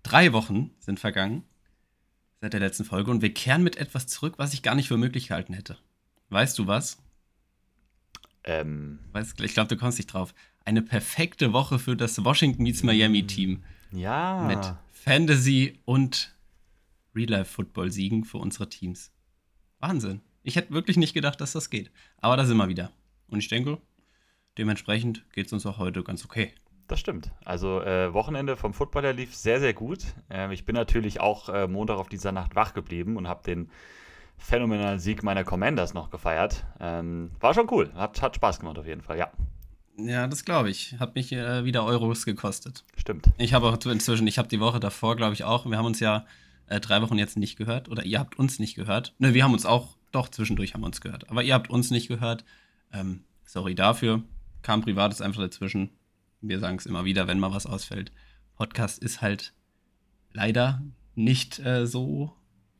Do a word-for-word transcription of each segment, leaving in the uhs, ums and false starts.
Drei Wochen sind vergangen seit der letzten Folge und wir kehren mit etwas zurück, was ich gar nicht für möglich gehalten hätte. Weißt du was? Ähm, Weißt, ich glaube, du kommst nicht drauf. Eine perfekte Woche für das Washington meets Miami Team mit ja, Fantasy und Real-Life-Football-Siegen für unsere Teams. Wahnsinn. Ich hätte wirklich nicht gedacht, dass das geht. Aber da sind wir wieder. Und ich denke, dementsprechend geht es uns auch heute ganz okay. das stimmt. Also äh, Wochenende vom Footballer lief sehr, sehr gut. Ähm, ich bin natürlich auch äh, Montag auf dieser Nacht wach geblieben und habe den phänomenalen Sieg meiner Commanders noch gefeiert. Ähm, war schon cool. Hat, hat Spaß gemacht auf jeden Fall, ja. Ja, das glaube ich. Hat mich äh, wieder Euros gekostet. Stimmt. Ich habe auch inzwischen, ich habe die Woche davor, glaube ich, auch, wir haben uns ja äh, drei Wochen jetzt nicht gehört. Oder ihr habt uns nicht gehört. Ne, wir haben uns auch, doch, zwischendurch haben wir uns gehört. Aber ihr habt uns nicht gehört. Ähm, sorry dafür. Kam Privates einfach dazwischen. Wir sagen es immer wieder, wenn mal was ausfällt. Podcast ist halt leider nicht äh, so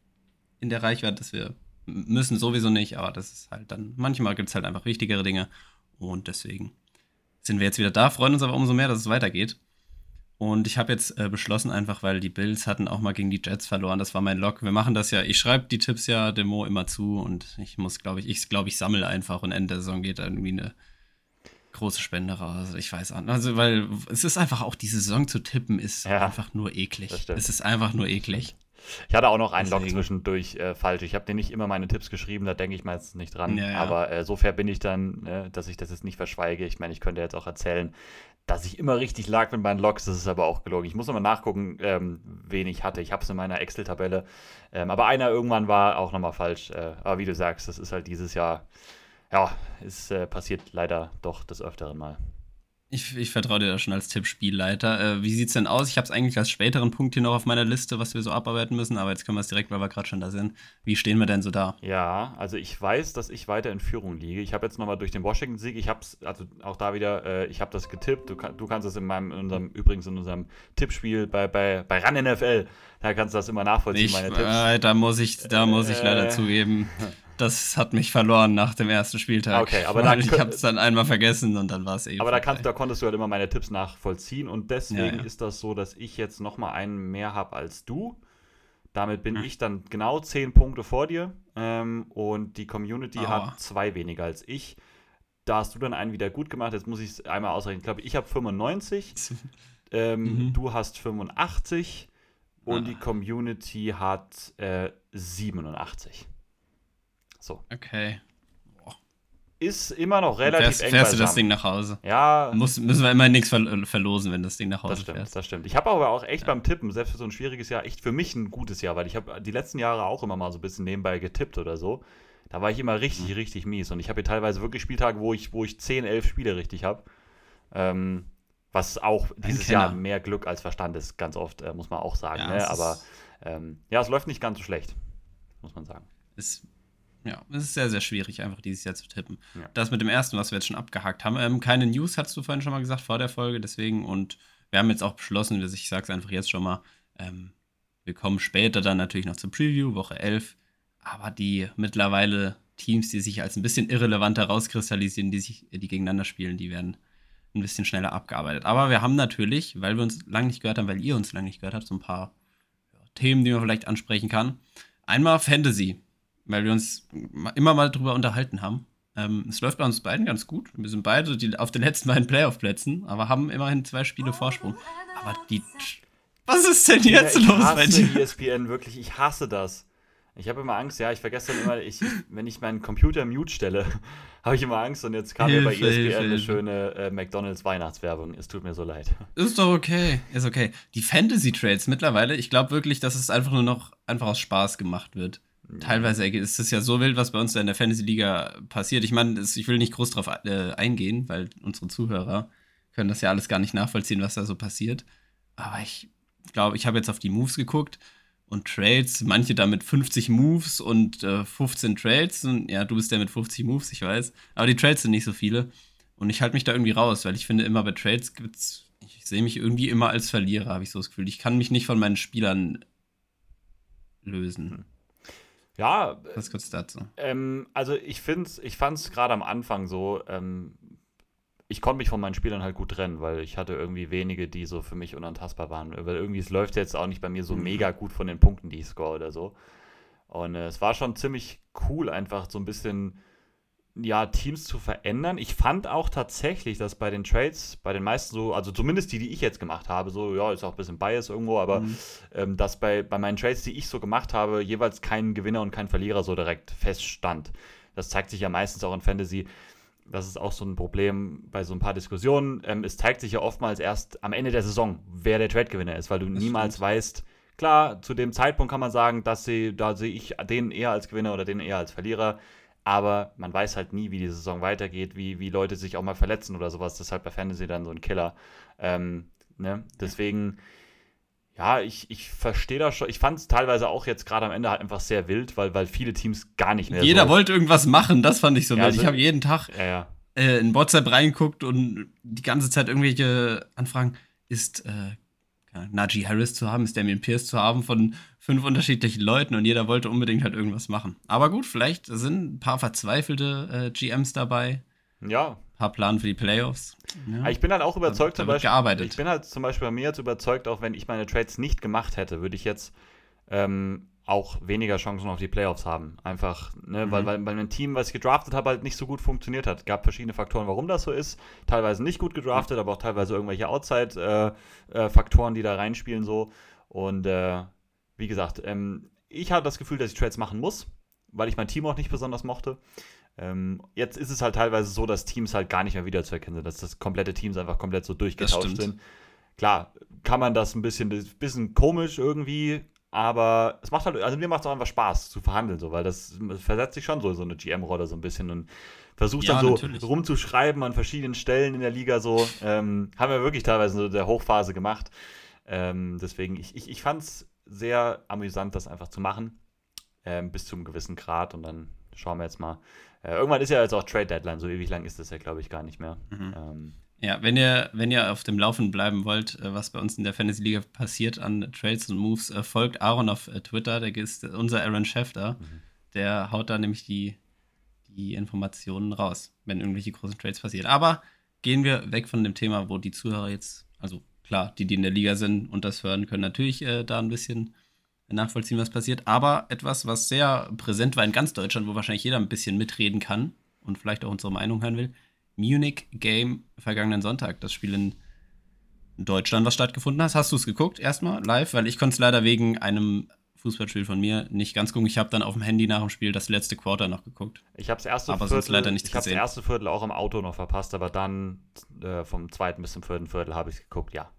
in der Reichweite, dass wir müssen sowieso nicht, aber das ist halt dann, manchmal gibt es halt einfach wichtigere Dinge und deswegen sind wir jetzt wieder da, freuen uns aber umso mehr, dass es weitergeht. Und ich habe jetzt äh, beschlossen, einfach weil die Bills hatten auch mal gegen die Jets verloren, das war mein Lock. Wir machen das ja, ich schreibe die Tipps ja dem Mo immer zu und ich muss, glaube ich, ich glaube, ich sammle einfach und Ende der Saison geht da irgendwie eine große Spende raus. Ich weiß auch nicht. Also, weil es ist einfach auch, diese Saison zu tippen, ist Ja, einfach nur das eklig. stimmt. Es ist einfach nur Das eklig. stimmt. Ich hatte auch noch einen Log Deswegen. zwischendurch äh, falsch. Ich habe dir nicht immer meine Tipps geschrieben, da denke ich meistens nicht dran. Ja, ja. Aber äh, so fair bin ich dann, äh, dass ich das jetzt nicht verschweige. Ich meine, ich könnte jetzt auch erzählen, dass ich immer richtig lag mit meinen Logs. Das ist aber auch gelogen. Ich muss nochmal nachgucken, ähm, wen ich hatte. Ich habe es in meiner Excel-Tabelle. Ähm, aber einer irgendwann war auch nochmal falsch. Äh, aber wie du sagst, das ist halt dieses Jahr, ja, es äh, passiert leider doch des Öfteren mal. Ich, ich vertraue dir da schon als Tippspielleiter. Äh, wie sieht's denn aus? Ich habe es eigentlich als späteren Punkt hier noch auf meiner Liste, was wir so abarbeiten müssen, aber jetzt können wir es direkt, weil wir gerade schon da sind. Wie stehen wir denn so da? Ja, also ich weiß, dass ich weiter in Führung liege. Ich habe jetzt nochmal durch den Washington-Sieg, ich habe es, also auch da wieder, äh, ich habe das getippt. Du, kann, du kannst es in meinem, in unserem, übrigens in unserem Tippspiel bei, bei, bei Run N F L, da kannst du das immer nachvollziehen, Ich, meine Tipps. äh, da muss ich, da muss ich leider Äh, zugeben, das hat mich verloren nach dem ersten Spieltag, okay, aber da, weil ich habe es dann einmal vergessen und dann war es eh aber da, kannst, vorbei. da konntest du halt immer meine Tipps nachvollziehen und Ja, deswegen ja. ist das so, dass ich jetzt nochmal einen mehr habe als du. Damit bin Hm. ich dann genau zehn Punkte vor dir ähm, und die Community hat Aua. zwei weniger als ich. Da hast du dann einen wieder gut gemacht. Jetzt muss ich es einmal ausrechnen. Ich glaube, ich habe fünfundneunzig, ähm, Mhm. du hast fünfundachtzig und die Ah, Community hat äh, siebenundachtzig. So. okay. Boah. Ist immer noch Dann relativ fährst, eng fährst du das Ding beisammen. nach Hause. Ja, Muss, müssen wir immer nichts ver verlosen, wenn das Ding nach das Hause stimmt, fährst. das stimmt. Ich habe aber auch echt Ja. beim Tippen, selbst für so ein schwieriges Jahr, echt für mich ein gutes Jahr, weil ich habe die letzten Jahre auch immer mal so ein bisschen nebenbei getippt oder so. Da war ich immer Mhm. richtig, richtig mies. Und ich habe hier teilweise wirklich Spieltage, wo ich, wo ich zehn, elf Spiele richtig habe. Ähm, was auch Ein dieses Jahr Kenner. mehr Glück als Verstand ist, ganz oft, äh, muss man auch sagen. Ja, Ne? es Aber ist, ähm, ja, es läuft nicht ganz so schlecht, muss man sagen. ist, ja, es ist sehr, sehr schwierig, einfach dieses Jahr zu tippen. Ja. Das mit dem ersten, was wir jetzt schon abgehakt haben. Ähm, keine News, hast du vorhin schon mal gesagt, vor der Folge, deswegen. Und wir haben jetzt auch beschlossen, ich sage es einfach jetzt schon mal, ähm, wir kommen später dann natürlich noch zur Preview, Woche elf. Aber die mittlerweile Teams, die sich als ein bisschen irrelevanter rauskristallisieren, die sich, die gegeneinander spielen, die werden ein bisschen schneller abgearbeitet. Aber wir haben natürlich, weil wir uns lange nicht gehört haben, weil ihr uns lange nicht gehört habt, so ein paar ja, Themen, die man vielleicht ansprechen kann. Einmal Fantasy, weil wir uns immer mal drüber unterhalten haben. Ähm, es läuft bei uns beiden ganz gut. Wir sind beide die, auf den letzten beiden Playoff-Plätzen, aber haben immerhin zwei Spiele Vorsprung. Aber die. Was ist denn Digga, jetzt ich los bei hasse dir? E S P N, wirklich, ich hasse das. Ich habe immer Angst, ja, ich vergesse dann immer, ich, ich, wenn ich meinen Computer mute stelle, habe ich immer Angst und jetzt kam mir bei Hilfe, Hilfe, E S P N eine Hilfe. schöne äh, McDonalds Weihnachtswerbung. Es tut mir so leid. Ist doch okay. Ist okay. Die Fantasy-Trades mittlerweile, ich glaube wirklich, dass es einfach nur noch einfach aus Spaß gemacht wird. Teilweise ist es ja so wild, was bei uns da in der Fantasy-Liga passiert. Ich meine, ich will nicht groß drauf äh, eingehen, weil unsere Zuhörer können das ja alles gar nicht nachvollziehen, was da so passiert. Aber ich glaube, ich habe jetzt auf die Moves geguckt und Trades, manche da mit fünfzig Moves und äh, fünfzehn Trades. Und ja, du bist der mit fünfzig Moves, ich weiß. Aber die Trades sind nicht so viele. Und ich halte mich da irgendwie raus, weil ich finde, immer bei Trades gibt's. Ich sehe mich irgendwie immer als Verlierer, habe ich so das Gefühl. Ich kann mich nicht von meinen Spielern lösen. Ja, Was kurz dazu. ähm, also ich finde ich fand es gerade am Anfang so, ähm, ich konnte mich von meinen Spielern halt gut trennen, weil ich hatte irgendwie wenige, die so für mich unantastbar waren. Weil irgendwie, es läuft jetzt auch nicht bei mir so Mhm. mega gut von den Punkten, die ich score oder so. Und äh, es war schon ziemlich cool, einfach so ein bisschen, ja, Teams zu verändern. Ich fand auch tatsächlich, dass bei den Trades, bei den meisten so, also zumindest die, die ich jetzt gemacht habe, so, ja, ist auch ein bisschen Bias irgendwo, aber Mhm. ähm, dass bei, bei meinen Trades, die ich so gemacht habe, jeweils kein Gewinner und kein Verlierer so direkt feststand. Das zeigt sich ja meistens auch in Fantasy. Das ist auch so ein Problem bei so ein paar Diskussionen. Ähm, es zeigt sich ja oftmals erst am Ende der Saison, wer der Trade-Gewinner ist, weil du Das niemals stimmt. weißt, klar, zu dem Zeitpunkt kann man sagen, dass sie, da sehe ich den eher als Gewinner oder den eher als Verlierer, aber man weiß halt nie, wie die Saison weitergeht, wie, wie Leute sich auch mal verletzen oder sowas. Das ist halt bei Fantasy dann so ein Killer. Ähm, ne? Deswegen, ja, ich, ich verstehe das schon. Ich fand es teilweise auch jetzt gerade am Ende halt einfach sehr wild, weil, weil viele Teams gar nicht mehr Jeder so. wollte irgendwas machen, das fand ich so Ja, wild. also, Ich habe jeden Tag ja, ja. äh, in WhatsApp reingeguckt und die ganze Zeit irgendwelche Anfragen. Ist äh, Najee Harris zu haben, ist Damian Pierce zu haben von fünf unterschiedlichen Leuten und jeder wollte unbedingt halt irgendwas machen. Aber gut, vielleicht sind ein paar verzweifelte äh, G Ms dabei, Ja, ein paar Planen für die Playoffs. aber Ja, ich bin halt auch da, überzeugt, zum da wird Beispiel, ich gearbeitet. bin halt zum Beispiel bei mir jetzt überzeugt, auch wenn ich meine Trades nicht gemacht hätte, würde ich jetzt ähm, auch weniger Chancen auf die Playoffs haben. Einfach, ne, weil, Mhm. weil, weil ein Team, was ich gedraftet habe, halt nicht so gut funktioniert hat. Gab verschiedene Faktoren, warum das so ist. Teilweise nicht gut Ja. gedraftet, aber auch teilweise irgendwelche Outside-Faktoren, die da reinspielen so. Und äh, wie gesagt, ähm, ich hatte das Gefühl, dass ich Trades machen muss, weil ich mein Team auch nicht besonders mochte. Ähm, jetzt ist es halt teilweise so, dass Teams halt gar nicht mehr wiederzuerkennen sind, dass das komplette Teams einfach komplett so Das durchgetauscht stimmt. sind. Klar, kann man das ein bisschen, das ist ein bisschen komisch irgendwie, aber es macht halt, also mir macht es auch einfach Spaß zu verhandeln, so, weil das versetzt sich schon so in so eine G M-Rolle so ein bisschen und versucht dann Ja, so natürlich. rumzuschreiben an verschiedenen Stellen in der Liga so. Ähm, haben wir wirklich teilweise so der Hochphase gemacht. Ähm, deswegen, ich, ich, ich fand es sehr amüsant, das einfach zu machen, ähm, bis zu einem gewissen Grad und dann schauen wir jetzt mal. Äh, irgendwann ist ja jetzt auch Trade Deadline, so ewig lang ist das ja, glaube ich, gar nicht mehr. Mhm. Ähm, Ja, wenn ihr, wenn ihr auf dem Laufenden bleiben wollt, äh, was bei uns in der Fantasy-Liga passiert an Trades und Moves, äh, folgt Aaron auf äh, Twitter, der ist äh, unser Aaron Schefter. mhm. Der haut da nämlich die, die Informationen raus, wenn irgendwelche großen Trades passieren. Aber gehen wir weg von dem Thema, wo die Zuhörer jetzt, also klar, die, die in der Liga sind und das hören, können natürlich äh, da ein bisschen nachvollziehen, was passiert. Aber etwas, was sehr präsent war in ganz Deutschland, wo wahrscheinlich jeder ein bisschen mitreden kann und vielleicht auch unsere Meinung hören will. Munich Game vergangenen Sonntag, das Spiel in Deutschland, was stattgefunden hat. Hast du es geguckt erstmal live? Weil ich konnte es leider wegen einem Fußballspiel von mir nicht ganz gucken. Ich habe dann auf dem Handy nach dem Spiel das letzte Quarter noch geguckt. Ich habe das erste Aber sonst leider Viertel, nichts ich habe das gesehen. erste Viertel auch im Auto noch verpasst, aber dann äh, vom zweiten bis zum vierten Viertel habe ich geguckt, ja.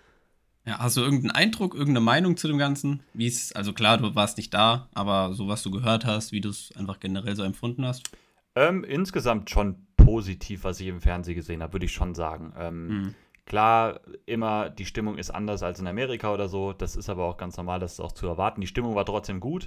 Ja, hast du irgendeinen Eindruck, irgendeine Meinung zu dem Ganzen? Wie es, also klar, du warst nicht da, aber so was du gehört hast, wie du es einfach generell so empfunden hast? Ähm, insgesamt schon positiv, was ich im Fernsehen gesehen habe, würde ich schon sagen. Ähm, Hm. klar, immer die Stimmung ist anders als in Amerika oder so. Das ist aber auch ganz normal, das ist auch zu erwarten. Die Stimmung war trotzdem gut.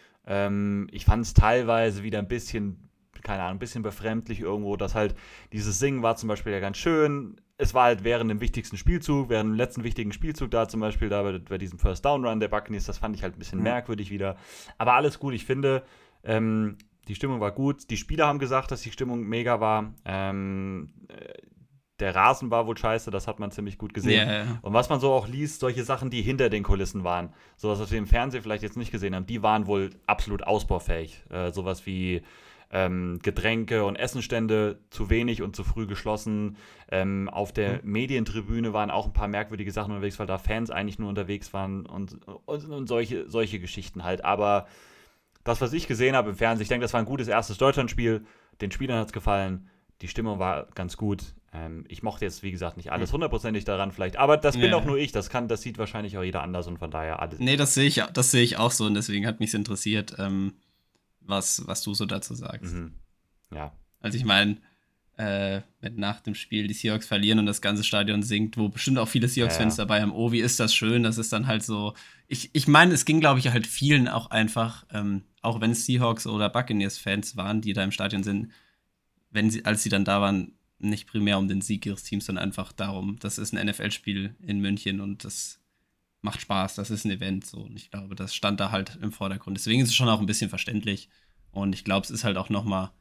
Ähm, ich fand es teilweise wieder ein bisschen, keine Ahnung, ein bisschen befremdlich irgendwo, dass halt dieses Singen war zum Beispiel ja ganz schön. Es war halt während dem wichtigsten Spielzug, während dem letzten wichtigen Spielzug da zum Beispiel, da bei, bei diesem First Down Run der Buccaneers, das fand ich halt ein bisschen Ja. merkwürdig wieder. Aber alles gut, ich finde, ähm, die Stimmung war gut. Die Spieler haben gesagt, dass die Stimmung mega war. Ähm, äh, der Rasen war wohl scheiße, das hat man ziemlich gut gesehen. Ja, ja. Und was man so auch liest, solche Sachen, die hinter den Kulissen waren, sowas, was wir im Fernsehen vielleicht jetzt nicht gesehen haben, die waren wohl absolut ausbaufähig. Äh, sowas wie ähm, Getränke und Essenstände zu wenig und zu früh geschlossen. Ähm, auf der Medientribüne waren auch ein paar merkwürdige Sachen unterwegs, weil da Fans eigentlich nur unterwegs waren und, und, und solche, solche Geschichten halt. Aber das, was ich gesehen habe im Fernsehen, ich denke, das war ein gutes erstes Deutschlandspiel. Den Spielern hat es gefallen. Die Stimmung war ganz gut. Ähm, ich mochte jetzt, wie gesagt, nicht alles hundertprozentig daran vielleicht. Aber das bin auch Ja. nur ich. Das, kann, das sieht wahrscheinlich auch jeder anders und von daher alles. Nee, das sehe ich, das sehe ich auch so und deswegen hat mich interessiert, ähm, was, was du so dazu sagst. Mhm. Ja. Also ich meine, äh, wenn nach dem Spiel die Seahawks verlieren und das ganze Stadion singt, wo bestimmt auch viele Ja, Seahawks-Fans ja. dabei haben, oh, wie ist das schön, das ist dann halt so. Ich, ich meine, es ging, glaube ich, halt vielen auch einfach, ähm, auch wenn es Seahawks oder Buccaneers-Fans waren, die da im Stadion sind, wenn sie, als sie dann da waren, nicht primär um den Sieg ihres Teams, sondern einfach darum, das ist ein N F L-Spiel in München und das macht Spaß, das ist ein Event so. Und ich glaube, das stand da halt im Vordergrund. Deswegen ist es schon auch ein bisschen verständlich. Und ich glaube, es ist halt auch noch mal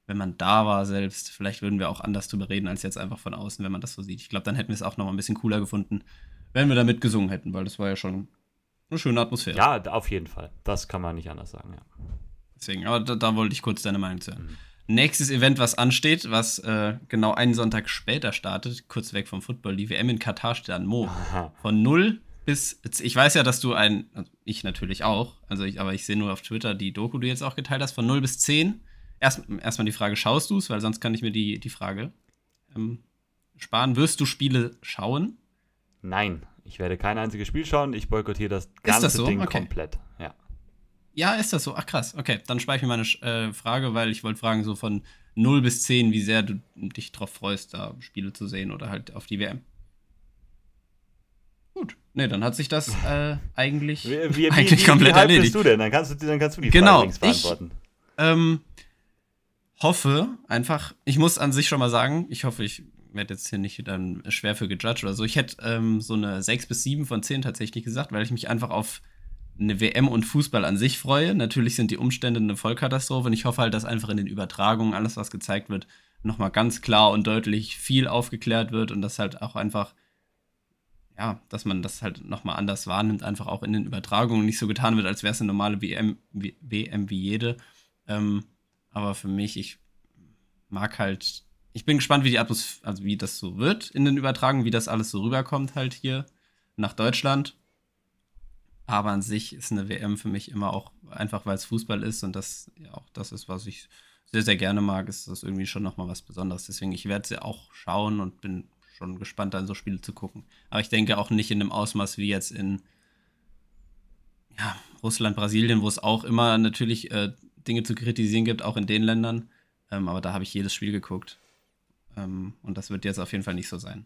wenn man da war selbst, vielleicht würden wir auch anders drüber reden, als jetzt einfach von außen, wenn man das so sieht. Ich glaube, dann hätten wir es auch noch mal ein bisschen cooler gefunden, wenn wir da mitgesungen hätten, weil das war ja schon eine schöne Atmosphäre. Ja, auf jeden Fall. Das kann man nicht anders sagen, ja. Deswegen, aber da, da wollte ich kurz deine Meinung zu hören. Mhm. Nächstes Event, was ansteht, was äh, genau einen Sonntag später startet, kurz weg vom Football, die W M in Katar steht an, Mo. Aha. Von null bis, ich weiß ja, dass du ein, also ich natürlich auch, also ich, aber ich sehe nur auf Twitter die Doku, die du jetzt auch geteilt hast, von null bis zehn. Erst, erstmal die Frage, schaust du es? Weil sonst kann ich mir die, die Frage ähm, sparen. Wirst du Spiele schauen? Nein, ich werde kein einziges Spiel schauen. Ich boykottiere das ganze das so? Ding Okay. komplett. Ja. Ja, ist das so? Ach krass, okay. Dann spare ich mir meine äh, Frage, weil ich wollte fragen, so von null bis zehn, wie sehr du dich drauf freust, da Spiele zu sehen oder halt auf die W M. Gut. Ne, dann hat sich das äh, eigentlich, wie, wie, eigentlich wie, komplett wie erledigt. Bist du denn? Dann kannst du, dann kannst du die genau, Frage beantworten. Ich ähm, hoffe einfach, ich muss an sich schon mal sagen, ich hoffe, ich werde jetzt hier nicht dann schwer für gejudged oder so. Ich hätte ähm, so eine sechs bis sieben von zehn tatsächlich gesagt, weil ich mich einfach auf eine W M und Fußball an sich freue. Natürlich sind die Umstände eine Vollkatastrophe und ich hoffe halt, dass einfach in den Übertragungen alles, was gezeigt wird, nochmal ganz klar und deutlich viel aufgeklärt wird und dass halt auch einfach, ja, dass man das halt nochmal anders wahrnimmt, einfach auch in den Übertragungen nicht so getan wird, als wäre es eine normale W M, W M wie jede. Ähm, aber für mich, ich mag halt, ich bin gespannt, wie die Atmosphäre, also wie das so wird in den Übertragungen, wie das alles so rüberkommt halt hier nach Deutschland. Aber an sich ist eine W M für mich immer auch einfach, weil es Fußball ist und das ja auch das ist, was ich sehr, sehr gerne mag, ist das irgendwie schon nochmal was Besonderes. Deswegen, ich werde sie auch schauen und bin schon gespannt, dann so Spiele zu gucken. Aber ich denke auch nicht in dem Ausmaß wie jetzt in ja, Russland, Brasilien, wo es auch immer natürlich äh, Dinge zu kritisieren gibt, auch in den Ländern. Ähm, aber da habe ich jedes Spiel geguckt. Ähm, und das wird jetzt auf jeden Fall nicht so sein.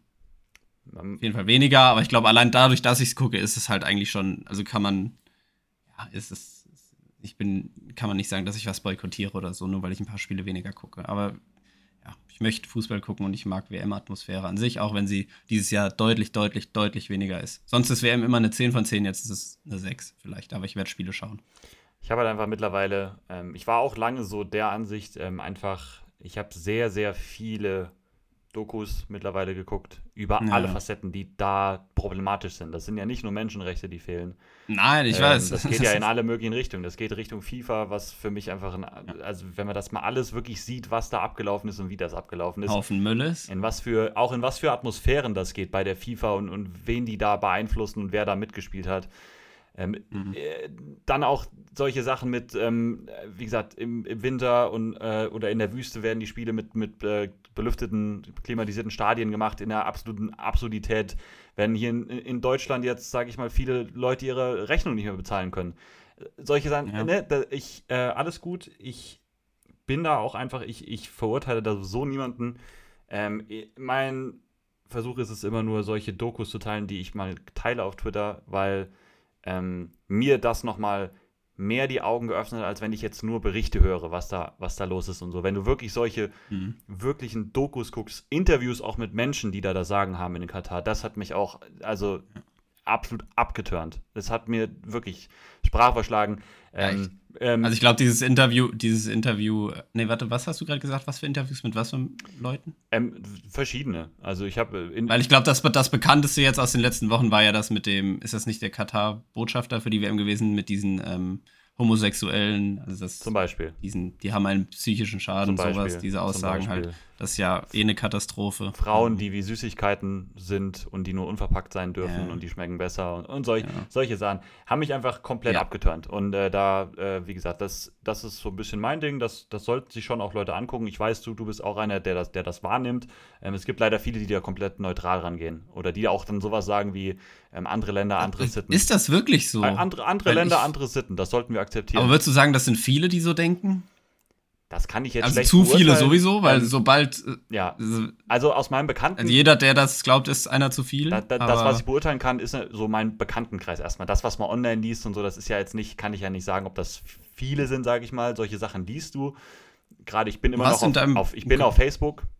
Auf jeden Fall weniger, aber ich glaube, allein dadurch, dass ich es gucke, ist es halt eigentlich schon, also kann man, ja, ist es, ich bin, kann man nicht sagen, dass ich was boykottiere oder so, nur weil ich ein paar Spiele weniger gucke. Aber ja, ich möchte Fußball gucken und ich mag W M-Atmosphäre an sich, auch wenn sie dieses Jahr deutlich, deutlich, deutlich weniger ist. Sonst ist W M immer eine zehn von zehn, jetzt ist es eine sechs vielleicht, aber ich werde Spiele schauen. Ich habe halt einfach mittlerweile, ähm, ich war auch lange so der Ansicht, ähm, einfach, ich habe sehr, sehr viele Dokus mittlerweile geguckt, über Ja. alle Facetten, die da problematisch sind. Das sind ja nicht nur Menschenrechte, die fehlen. Nein, ich ähm, weiß. Das geht ja in alle möglichen Richtungen. Das geht Richtung FIFA, was für mich einfach, ein, also wenn man das mal alles wirklich sieht, was da abgelaufen ist und wie das abgelaufen ist. Haufen Müll ist. In was für, auch in was für Atmosphären das geht bei der FIFA und, und wen die da beeinflussen und wer da mitgespielt hat. Ähm, Mhm. äh, dann auch solche Sachen mit, ähm, wie gesagt, im, im Winter und, äh, oder in der Wüste werden die Spiele mit, mit äh, belüfteten, klimatisierten Stadien gemacht, in der absoluten Absurdität. Wenn hier in, in Deutschland jetzt, sage ich mal, viele Leute ihre Rechnung nicht mehr bezahlen können. Solche Sachen, Ja. ne, da, ich, äh, alles gut, ich bin da auch einfach, ich, ich verurteile da so niemanden. Ähm, mein Versuch ist es immer nur, solche Dokus zu teilen, die ich mal teile auf Twitter, weil Ähm, mir das nochmal mehr die Augen geöffnet hat, als wenn ich jetzt nur Berichte höre, was da, was da los ist und so. Wenn du wirklich solche Mhm. wirklichen Dokus guckst, Interviews auch mit Menschen, die da das Sagen haben in Katar, das hat mich auch, also absolut abgeturnt. Das hat mir wirklich Sprache verschlagen. Ähm, ähm, Also ich glaube, dieses Interview, dieses Interview, nee, warte, was hast du gerade gesagt? Was für Interviews mit was für Leuten? ähm, verschiedene. Also ich habe Weil ich glaube, das, das bekannteste jetzt aus den letzten Wochen war ja das mit dem, ist das nicht der Katar-Botschafter für die W M gewesen, mit diesen ähm, Homosexuellen, also das, zum Beispiel. diesen, die haben einen psychischen Schaden, Zum Beispiel, sowas, diese zum Aussagen Beispiel. halt. Das ist ja eh eine Katastrophe. Frauen, die wie Süßigkeiten sind und die nur unverpackt sein dürfen Ja. und die schmecken besser und, und solch, Ja. solche Sachen, haben mich einfach komplett Ja. abgeturnt. Und äh, da, äh, wie gesagt, das, das ist so ein bisschen mein Ding, das, das sollten sich schon auch Leute angucken. Ich weiß, du, du bist auch einer, der das, der das wahrnimmt. Ähm, es gibt leider viele, die da komplett neutral rangehen oder die auch dann sowas sagen wie ähm, andere Länder, andere Sitten. Ist das wirklich so? Äh, andere andere Weil Länder, ich- andere Sitten, das sollten wir akzeptieren. Aber würdest du sagen, das sind viele, die so denken? das kann ich jetzt Also schlecht zu viele beurteilen. sowieso, weil Ähm, sobald, äh, ja, also also aus meinem Bekannten... jeder, der das glaubt, ist einer zu viel. Da, da, das, aber- was ich beurteilen kann, ist so mein Bekanntenkreis erstmal. Das, was man online liest und so, das ist ja jetzt nicht, kann ich ja nicht sagen, ob das viele sind, sage ich mal. Solche Sachen liest du. Gerade ich bin immer Was noch in auf, deinem- auf, ich bin auf Facebook.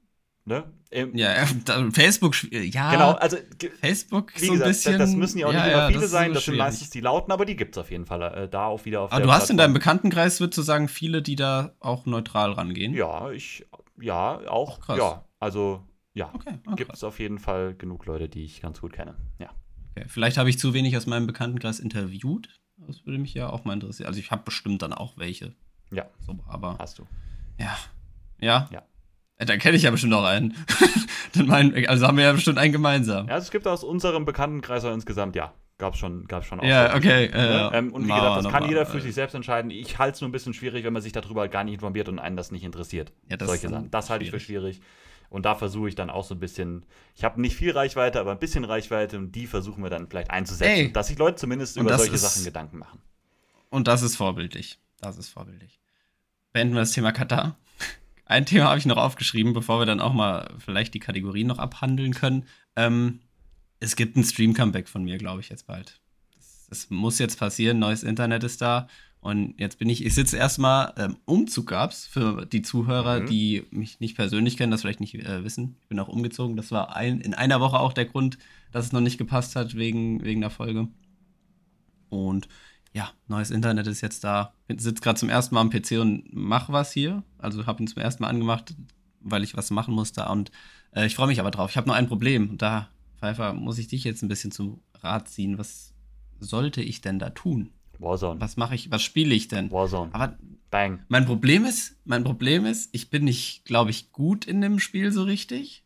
Ne? Im, Ja, äh, Facebook, ja. Genau, also Facebook wie so gesagt, ein bisschen. das müssen ja auch nicht ja, immer ja, viele das sein, so das sind schwierig. meistens die Lauten, aber die gibt es auf jeden Fall äh, da auch wieder auf Aber der du hast in Plattform. deinem Bekanntenkreis, würdest du sagen, viele, die da auch neutral rangehen? Ja, ich, ja, auch, Krass. ja, also, ja, Okay, oh, gibt es auf jeden Fall genug Leute, die ich ganz gut kenne, ja. Okay. Vielleicht habe ich zu wenig aus meinem Bekanntenkreis interviewt. Das würde mich ja auch mal interessieren. Also ich habe bestimmt dann auch welche. Ja, so, aber hast du. Ja. Ja? Ja. Äh, Dann kenne ich ja bestimmt auch einen. Dann mein, also haben wir ja bestimmt einen gemeinsam. Ja, also es gibt aus unserem Bekanntenkreis auch insgesamt, ja, gab es schon, gab's schon auch. Ja, solche. okay. Ne? Äh, ähm, und wie Mauer gesagt, das noch kann mal, jeder für äh, sich selbst entscheiden. Ich halte es nur ein bisschen schwierig, wenn man sich darüber gar nicht informiert und einen das nicht interessiert. Ja, das Solche ist dann Sachen. Das halte ich für schwierig. Und da versuche ich dann auch so ein bisschen, ich habe nicht viel Reichweite, aber ein bisschen Reichweite und die versuchen wir dann vielleicht einzusetzen, Ey. dass sich Leute zumindest Und über das solche ist- Sachen Gedanken machen. Und das ist vorbildlich. Das ist vorbildlich. Beenden wir das Thema Katar. Ein Thema habe ich noch aufgeschrieben, bevor wir dann auch mal vielleicht die Kategorien noch abhandeln können. Ähm, es gibt ein Stream-Comeback von mir, glaube ich, jetzt bald. Das, das muss jetzt passieren. Neues Internet ist da. Und jetzt bin ich, ich sitze erstmal, ähm, Umzug gab's für die Zuhörer, Mhm. die mich nicht persönlich kennen, das vielleicht nicht äh, wissen. Ich bin auch umgezogen. Das war ein, in einer Woche auch der Grund, dass es noch nicht gepasst hat wegen, wegen der Folge. Und ja, neues Internet ist jetzt da. Ich sitze gerade zum ersten Mal am P C und mache was hier. Also habe ihn zum ersten Mal angemacht, weil ich was machen musste. Und äh, ich freue mich aber drauf. Ich habe nur ein Problem. Und da, Pfeiffer, muss ich dich jetzt ein bisschen zum Rat ziehen. Was sollte ich denn da tun? Warzone. Was mache ich, was spiele ich denn? Warzone. Aber Bang. mein Problem ist, mein Problem ist, ich bin nicht, glaube ich, gut in dem Spiel so richtig.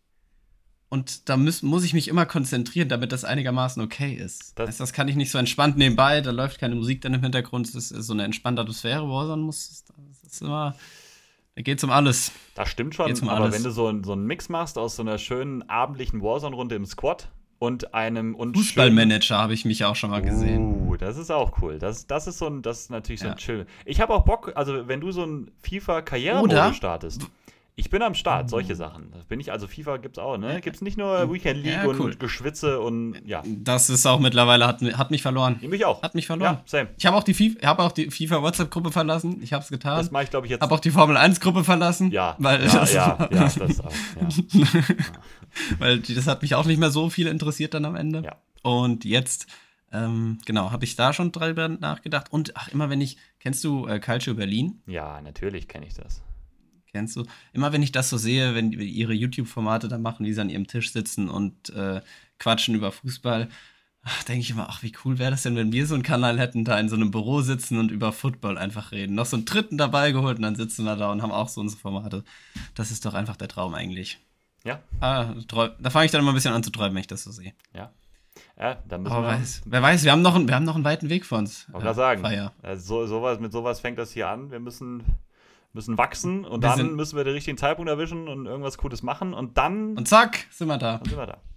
Und da muss, muss ich mich immer konzentrieren, damit das einigermaßen okay ist. Das- Das, das kann ich nicht so entspannt nebenbei, da läuft keine Musik dann im Hintergrund, es ist so eine entspannte Atmosphäre, Warzone muss, das ist immer, da geht's um alles. Das stimmt schon, Geht's um aber alles. wenn du so, ein, so einen Mix machst aus so einer schönen abendlichen Warzone-Runde im Squad und einem und Fußballmanager habe ich mich auch schon mal gesehen. Uh, das ist auch cool. Das, das ist so ein, das ist natürlich so Ja. ein Chill. Ich habe auch Bock, also wenn du so ein FIFA-Karrieremodus Oder- startest. Ich bin am Start, solche Sachen. Das bin ich, also FIFA gibt's auch, ne? Gibt's nicht nur Weekend League Ja, und cool. Geschwitze und ja. Das ist auch mittlerweile, hat, hat mich verloren. Mich auch. Hat mich verloren. Ja, same. Ich habe auch die FIFA, habe auch die FIFA-WhatsApp-Gruppe verlassen, ich habe es getan. Das mache ich, glaube ich, jetzt. Habe auch die Formel eins Gruppe verlassen. ja, weil ja, das, ja, ja, das auch. Ja. weil die, das hat mich auch nicht mehr so viel interessiert dann am Ende. Ja. Und jetzt, ähm, genau, habe ich da schon drüber nachgedacht. Und ach, immer wenn ich, kennst du äh, Calcio Berlin? Ja, natürlich kenne ich das. Kennst du? Immer wenn ich das so sehe, wenn die ihre YouTube-Formate da machen, wie sie an ihrem Tisch sitzen und äh, quatschen über Fußball, denke ich immer, ach, wie cool wäre das denn, wenn wir so einen Kanal hätten, da in so einem Büro sitzen und über Football einfach reden. Noch so einen Dritten dabei geholt und dann sitzen wir da und haben auch so unsere Formate. Das ist doch einfach der Traum eigentlich. Ja. Ah, träu- da fange ich dann immer ein bisschen an zu träumen, wenn ich das so sehe. Ja. Ja, da müssen Aber wir. weiß, wer weiß, wir haben, noch einen, wir haben noch einen weiten Weg vor uns. Wollte gerade sagen. Feier. Also so, sowas, mit sowas fängt das hier an. Wir müssen, müssen wachsen und Wir dann sind- müssen wir den richtigen Zeitpunkt erwischen und irgendwas Cooles machen und dann, Und zack, sind wir da. dann sind wir da.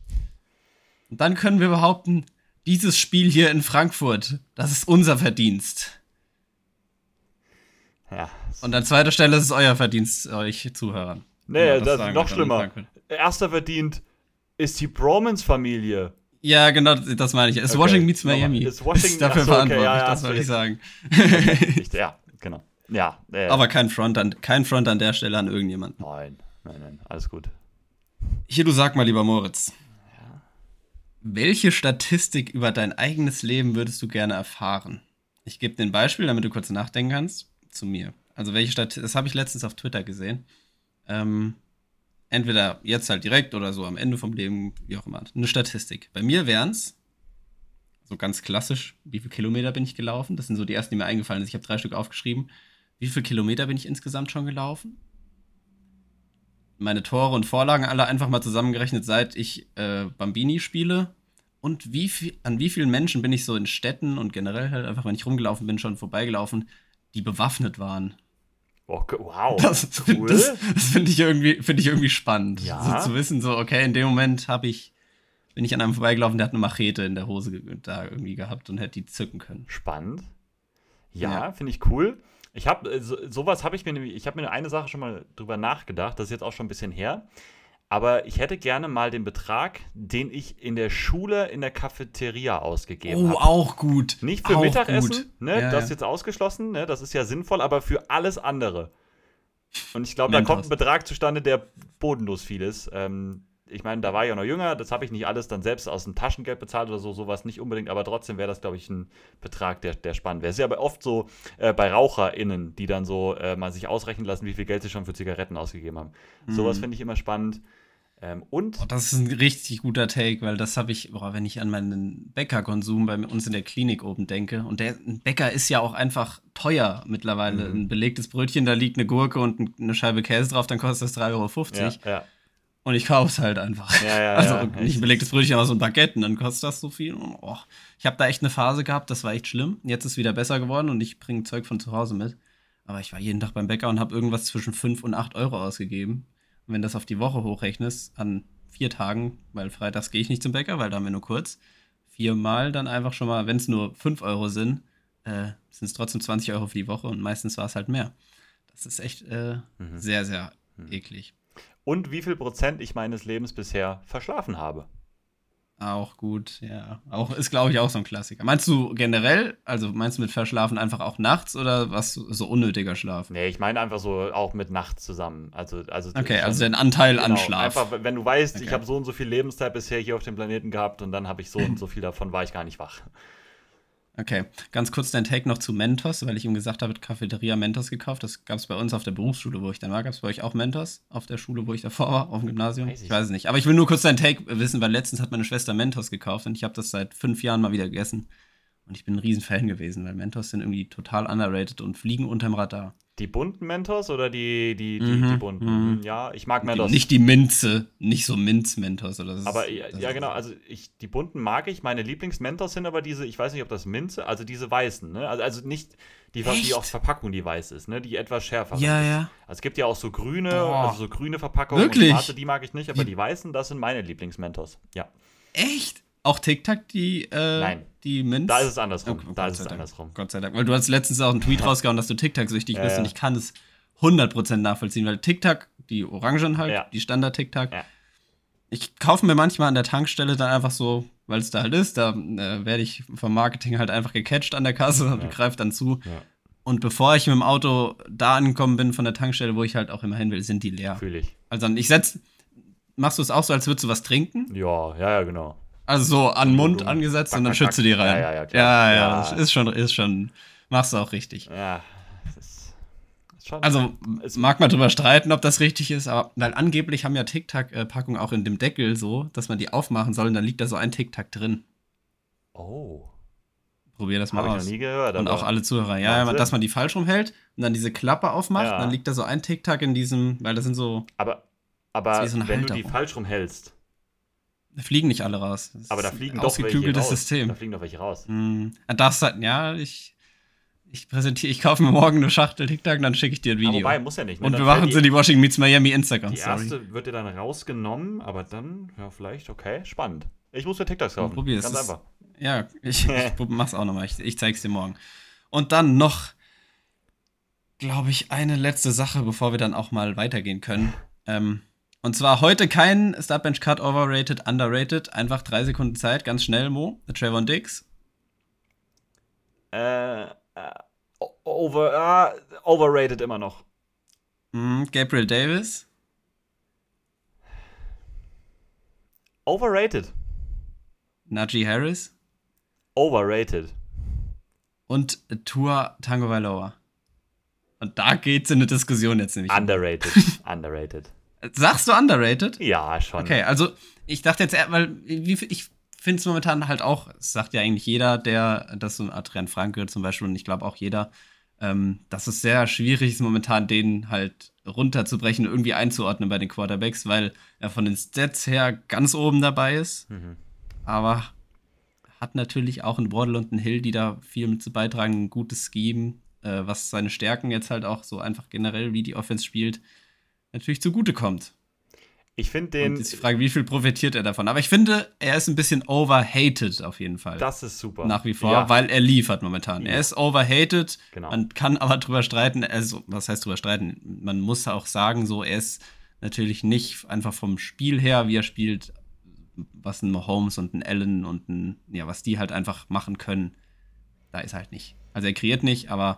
Und dann können wir behaupten, dieses Spiel hier in Frankfurt, das ist unser Verdienst. Ja. Und an zweiter Stelle ist es euer Verdienst, euch Zuhörern. Nee, Ja, das, das ist sagen noch wir dann in schlimmer. Frankfurt. Erster verdient ist die Bromance-Familie. Ja, genau, das meine ich. Ist Okay, Washington meets nochmal. Miami. Ist Washington- dafür ach so, okay, verantwortlich, ja, ja, das hast du wollte ich jetzt- sagen. Nicht- ja, genau. Ja. Äh, Aber kein Front, an, kein Front an der Stelle an irgendjemanden. Nein, nein, nein, alles gut. Hier, du sag mal, lieber Moritz. Welche Statistik über dein eigenes Leben würdest du gerne erfahren? Ich gebe dir ein Beispiel, damit du kurz nachdenken kannst. Zu mir. Also welche Statistik, das habe ich letztens auf Twitter gesehen. Ähm, entweder jetzt halt direkt oder so am Ende vom Leben, wie auch immer. Eine Statistik. Bei mir wären es, so ganz klassisch, wie viele Kilometer bin ich gelaufen? Das sind so die ersten, die mir eingefallen sind. Ich habe drei Stück aufgeschrieben. Wie viele Kilometer bin ich insgesamt schon gelaufen? Meine Tore und Vorlagen alle einfach mal zusammengerechnet, seit ich äh, Bambini spiele. Und wie viel, an wie vielen Menschen bin ich so in Städten und generell halt einfach, wenn ich rumgelaufen bin, schon vorbeigelaufen, die bewaffnet waren. Oh, ge- wow, Das, cool. das, das finde ich, irgendwie- find ich irgendwie spannend. Ja. So zu wissen, so, okay, in dem Moment habe ich, bin ich an einem vorbeigelaufen, der hat eine Machete in der Hose ge- da irgendwie gehabt und hätte die zücken können. Spannend. Ja, Ja. finde ich cool. Ich habe äh, so, sowas habe ich mir nämlich, ich habe mir eine Sache schon mal drüber nachgedacht, das ist jetzt auch schon ein bisschen her. Aber ich hätte gerne mal den Betrag, den ich in der Schule in der Cafeteria ausgegeben Oh, habe. auch gut. Nicht für auch Mittagessen, gut. ne? Ja, das ist ja. jetzt ausgeschlossen, ne? Das ist ja sinnvoll, aber für alles andere. Und ich glaube, da kommt ein Mentos. Betrag zustande, der bodenlos viel ist. Ähm, ich meine, da war ich auch noch jünger, das habe ich nicht alles dann selbst aus dem Taschengeld bezahlt oder so, sowas nicht unbedingt, aber trotzdem wäre das, glaube ich, ein Betrag, der, der spannend wäre. Es ist ja aber oft so äh, bei RaucherInnen, die dann so äh, mal sich ausrechnen lassen, wie viel Geld sie schon für Zigaretten ausgegeben haben. Sowas Mhm. finde ich immer spannend. Ähm, und, Oh, das ist ein richtig guter Take, weil das habe ich, boah, wenn ich an meinen Bäckerkonsum bei uns in der Klinik oben denke. Und der ein Bäcker ist ja auch einfach teuer mittlerweile. mhm. Ein belegtes Brötchen, da liegt eine Gurke und ein- eine Scheibe Käse drauf, dann kostet das drei Euro Ja, fünfzig. ja, Und ich kaufe es halt einfach. ja, ja, Also ja, nicht ein ich, belegtes Brötchen, aber so ein Baguette. Und dann kostet das so viel. Und, oh, ich habe da echt eine Phase gehabt, das war echt schlimm. Jetzt ist es wieder besser geworden und ich bringe Zeug von zu Hause mit. Aber ich war jeden Tag beim Bäcker und habe irgendwas zwischen fünf und acht Euro ausgegeben. Und wenn das auf die Woche hochrechnest, an vier Tagen, weil freitags gehe ich nicht zum Bäcker, weil da haben wir nur kurz, viermal dann einfach schon mal, wenn es nur fünf Euro sind, äh, sind es trotzdem zwanzig Euro für die Woche und meistens war es halt mehr. Das ist echt äh, mhm. sehr, sehr Mhm. eklig. Und wie viel Prozent ich meines Lebens bisher verschlafen habe. Auch gut, ja. Auch ist, glaube ich, auch so ein Klassiker. Meinst du generell, also meinst du mit Verschlafen einfach auch nachts oder was so unnötiger Schlaf? Nee, ich meine einfach so auch mit nachts zusammen. Also, also Okay, also schon, den Anteil an genau, Schlaf. einfach, wenn du weißt, ich Okay. habe so und so viel Lebenszeit bisher hier auf dem Planeten gehabt und dann habe ich so und so viel davon, war ich gar nicht wach. Okay, ganz kurz dein Take noch zu Mentos, weil ich ihm gesagt habe, Cafeteria Mentos gekauft. Das gab es bei uns auf der Berufsschule, wo ich dann war. Gab es bei euch auch Mentos auf der Schule, wo ich davor war, auf dem Gymnasium? Weiß Ich ich weiß es nicht. Aber ich will nur kurz deinen Take wissen, weil letztens hat meine Schwester Mentos gekauft und ich habe das seit fünf Jahren mal wieder gegessen. Und ich bin ein Riesenfan gewesen, weil Mentos sind irgendwie total underrated und fliegen unterm Radar. Die bunten Mentos oder die, die, die, die Mhm, bunten? mhm. Mhm, ja, ich mag Die, Mentos. nicht die Minze, nicht so Minz-Mentos oder das Aber ist, ja, das ja, ist, genau, also ich, die bunten mag ich. Meine Lieblings-Mentos sind aber diese, ich weiß nicht, ob das Minze, also diese weißen, ne? Also, also nicht die, die auf Echt? Verpackung, die weiß ist, ne? Die etwas schärferen. Ja, Ich, ja. also es gibt ja auch so grüne, also Boah, so grüne Verpackungen und schwarze, wirklich? die mag ich nicht, aber Wie, die weißen, das sind meine Lieblings-Mentos. Ja. echt? Auch TikTok, die, äh, Nein, die da ist Minz? es Oh, andersrum. Da Gott ist sei es Dank. andersrum. Gott sei Dank. Weil du hast letztens auch einen Tweet rausgehauen, dass du TikTok-süchtig Ja, bist und ja, ich kann es hundert Prozent nachvollziehen, weil TikTok, die Orangen halt, ja, die Standard-TikTok, ja, ich kaufe mir manchmal an der Tankstelle dann einfach so, weil es da halt ist, da äh, werde ich vom Marketing halt einfach gecatcht an der Kasse und ja, greife dann zu. ja. Und bevor ich mit dem Auto da angekommen bin von der Tankstelle, wo ich halt auch immer hin will, sind die leer. Fühle ich. Also ich setz, machst du es auch so, als würdest du was trinken? Ja, ja, ja, genau. Also so an den Dumm, dumm, Mund dumm. angesetzt Back, und dann back, schützt du back. die Ja, rein. ja, ja, klar. Ja, ja, das Ja, ist schon, ist schon, machst du auch richtig. ja. Das ist, ist schon. Also Es, mag man drüber streiten, ob das richtig ist, aber weil angeblich haben ja Tic-Tac-Packungen auch in dem Deckel so, dass man die aufmachen soll und dann liegt da so ein Tic-Tac drin. oh, Probier das mal habe ich noch aus. nie gehört, Und auch aber alle Zuhörer. Ja, macht ja, dass Sinn. man die falsch rumhält und dann diese Klappe aufmacht und dann Ja. liegt da so ein Tic-Tac in diesem, weil das sind so, Aber, das ist wie aber so eine wenn du die Halterung. falsch rumhältst, Da fliegen nicht alle raus. Das aber da ist ein fliegen doch welche ausgeklügeltes raus. Da System. fliegen doch welche raus. Hm. Das hat, ja, ich, ich präsentiere, ich kaufe mir morgen eine Schachtel TikTok und dann schicke ich dir ein Ah, Video. wobei, muss ja nicht. Ne? Und Dann wir fällt machen sie die Washington Meets Miami die Instagram-Story. erste wird dir dann rausgenommen, aber dann, ja, vielleicht, okay, spannend. Ich muss mir TikToks Und kaufen. probier es. Ganz ist- einfach. Ja, ich, ich mach's auch nochmal. Ich, ich zeig's dir morgen. Und dann noch, glaube ich, eine letzte Sache, bevor wir dann auch mal weitergehen können. Ähm, und zwar heute kein Startbench Cut overrated, underrated. Einfach drei Sekunden Zeit, ganz schnell, Mo. Trayvon Diggs. Äh, äh, o- over, ah, overrated immer noch. Mhm, Gabriel Davis. Overrated. Najee Harris. Overrated. Und Tua Tagovailoa. Und da geht's in eine Diskussion jetzt nämlich. Underrated. Underrated. Sagst du underrated? Ja, schon. Okay, also ich dachte jetzt, eher, weil wie, viel- ich finde es momentan halt auch, es sagt ja eigentlich jeder, der, das so ein Adrian Franke zum Beispiel und ich glaube auch jeder, ähm, dass es sehr schwierig ist momentan, den halt runterzubrechen, irgendwie einzuordnen bei den Quarterbacks, weil er von den Stats her ganz oben dabei ist, Mhm. aber hat natürlich auch einen Waddle und einen Hill, die da viel mit zu beitragen, ein gutes Scheme, äh, was seine Stärken jetzt halt auch so einfach generell, wie die Offense spielt, natürlich zugutekommt. Ich finde Und den, ist die Frage, wie viel profitiert er davon? Aber ich finde, er ist ein bisschen overhated auf jeden Fall. das ist super. Nach wie vor, Ja, weil er liefert momentan. Ja. Er ist overhated. genau. Man kann aber drüber streiten. Also, was heißt drüber streiten? Man muss auch sagen, so, er ist natürlich nicht einfach vom Spiel her, wie er spielt, was ein Mahomes und ein Allen und ein, ja, was die halt einfach machen können. Da ist er halt nicht. Also, er kreiert nicht, aber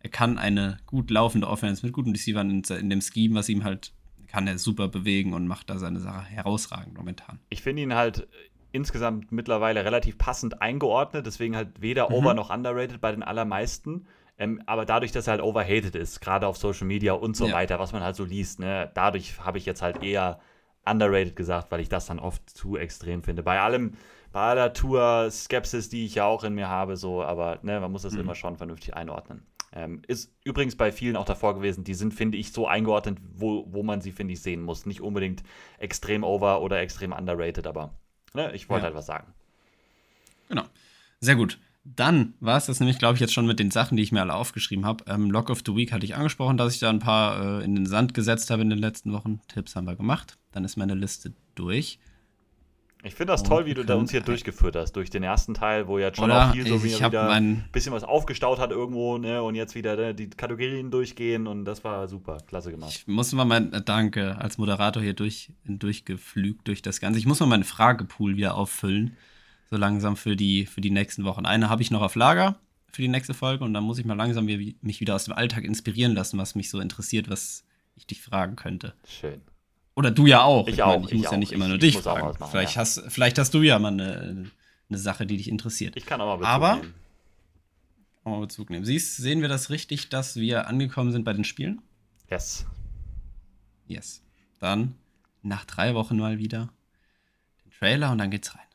er kann eine gut laufende Offense mit guten Receivern in, in dem Scheme, was ihm halt, kann er super bewegen und macht da seine Sache herausragend momentan. Ich finde ihn halt insgesamt mittlerweile relativ passend eingeordnet, deswegen halt weder Mhm. over noch underrated bei den allermeisten. Ähm, aber dadurch, dass er halt overhated ist, gerade auf Social Media und so Ja. weiter, was man halt so liest, ne, dadurch habe ich jetzt halt eher underrated gesagt, weil ich das dann oft zu extrem finde. Bei allem, bei aller Tour-Skepsis, die ich ja auch in mir habe, so, aber ne, man muss das Mhm. immer schon vernünftig einordnen. Ähm, ist übrigens bei vielen auch davor gewesen, die sind, finde ich, so eingeordnet, wo, wo man sie, finde ich, sehen muss. Nicht unbedingt extrem over oder extrem underrated, aber ne, ich wollte Ja. halt was sagen. Genau. Sehr gut. Dann war es das nämlich, glaube ich, jetzt schon mit den Sachen, die ich mir alle aufgeschrieben habe. Ähm, Lock of the Week hatte ich angesprochen, dass ich da ein paar äh, in den Sand gesetzt habe in den letzten Wochen. Tipps haben wir gemacht. Dann ist meine Liste durch. Ich finde das Und toll, wie wir du da uns hier können- durchgeführt hast, durch den ersten Teil, wo jetzt schon Oder? auch viel so Ich wieder, hab wieder mein- ein bisschen was aufgestaut hat irgendwo, ne, und jetzt wieder ne, die Kategorien durchgehen und das war super, klasse gemacht. Ich muss mal mein äh, Danke als Moderator hier durch, durchgeflügt durch das Ganze. Ich muss mal meinen Fragepool wieder auffüllen. So langsam für die, für die nächsten Wochen. Eine habe ich noch auf Lager für die nächste Folge und dann muss ich mal langsam wie- mich wieder aus dem Alltag inspirieren lassen, was mich so interessiert, was ich dich fragen könnte. Schön. Oder du ja auch. Ich meine, auch, ich ich muss ja auch. nicht immer Ich- nur ich dich muss auch fragen. was machen, vielleicht, ja. hast, vielleicht hast du ja mal eine, eine Sache, die dich interessiert. Ich kann auch mal Bezug Aber- nehmen. Auch mal Bezug nehmen. Siehst, sehen wir das richtig, dass wir angekommen sind bei den Spielen? Yes. Yes. Dann nach drei Wochen mal wieder den Trailer und dann geht's rein.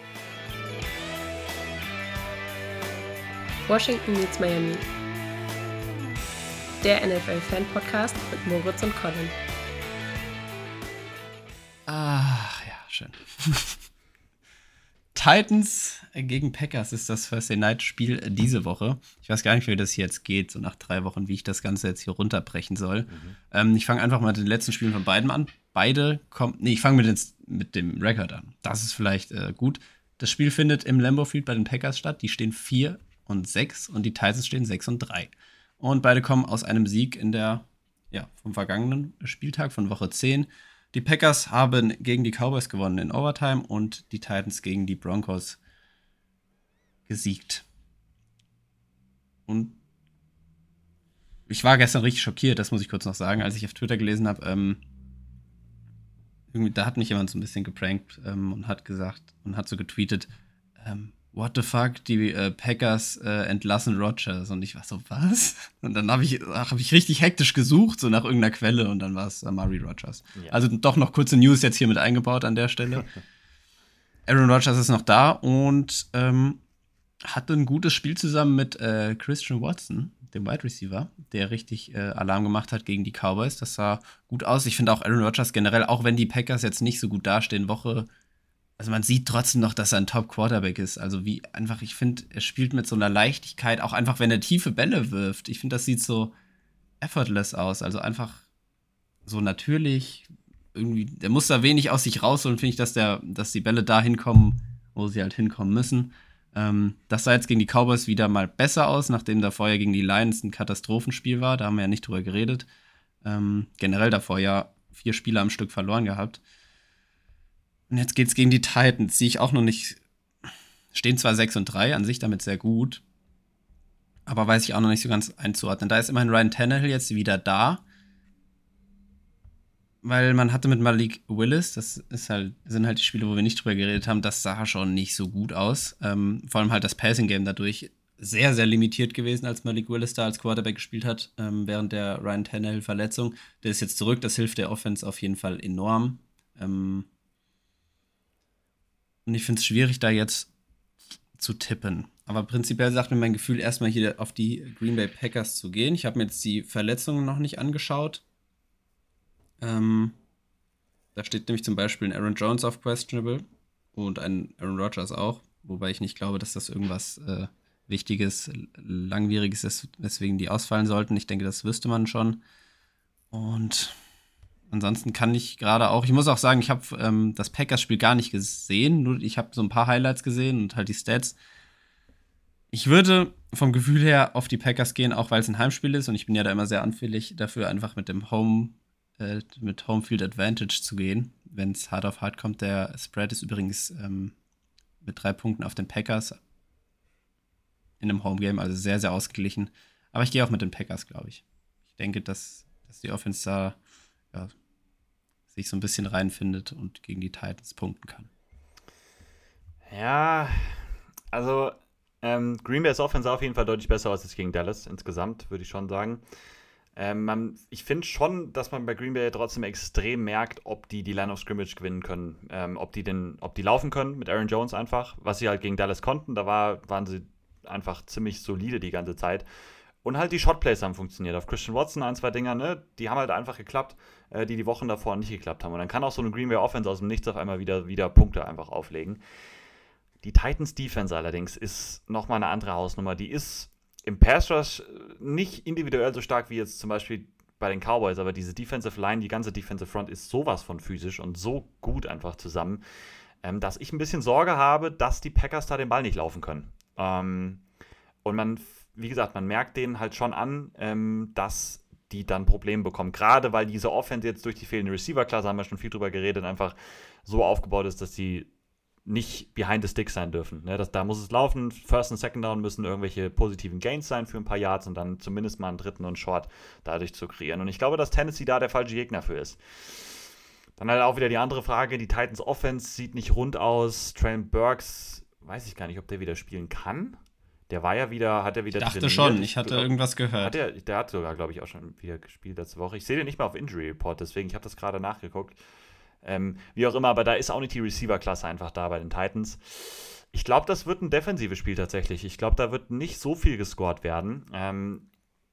Washington meets Miami. Der N F L-Fan-Podcast mit Moritz und Colin. Ach ja, schön. Titans gegen Packers ist das Thursday Night Spiel diese Woche. Ich weiß gar nicht, wie das hier jetzt geht, so nach drei Wochen, wie ich das Ganze jetzt hier runterbrechen soll. Mhm. Ähm, ich fange einfach mal mit den letzten Spielen von beiden an. Beide kommen, nee, ich fange mit, mit dem Rekord an. Das ist vielleicht äh, gut. Das Spiel findet im Lambeau Field bei den Packers statt. Die stehen vier und sechs und die Titans stehen sechs und drei. Und beide kommen aus einem Sieg in der, ja, vom vergangenen Spieltag von Woche zehn. Die Packers haben gegen die Cowboys gewonnen in Overtime und die Titans gegen die Broncos gesiegt. Und ich war gestern richtig schockiert, das muss ich kurz noch sagen, als ich auf Twitter gelesen habe, ähm, irgendwie, da hat mich jemand so ein bisschen geprankt ähm, und hat gesagt und hat so getweetet, ähm, what the fuck, die äh, Packers äh, entlassen Rodgers. Und ich war so, was? Und dann habe ich, hab ich richtig hektisch gesucht, so nach irgendeiner Quelle, und dann war es Amari Rodgers. Ja. Also doch noch kurze News jetzt hier mit eingebaut an der Stelle. Aaron Rodgers ist noch da und ähm, hatte ein gutes Spiel zusammen mit äh, Christian Watson, dem Wide Receiver, der richtig äh, Alarm gemacht hat gegen die Cowboys. Das sah gut aus. Ich finde auch Aaron Rodgers generell, auch wenn die Packers jetzt nicht so gut dastehen, Woche Also man sieht trotzdem noch, dass er ein Top-Quarterback ist. Also wie einfach, ich finde, er spielt mit so einer Leichtigkeit, auch einfach, wenn er tiefe Bälle wirft. Ich finde, das sieht so effortless aus. Also einfach so natürlich. Irgendwie, der muss da wenig aus sich rausholen, finde ich, dass, der, dass die Bälle da hinkommen, wo sie halt hinkommen müssen. Ähm, das sah jetzt gegen die Cowboys wieder mal besser aus, nachdem da vorher gegen die Lions ein Katastrophenspiel war. Da haben wir ja nicht drüber geredet. Ähm, generell davor ja vier Spiele am Stück verloren gehabt. Und jetzt geht's gegen die Titans, die ich auch noch nicht. Stehen zwar sechs und drei, an sich damit sehr gut, aber weiß ich auch noch nicht so ganz einzuordnen. Da ist immerhin Ryan Tannehill jetzt wieder da, weil man hatte mit Malik Willis, das ist halt, sind halt die Spiele, wo wir nicht drüber geredet haben, das sah schon nicht so gut aus. Ähm, vor allem halt das Passing-Game dadurch sehr, sehr limitiert gewesen, als Malik Willis da als Quarterback gespielt hat, ähm, während der Ryan Tannehill-Verletzung. Der ist jetzt zurück, das hilft der Offense auf jeden Fall enorm. Ähm, Und ich finde es schwierig, da jetzt zu tippen. Aber prinzipiell sagt mir mein Gefühl, erstmal hier auf die Green Bay Packers zu gehen. Ich habe mir jetzt die Verletzungen noch nicht angeschaut. Ähm, da steht nämlich zum Beispiel ein Aaron Jones auf Questionable und ein Aaron Rodgers auch. Wobei ich nicht glaube, dass das irgendwas äh, Wichtiges, Langwieriges ist, weswegen die ausfallen sollten. Ich denke, das wüsste man schon. Und ansonsten kann ich gerade auch, ich muss auch sagen, ich habe ähm, das Packers-Spiel gar nicht gesehen, nur ich habe so ein paar Highlights gesehen und halt die Stats. Ich würde vom Gefühl her auf die Packers gehen, auch weil es ein Heimspiel ist und ich bin ja da immer sehr anfällig dafür, einfach mit dem Home, äh, mit Homefield Advantage zu gehen, wenn es hart auf hart kommt. Der Spread ist übrigens ähm, mit drei Punkten auf den Packers in einem Home-Game, also sehr, sehr ausgeglichen. Aber ich gehe auch mit den Packers, glaube ich. Ich denke, dass, dass die Offense da ja, sich so ein bisschen reinfindet und gegen die Titans punkten kann. Ja, also ähm, Green Bay's Offense sah auf jeden Fall deutlich besser aus als gegen Dallas insgesamt, würde ich schon sagen. Ähm, man, ich finde schon, dass man bei Green Bay trotzdem extrem merkt, ob die die Line of Scrimmage gewinnen können. Ähm, ob, die den, ob die laufen können mit Aaron Jones einfach, was sie halt gegen Dallas konnten. Da war, waren sie einfach ziemlich solide die ganze Zeit. Und halt die Shotplays haben funktioniert. Auf Christian Watson ein, zwei Dinger, ne, die haben halt einfach geklappt, äh, die die Wochen davor nicht geklappt haben. Und dann kann auch so eine Green Bay Offense aus dem Nichts auf einmal wieder, wieder Punkte einfach auflegen. Die Titans Defense allerdings ist nochmal eine andere Hausnummer. Die ist im Pass Rush nicht individuell so stark wie jetzt zum Beispiel bei den Cowboys, aber diese Defensive Line, die ganze Defensive Front ist sowas von physisch und so gut einfach zusammen, ähm, dass ich ein bisschen Sorge habe, dass die Packers da den Ball nicht laufen können. Ähm, und man, wie gesagt, man merkt denen halt schon an, ähm, dass die dann Probleme bekommen. Gerade weil diese Offense jetzt durch die fehlende Receiver-Klasse, haben wir schon viel drüber geredet, einfach so aufgebaut ist, dass sie nicht behind the stick sein dürfen. Ne? Das, da muss es laufen, First und Second Down müssen irgendwelche positiven Gains sein für ein paar Yards und dann zumindest mal einen dritten und Short dadurch zu kreieren. Und ich glaube, dass Tennessee da der falsche Gegner für ist. Dann halt auch wieder die andere Frage, die Titans Offense sieht nicht rund aus. Traylon Burks, weiß ich gar nicht, ob der wieder spielen kann. Der war ja wieder, hat er wieder trainiert. trainiert. Ich dachte schon, ich hatte glaub, irgendwas gehört. Hat er, der hat sogar, glaube ich, auch schon wieder gespielt letzte Woche. Ich sehe den nicht mehr auf Injury Report, deswegen, ich habe das gerade nachgeguckt. Ähm, wie auch immer, aber da ist auch nicht die Receiver-Klasse einfach da bei den Titans. Ich glaube, das wird ein defensives Spiel tatsächlich. Ich glaube, da wird nicht so viel gescored werden. Ähm,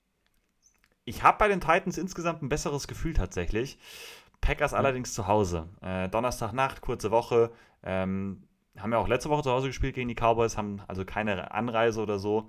ich habe bei den Titans insgesamt ein besseres Gefühl tatsächlich. Packers mhm. allerdings zu Hause. Äh, Donnerstagnacht, kurze Woche. Ähm, haben ja auch letzte Woche zu Hause gespielt gegen die Cowboys, haben also keine Anreise oder so.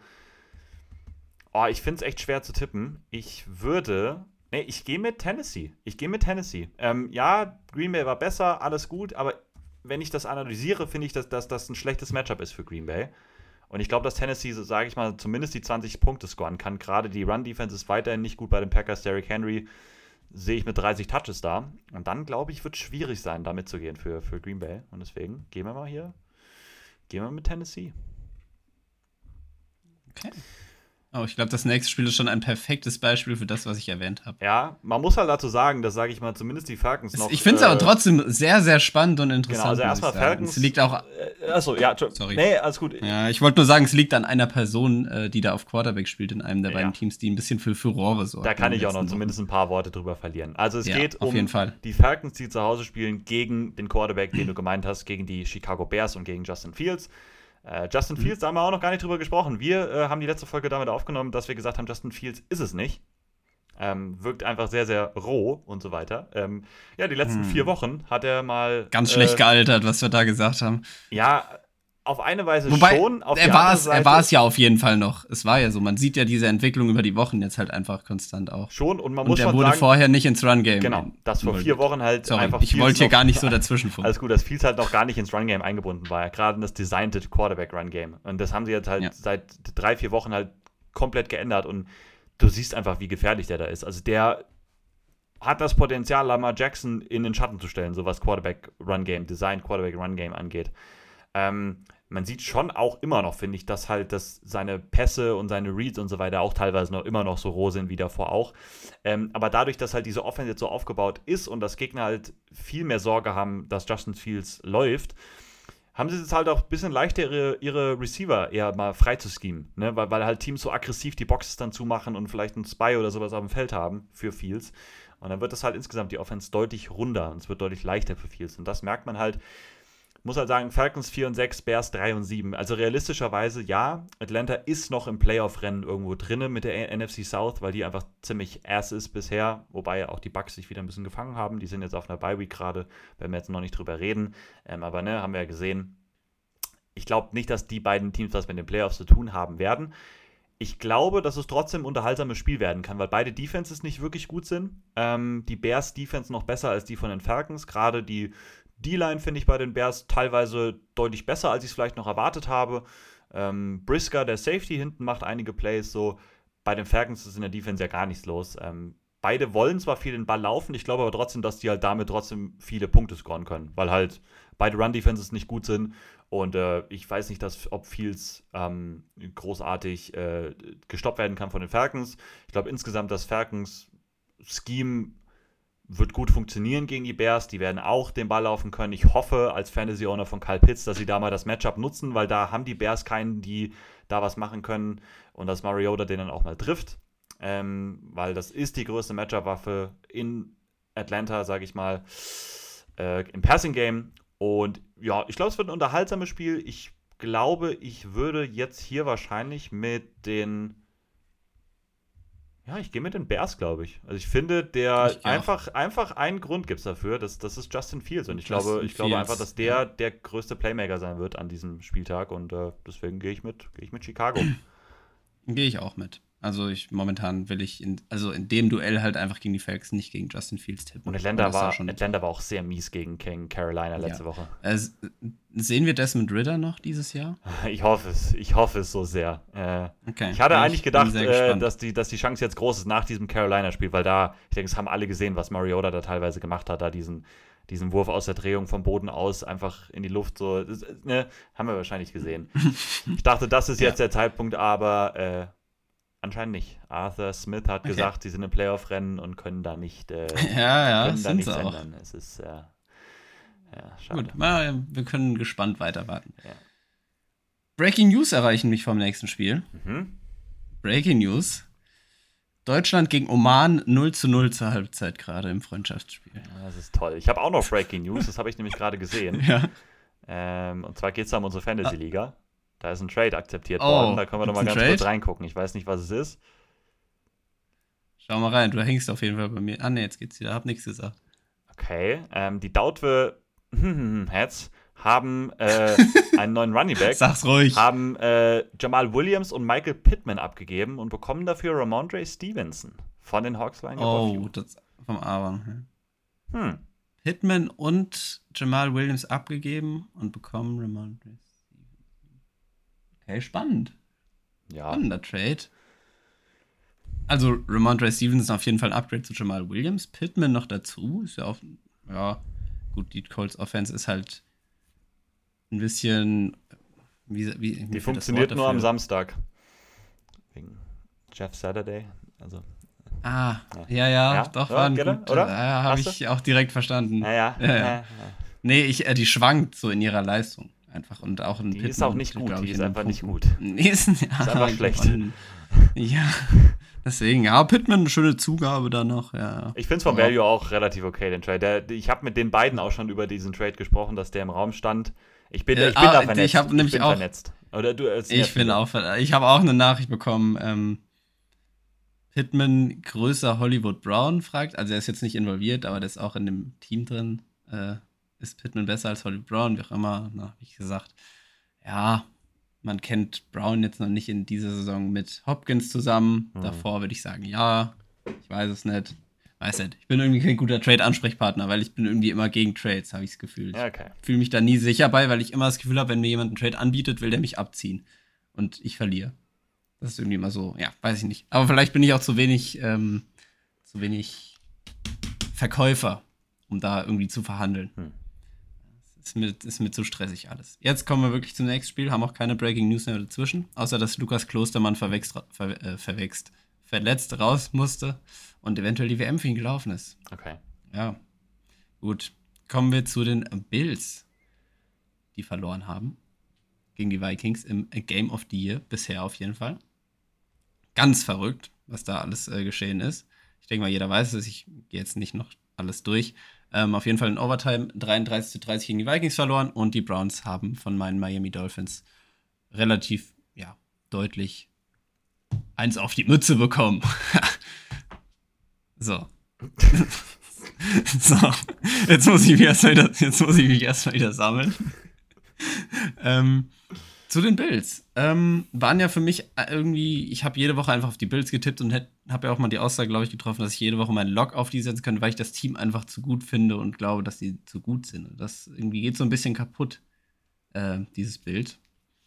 Oh, ich finde es echt schwer zu tippen. Ich würde... Nee, ich gehe mit Tennessee. Ich gehe mit Tennessee. Ähm, ja, Green Bay war besser, alles gut, aber wenn ich das analysiere, finde ich, dass, dass das ein schlechtes Matchup ist für Green Bay. Und ich glaube, dass Tennessee, so sage ich mal, zumindest die zwanzig Punkte scoren kann. Gerade die Run-Defense ist weiterhin nicht gut bei den Packers. Derrick Henry sehe ich mit dreißig Touches da. Und dann, glaube ich, wird es schwierig sein, da mitzugehen für, für Green Bay. Und deswegen gehen wir mal hier, gehen wir mit Tennessee. Okay. Oh, ich glaube, das nächste Spiel ist schon ein perfektes Beispiel für das, was ich erwähnt habe. Ja, man muss halt dazu sagen, dass, sage ich mal, zumindest die Falcons noch... Ich finde es äh, aber trotzdem sehr, sehr spannend und interessant. Genau, also erstmal Falcons... Es liegt auch... Äh, achso, ja, sorry. Nee, alles gut. Ja, ich wollte nur sagen, es liegt an einer Person, äh, die da auf Quarterback spielt in einem der ja. beiden Teams, die ein bisschen für Furore sorgt. Da kann ich auch noch Wochen. zumindest ein paar Worte drüber verlieren. Also es ja, geht auf um jeden Fall. die Falcons, die zu Hause spielen, gegen den Quarterback, den du gemeint hast, gegen die Chicago Bears und gegen Justin Fields. Uh, Justin Fields, da haben wir auch noch gar nicht drüber gesprochen. Wir äh, haben die letzte Folge damit aufgenommen, dass wir gesagt haben, Justin Fields ist es nicht. Ähm, wirkt einfach sehr, sehr roh und so weiter. Ähm, ja, die letzten hm. vier Wochen hat er mal... Ganz äh, schlecht gealtert, was wir da gesagt haben. Ja, auf eine Weise Wobei, schon. Auf er, die war es, Seite, er war es ja auf jeden Fall noch. Es war ja so. Man sieht ja diese Entwicklung über die Wochen jetzt halt einfach konstant auch. Schon, und man und muss er schon wurde sagen, vorher nicht ins Run-Game. Genau, das vor vier Wochen halt Sorry, einfach... ich wollte hier noch, gar nicht so dazwischen funken. Alles gut, dass Fields halt noch gar nicht ins Run-Game eingebunden war. Gerade in das Designed Quarterback-Run-Game. Und das haben sie jetzt halt ja. seit drei, vier Wochen halt komplett geändert. Und du siehst einfach, wie gefährlich der da ist. Also der hat das Potenzial, Lamar Jackson in den Schatten zu stellen, so was Quarterback-Run-Game, Designed Quarterback-Run-Game angeht. Ähm, man sieht schon auch immer noch, finde ich, dass halt dass seine Pässe und seine Reads und so weiter auch teilweise noch immer noch so roh sind wie davor auch. Ähm, aber dadurch, dass halt diese Offense jetzt so aufgebaut ist und dass Gegner halt viel mehr Sorge haben, dass Justin Fields läuft, haben sie jetzt halt auch ein bisschen leichter, ihre, ihre Receiver eher mal frei zu schemen, ne? weil, weil halt Teams so aggressiv die Boxes dann zumachen und vielleicht einen Spy oder sowas auf dem Feld haben für Fields. Und dann wird das halt insgesamt die Offense deutlich runder und es wird deutlich leichter für Fields. Und das merkt man halt. Muss halt sagen, Falcons vier und sechs, Bears drei und sieben. Also realistischerweise, ja, Atlanta ist noch im Playoff-Rennen irgendwo drinne mit der N F C South, weil die einfach ziemlich ass ist bisher, wobei auch die Bucks sich wieder ein bisschen gefangen haben. Die sind jetzt auf einer Bye-Week gerade, werden wir jetzt noch nicht drüber reden. Ähm, aber ne, haben wir ja gesehen. Ich glaube nicht, dass die beiden Teams was mit den Playoffs zu tun haben werden. Ich glaube, dass es trotzdem ein unterhaltsames Spiel werden kann, weil beide Defenses nicht wirklich gut sind. Ähm, die Bears-Defense noch besser als die von den Falcons. Gerade die D-Line finde ich bei den Bears teilweise deutlich besser, als ich es vielleicht noch erwartet habe. Ähm, Brisker, der Safety hinten, macht einige Plays so. Bei den Falcons ist in der Defense ja gar nichts los. Ähm, beide wollen zwar viel den Ball laufen, ich glaube aber trotzdem, dass die halt damit trotzdem viele Punkte scoren können, weil halt beide Run-Defenses nicht gut sind. Und äh, ich weiß nicht, dass, ob Fields ähm, großartig äh, gestoppt werden kann von den Falcons. Ich glaube insgesamt, das Falcons-Scheme wird gut funktionieren gegen die Bears. Die werden auch den Ball laufen können. Ich hoffe als Fantasy-Owner von Kyle Pitts, dass sie da mal das Matchup nutzen, weil da haben die Bears keinen, die da was machen können und dass Mariota den dann auch mal trifft. Ähm, weil das ist die größte Matchup-Waffe in Atlanta, sage ich mal, äh, im Passing-Game. Und ja, ich glaube, es wird ein unterhaltsames Spiel. Ich glaube, ich würde jetzt hier wahrscheinlich mit den Ja, ich gehe mit den Bears, glaube ich. Also ich finde, der Ich geh einfach, einfach einen Grund gibt es dafür, das, das ist Justin Fields. Und ich Justin glaube, ich glaube Fields, einfach, dass der ja. der größte Playmaker sein wird an diesem Spieltag. Und äh, deswegen gehe ich mit, gehe ich mit Chicago. Gehe ich auch mit. Also ich momentan will ich in, also in dem Duell halt einfach gegen die Falcons, nicht gegen Justin Fields tippen. Und Atlanta Weil das war, schon, Atlanta war auch sehr mies gegen King Carolina letzte Ja. Woche. äh, sehen wir Desmond Ridder noch dieses Jahr? Ich hoffe es, ich hoffe es so sehr. Äh, Okay. ich hatte bin eigentlich bin gedacht, sehr äh, gespannt. dass, die, dass die Chance jetzt groß ist nach diesem Carolina-Spiel, weil da, ich denke, es haben alle gesehen, was Mariota da teilweise gemacht hat, da diesen, diesen Wurf aus der Drehung vom Boden aus einfach in die Luft so, das, ne, haben wir wahrscheinlich gesehen. Ich dachte, das ist jetzt Ja. der Zeitpunkt, aber äh, anscheinend nicht. Arthur Smith hat Okay. gesagt, sie sind im Playoff-Rennen und können da nicht, äh, ja, ja, können da sind nichts sie auch. ändern. Es ist, äh, ja, schade. Gut, mal, wir können gespannt weiter warten. Ja. Breaking News erreichen mich vom nächsten Spiel. Mhm. Breaking News. Deutschland gegen Oman null zu null zur Halbzeit gerade im Freundschaftsspiel. Das ist toll. Ich habe auch noch Breaking News, das habe ich nämlich gerade gesehen. Ja. Ähm, und zwar geht es da um unsere Fantasy-Liga. Da ist ein Trade akzeptiert Oh, worden. Da können wir noch gibt's mal einen ganz kurz Trade? reingucken. Ich weiß nicht, was es ist. Schau mal rein, du hängst auf jeden Fall bei mir. Ah, ne, jetzt geht's wieder. Hab nichts gesagt. Okay. Ähm, die Dautwe Heads haben äh, einen neuen Running Back, Sag's ruhig. haben äh, Jamal Williams und Michael Pittman abgegeben und bekommen dafür Ramondre Stevenson von den Hawks Flying Above Oh, You. das vom Aaron. Hm. Pittman und Jamal Williams abgegeben und bekommen Ramondre Stevenson. Okay, spannend. Ja. Spannender Trade. Also Ramondre Stevenson auf jeden Fall ein Upgrade zu Jamal Williams. Pittman noch dazu. Ist ja auch, ja, gut, die Colts Offense ist halt ein bisschen, wie, wie mir Die fehlt das funktioniert Wort nur am dafür. Samstag. Wegen Jeff Saturday. Also, Ah, ja, ja, Ja? doch, Ja, war ein gerne, gut, oder? Ja, habe Hast ich auch direkt verstanden. naja. Ja, ja. Nee, ich, äh, die schwankt so in ihrer Leistung einfach und auch in Die Pittman, ist auch nicht gut, glaub die ich, ist in den einfach nicht Punkten. gut. Nee, ist, ja, Ist einfach schlecht. und- Ja, deswegen, ja, Pittman, eine schöne Zugabe da noch, ja. Ich finde es vom Aber- Value auch relativ okay, den Trade. Der, ich habe mit den beiden auch schon über diesen Trade gesprochen, dass der im Raum stand. Ich bin, Äh, ich bin ah, da ich vernetzt. hab nämlich bin auch- vernetzt. Oder du als Ich bin auch, ich habe auch eine Nachricht bekommen, ähm, Pittman größer Hollywood Brown fragt, also er ist jetzt nicht involviert, aber der ist auch in dem Team drin. Äh, ist Pittman besser als Hollywood Brown? Wie auch immer, na, hab ich gesagt, ja, man kennt Brown jetzt noch nicht in dieser Saison mit Hopkins zusammen. Mhm. Davor würde ich sagen, ja, ich weiß es nicht. Weiß nicht, ich bin irgendwie kein guter Trade-Ansprechpartner, weil ich bin irgendwie immer gegen Trades, habe ich das Gefühl. Ich Ja, okay. fühle mich da nie sicher bei, weil ich immer das Gefühl habe, wenn mir jemand einen Trade anbietet, will der mich abziehen. Und ich verliere. Das ist irgendwie immer so, ja, weiß ich nicht. Aber vielleicht bin ich auch zu wenig, ähm, zu wenig Verkäufer, um da irgendwie zu verhandeln. Hm. Das ist mir, ist mir zu stressig alles. Jetzt kommen wir wirklich zum nächsten Spiel, haben auch keine Breaking News mehr dazwischen, außer dass Lukas Klostermann verwächst, ver, äh, verwächst, verletzt raus musste und eventuell die W M für ihn gelaufen ist. Okay. Ja, gut. Kommen wir zu den Bills, die verloren haben gegen die Vikings im Game of the Year, bisher auf jeden Fall. Ganz verrückt, was da alles äh, geschehen ist. Ich denke mal, jeder weiß es, ich gehe jetzt nicht noch alles durch. Ähm, auf jeden Fall in Overtime dreiunddreißig zu dreißig gegen die Vikings verloren und die Browns haben von meinen Miami Dolphins relativ, ja, deutlich eins auf die Mütze bekommen. So. So, jetzt muss ich mich erstmal wieder, jetzt muss ich mich erstmal wieder sammeln. ähm, zu den Bills. Ähm, waren ja für mich irgendwie, ich habe jede Woche einfach auf die Bills getippt und habe ja auch mal die Aussage, glaube ich, getroffen, dass ich jede Woche meinen Lock auf die setzen könnte, weil ich das Team einfach zu gut finde und glaube, dass die zu gut sind. Und das irgendwie geht so ein bisschen kaputt, äh, dieses Bild.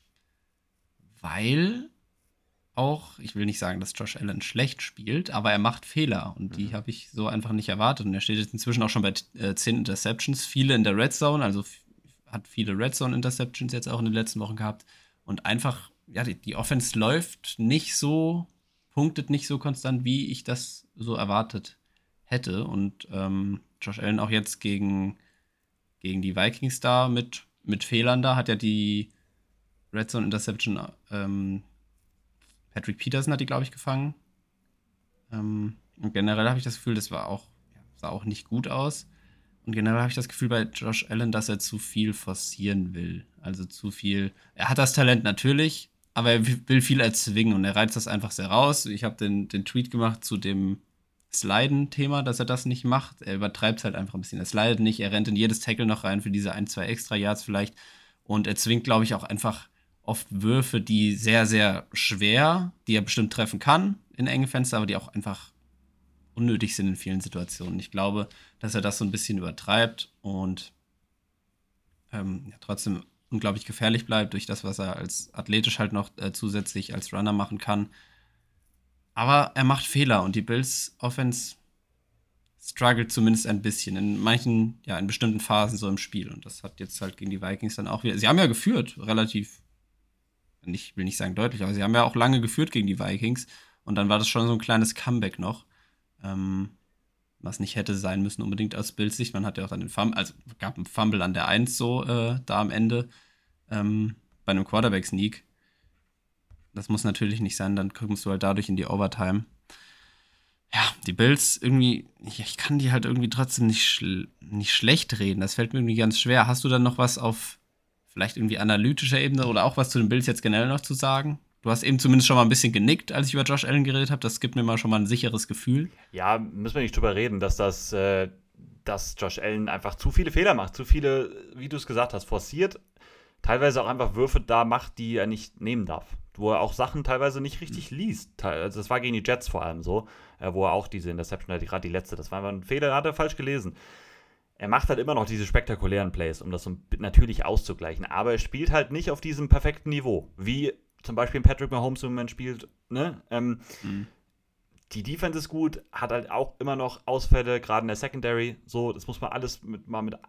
Weil auch, ich will nicht sagen, dass Josh Allen schlecht spielt, aber er macht Fehler und die habe ich so einfach nicht erwartet. Und er steht jetzt inzwischen auch schon bei äh, zehn Interceptions, viele in der Red Zone, also f- hat viele Red Zone Interceptions jetzt auch in den letzten Wochen gehabt. Und einfach, ja, die, die Offense läuft nicht so, punktet nicht so konstant, wie ich das so erwartet hätte. Und ähm, Josh Allen auch jetzt gegen, gegen die Vikings da mit, mit Fehlern da, hat ja die Red Zone Interception, ähm, Patrick Peterson hat die, glaube ich, gefangen. Ähm, und generell habe ich das Gefühl, das war auch, ja, sah auch nicht gut aus. Und generell habe ich das Gefühl bei Josh Allen, dass er zu viel forcieren will. Also zu viel. Er hat das Talent natürlich, aber er will viel erzwingen und er reizt das einfach sehr raus. Ich habe den, den Tweet gemacht zu dem Sliden-Thema, dass er das nicht macht. Er übertreibt es halt einfach ein bisschen. Er slidet nicht, er rennt in jedes Tackle noch rein für diese ein, zwei extra Yards vielleicht. Und er zwingt, glaube ich, auch einfach oft Würfe, die sehr, sehr schwer, die er bestimmt treffen kann in engen Fenster, aber die auch einfach unnötig sind in vielen Situationen. Ich glaube, dass er das so ein bisschen übertreibt und ähm, ja, trotzdem unglaublich gefährlich bleibt durch das, was er als athletisch halt noch äh, zusätzlich als Runner machen kann. Aber er macht Fehler und die Bills Offense struggelt zumindest ein bisschen in manchen, ja, in bestimmten Phasen so im Spiel. Und das hat jetzt halt gegen die Vikings dann auch wieder. Sie haben ja geführt, relativ, ich will nicht sagen deutlich, aber sie haben ja auch lange geführt gegen die Vikings. Und dann war das schon so ein kleines Comeback noch. Ähm, was nicht hätte sein müssen unbedingt aus Bills Sicht. Man hat ja auch dann den Fumble, also gab einen Fumble an der Eins so äh, da am Ende ähm, bei einem Quarterback-Sneak. Das muss natürlich nicht sein, dann kommst du halt dadurch in die Overtime. Ja, die Bills irgendwie, ich, ich kann die halt irgendwie trotzdem nicht, schl- nicht schlecht reden. Das fällt mir irgendwie ganz schwer. Hast du dann noch was auf vielleicht irgendwie analytischer Ebene oder auch was zu den Bills jetzt generell noch zu sagen? Du hast eben zumindest schon mal ein bisschen genickt, als ich über Josh Allen geredet habe. Das gibt mir mal schon mal ein sicheres Gefühl. Ja, müssen wir nicht drüber reden, dass das, äh, dass Josh Allen einfach zu viele Fehler macht, zu viele, wie du es gesagt hast, forciert, teilweise auch einfach Würfe da macht, die er nicht nehmen darf. Wo er auch Sachen teilweise nicht richtig liest. Also das war gegen die Jets vor allem so, äh, wo er auch diese Interception hatte, gerade die letzte, das war einfach ein Fehler, hat er falsch gelesen. Er macht halt immer noch diese spektakulären Plays, um das so natürlich auszugleichen, aber er spielt halt nicht auf diesem perfekten Niveau, wie zum Beispiel Patrick Mahomes im Moment spielt, ne? Ähm, mhm. Die Defense ist gut, hat halt auch immer noch Ausfälle, gerade in der Secondary. So, das muss man alles mit, mal mit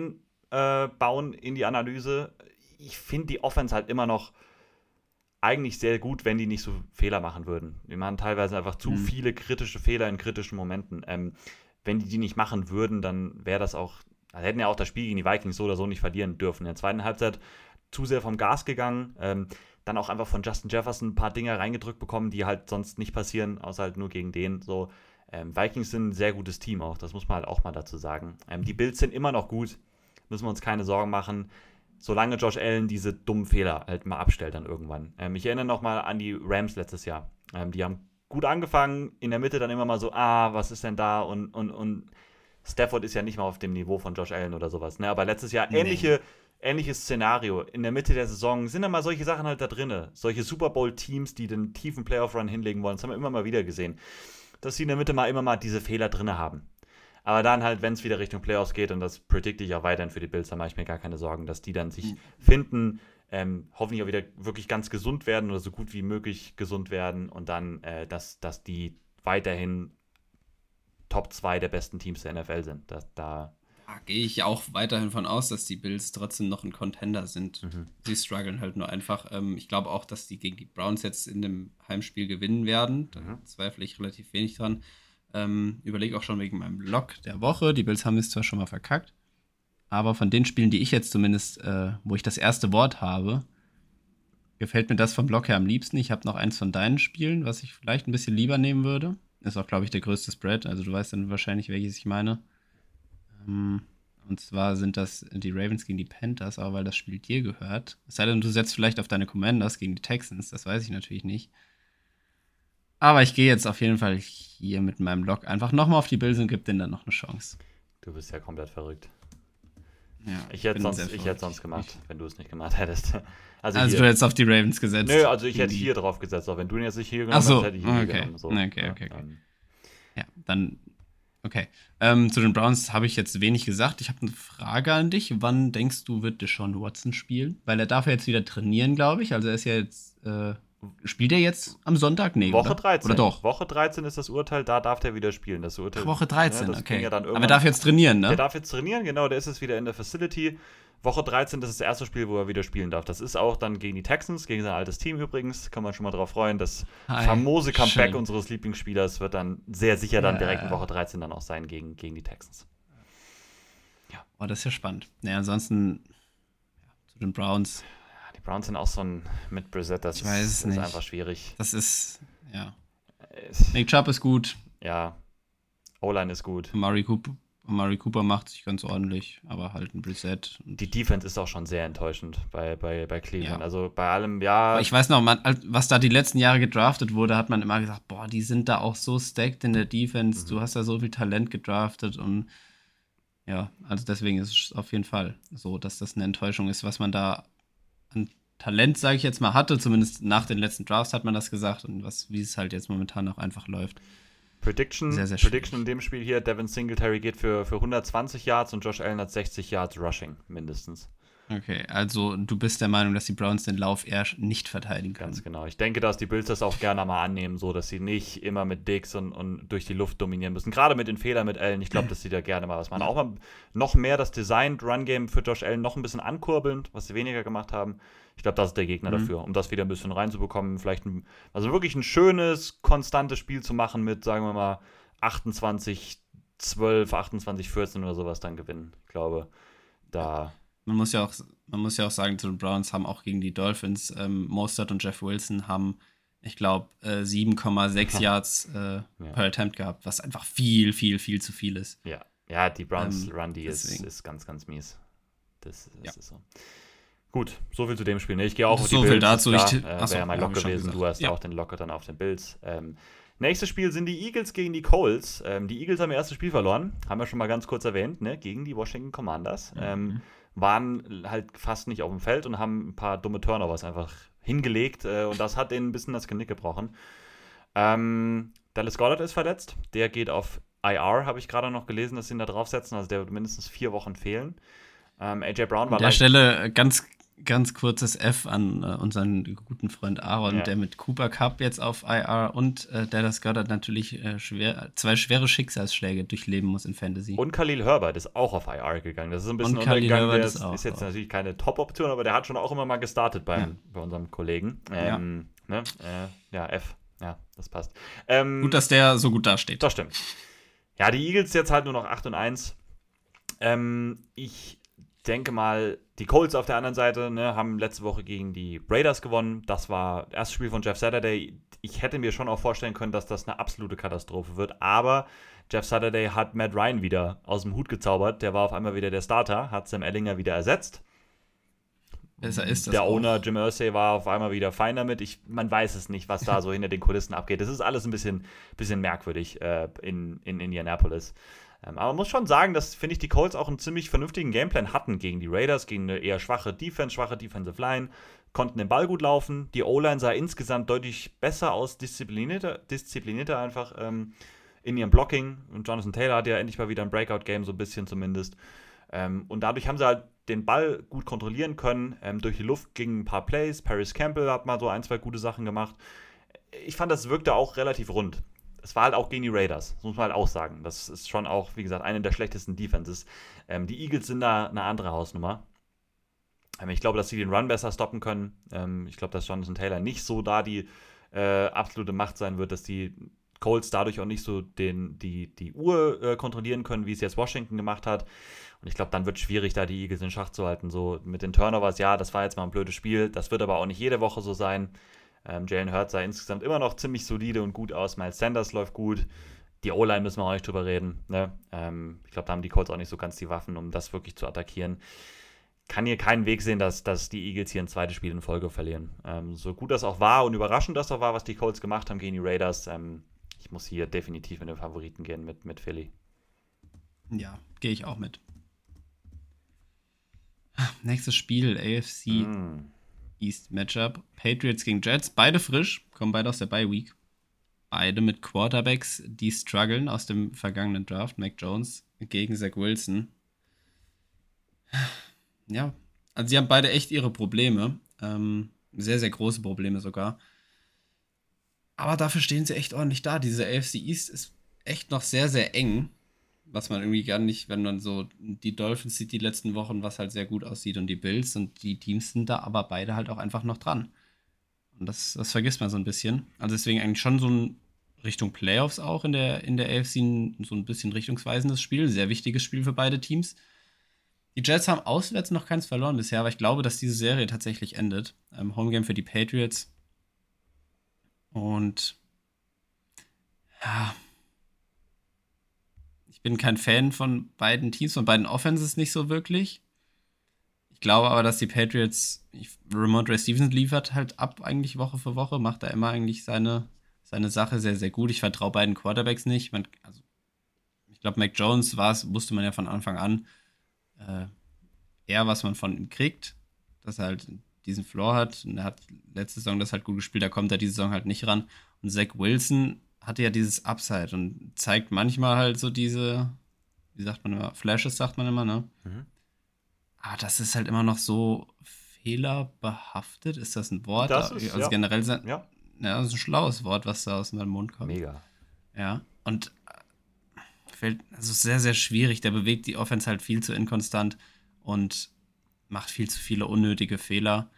einbauen in die Analyse. Ich finde die Offense halt immer noch eigentlich sehr gut, wenn die nicht so Fehler machen würden. Die machen teilweise einfach zu mhm. viele kritische Fehler in kritischen Momenten. Ähm, wenn die die nicht machen würden, dann wäre das auch, also hätten ja auch das Spiel gegen die Vikings so oder so nicht verlieren dürfen. In der zweiten Halbzeit zu sehr vom Gas gegangen. Ähm, dann auch einfach von Justin Jefferson ein paar Dinge reingedrückt bekommen, die halt sonst nicht passieren, außer halt nur gegen den. So, ähm, Vikings sind ein sehr gutes Team auch, das muss man halt auch mal dazu sagen. Ähm, die Bills sind immer noch gut, müssen wir uns keine Sorgen machen, solange Josh Allen diese dummen Fehler halt mal abstellt dann irgendwann. Ähm, ich erinnere noch mal an die Rams letztes Jahr. Ähm, die haben gut angefangen, in der Mitte dann immer mal so, ah, was ist denn da? Und, und, und Stafford ist ja nicht mal auf dem Niveau von Josh Allen oder sowas. Ne? Aber letztes Jahr nee. ähnliche Ähnliches Szenario. In der Mitte der Saison sind dann mal solche Sachen halt da drin. Solche Super Bowl-Teams, die den tiefen Playoff-Run hinlegen wollen. Das haben wir immer mal wieder gesehen. Dass sie in der Mitte mal immer mal diese Fehler drin haben. Aber dann halt, wenn es wieder Richtung Playoffs geht, und das predikte ich auch weiterhin für die Bills, dann mache ich mir gar keine Sorgen, dass die dann sich mhm. finden, ähm, hoffentlich auch wieder wirklich ganz gesund werden oder so gut wie möglich gesund werden und dann, äh, dass, dass die weiterhin Top zwei der besten Teams der N F L sind. Das, da Da gehe ich auch weiterhin von aus, dass die Bills trotzdem noch ein Contender sind. Mhm. Sie strugglen halt nur einfach. Ähm, ich glaube auch, dass die gegen die Browns jetzt in dem Heimspiel gewinnen werden. Da mhm. zweifle ich relativ wenig dran. Ähm, überlege auch schon wegen meinem Lock der Woche. Die Bills haben es zwar schon mal verkackt, aber von den Spielen, die ich jetzt zumindest, äh, wo ich das erste Wort habe, gefällt mir das vom Block her am liebsten. Ich habe noch eins von deinen Spielen, was ich vielleicht ein bisschen lieber nehmen würde. Ist auch, glaube ich, der größte Spread. Also du weißt dann wahrscheinlich, welches ich meine. Und zwar sind das die Ravens gegen die Panthers, aber weil das Spiel dir gehört. Es sei denn, du setzt vielleicht auf deine Commanders gegen die Texans, das weiß ich natürlich nicht. Aber ich gehe jetzt auf jeden Fall hier mit meinem Lock einfach nochmal auf die Bills und gebe denen dann noch eine Chance. Du bist ja komplett verrückt. Ja, ich hätte sonst, ich hätte sonst gemacht, ich, wenn du es nicht gemacht hättest. Also, also du hättest auf die Ravens gesetzt? Nö, also ich hätte hier drauf gesetzt, auch wenn du ihn jetzt nicht hier genommen so, hättest, hätte ich hier okay. genommen. So, okay, okay, ja, okay. Dann. Ja, dann okay. Ähm, zu den Browns habe ich jetzt wenig gesagt. Ich habe eine Frage an dich. Wann denkst du, wird Deshaun Watson spielen? Weil er darf ja jetzt wieder trainieren, glaube ich. Also er ist ja jetzt, äh, spielt er jetzt am Sonntag? Nee, Woche oder? dreizehn. Oder doch? Woche dreizehn ist das Urteil, da darf der wieder spielen. Das Urteil, Ach, Woche dreizehn, ja, das okay. Ja dann aber er darf jetzt trainieren, ne? Der darf jetzt trainieren, genau. Der ist jetzt wieder in der Facility. Woche dreizehn, das ist das erste Spiel, wo er wieder spielen darf. Das ist auch dann gegen die Texans, gegen sein altes Team übrigens. Kann man schon mal drauf freuen. Das Hi. famose Comeback Schön. unseres Lieblingsspielers wird dann sehr sicher dann Ja, direkt in ja. Woche dreizehn dann auch sein gegen, gegen die Texans. Oh, das ist ja spannend. Naja, ansonsten ja, zu den Browns. Ja, die Browns sind auch so ein mit Brissett, das Ich weiß es ist, nicht. ist einfach schwierig. Das ist, ja. Es- Nick Chubb ist gut. Ja, O-Line ist gut. Amari Cooper, Amari Cooper macht sich ganz ordentlich, aber halt ein Brissett. Und Die Defense ist auch schon sehr enttäuschend bei, bei, bei Cleveland. Ja. Also bei allem, ja. Aber ich weiß noch, man, als- was da die letzten Jahre gedraftet wurde, hat man immer gesagt, boah, die sind da auch so stacked in der Defense, Mhm. du hast da so viel Talent gedraftet und ja, also deswegen ist es auf jeden Fall so, dass das eine Enttäuschung ist, was man da an Talent, sage ich jetzt mal, hatte, zumindest nach den letzten Drafts hat man das gesagt und was, wie es halt jetzt momentan auch einfach läuft. Prediction, Sehr, sehr Prediction in schwierig. dem Spiel hier, Devin Singletary geht für, für hundertzwanzig Yards und Josh Allen hat sechzig Yards Rushing mindestens. Okay, also du bist der Meinung, dass die Browns den Lauf eher nicht verteidigen können. Ganz genau. Ich denke, dass die Bills das auch gerne mal annehmen, so dass sie nicht immer mit Diggs und, und durch die Luft dominieren müssen. Gerade mit den Fehlern mit Allen. Ich glaube, dass sie da gerne mal was machen. Auch mal noch mehr das Designed Run-Game für Josh Allen noch ein bisschen ankurbeln, was sie weniger gemacht haben. Ich glaube, das ist der Gegner Mhm. dafür, um das wieder ein bisschen reinzubekommen. Vielleicht ein, also wirklich ein schönes, konstantes Spiel zu machen mit, sagen wir mal, achtundzwanzig zwölf, achtundzwanzig vierzehn oder sowas dann gewinnen. Ich glaube, da. Man muss ja auch, man muss ja auch sagen, zu den Browns haben auch gegen die Dolphins, ähm, Mostert und Jeff Wilson haben, ich glaube, äh, sieben Komma sechs Yards äh, Ja. per Attempt gehabt, was einfach viel, viel, viel zu viel ist. Ja, ja, die Browns Ähm, Run, die ist, deswegen. ist ganz, ganz mies. Das, das Ja. ist so. Gut, so viel zu dem Spiel. Ne? Ich gehe auch auf die So viel Bills. dazu. Ist Ich- klar, äh, achso, wäre ja mein ja, Lock hab ich schon gewesen. gesagt. Du hast Ja. auch den Locker dann auf den Bills. Ähm, nächstes Spiel sind die Eagles gegen die Colts. Ähm, die Eagles haben ihr erstes Spiel verloren. Haben wir schon mal ganz kurz erwähnt, ne? Gegen die Washington Commanders. Ähm, Mhm. waren halt fast nicht auf dem Feld und haben ein paar dumme Turnovers einfach hingelegt. Äh, und das hat denen ein bisschen das Genick gebrochen. Ähm, Dallas Goedert ist verletzt. Der geht auf I R, habe ich gerade noch gelesen, dass sie ihn da draufsetzen. Also der wird mindestens vier Wochen fehlen. Ähm, A J Brown war An der leicht- Stelle äh, ganz, ganz kurzes F an äh, unseren guten Freund Aaron, Ja. der mit Cooper Kupp jetzt auf I R und äh, Dallas Goedert natürlich äh, schwer, zwei schwere Schicksalsschläge durchleben muss in Fantasy. Und Khalil Herbert ist auch auf I R gegangen. Das ist ein bisschen Und Khalil untergegangen. Herbert Der ist ist, auch ist jetzt drauf. natürlich keine Top-Option, aber der hat schon auch immer mal gestartet beim, Ja. bei unserem Kollegen. Ja. Ähm, ne? äh, ja, F. Ja, das passt. Ähm, Gut, dass der so gut dasteht. Das stimmt. Ja, die Eagles jetzt halt nur noch acht und eins. Ähm, ich denke mal, die Colts auf der anderen Seite ne, haben letzte Woche gegen die Raiders gewonnen. Das war das erste Spiel von Jeff Saturday. Ich hätte mir schon auch vorstellen können, dass das eine absolute Katastrophe wird. Aber Jeff Saturday hat Matt Ryan wieder aus dem Hut gezaubert. Der war auf einmal wieder der Starter, hat Sam Ellinger wieder ersetzt. Besser ist das Der auch. Owner Jim Irsay war auf einmal wieder fein damit. Ich, man weiß es nicht, was da so hinter den Kulissen abgeht. Das ist alles ein bisschen, bisschen merkwürdig äh, in, in Indianapolis. Ähm, aber man muss schon sagen, dass, finde ich, die Colts auch einen ziemlich vernünftigen Gameplan hatten gegen die Raiders, gegen eine eher schwache Defense, schwache Defensive Line, konnten den Ball gut laufen. Die O-Line sah insgesamt deutlich besser aus, disziplinierter, disziplinierter einfach ähm, in ihrem Blocking. Und Jonathan Taylor hat ja endlich mal wieder ein Breakout-Game, so ein bisschen zumindest. Ähm, und dadurch haben sie halt den Ball gut kontrollieren können. Ähm, durch die Luft gingen ein paar Plays. Paris Campbell hat mal so ein, zwei gute Sachen gemacht. Ich fand, das wirkte auch relativ rund. Es war halt auch gegen die Raiders, das muss man halt auch sagen. Das ist schon auch, wie gesagt, eine der schlechtesten Defenses. Ähm, die Eagles sind da eine andere Hausnummer. Ähm, ich glaube, dass sie den Run besser stoppen können. Ähm, ich glaube, dass Jonathan Taylor nicht so da die äh, absolute Macht sein wird, dass die Colts dadurch auch nicht so den, die, die Uhr äh, kontrollieren können, wie es jetzt Washington gemacht hat. Und ich glaube, dann wird es schwierig, da die Eagles in Schach zu halten. So mit den Turnovers, ja, das war jetzt mal ein blödes Spiel. Das wird aber auch nicht jede Woche so sein. Ähm, Jalen Hurts sah insgesamt immer noch ziemlich solide und gut aus. Miles Sanders läuft gut. Die O-Line müssen wir auch nicht drüber reden. Ne? Ähm, ich glaube, da haben die Colts auch nicht so ganz die Waffen, um das wirklich zu attackieren. Kann hier keinen Weg sehen, dass, dass die Eagles hier ein zweites Spiel in Folge verlieren. Ähm, so gut das auch war und überraschend das auch war, was die Colts gemacht haben gegen die Raiders, ähm, ich muss hier definitiv mit den Favoriten gehen, mit, mit Philly. Ja, gehe ich auch mit. Nächstes Spiel, A F C Mm. East Matchup. Patriots gegen Jets, beide frisch, kommen beide aus der Bye Week. Beide mit Quarterbacks, die strugglen aus dem vergangenen Draft. Mac Jones gegen Zach Wilson. Ja, also sie haben beide echt ihre Probleme. Ähm, sehr, sehr große Probleme sogar. Aber dafür stehen sie echt ordentlich da. Diese A F C East ist echt noch sehr, sehr eng. was man irgendwie gar nicht, wenn man so die Dolphins sieht die letzten Wochen, was halt sehr gut aussieht und die Bills und die Teams sind da aber beide halt auch einfach noch dran. Und das, das vergisst man so ein bisschen. Also deswegen eigentlich schon so ein Richtung Playoffs auch in der, in der A F C ein, so ein bisschen richtungsweisendes Spiel, sehr wichtiges Spiel für beide Teams. Die Jets haben auswärts noch keins verloren bisher, aber ich glaube, dass diese Serie tatsächlich endet. Ähm, Homegame für die Patriots. Und ja, ich bin kein Fan von beiden Teams, von beiden Offenses nicht so wirklich. Ich glaube aber, dass die Patriots, ich, Ramondre Stevenson liefert halt ab eigentlich Woche für Woche, macht da immer eigentlich seine, seine Sache sehr, sehr gut. Ich vertraue beiden Quarterbacks nicht. Man, also, ich glaube, Mac Jones war es, wusste man ja von Anfang an, äh, eher, was man von ihm kriegt, dass er halt diesen Floor hat. Und er hat letzte Saison das halt gut gespielt, da kommt er diese Saison halt nicht ran. Und Zach Wilson hatte ja dieses Upside und zeigt manchmal halt so diese, wie sagt man immer, Flashes sagt man immer, ne? Mhm. Aber das ist halt immer noch so fehlerbehaftet. Ist das ein Wort? Das ist, also ja. generell, ja, Ja, das ist ein schlaues Wort, was da aus meinem Mund kommt. mega. Ja, und äh, fällt, also sehr, sehr schwierig. Der bewegt die Offense halt viel zu inkonstant und macht viel zu viele unnötige Fehler.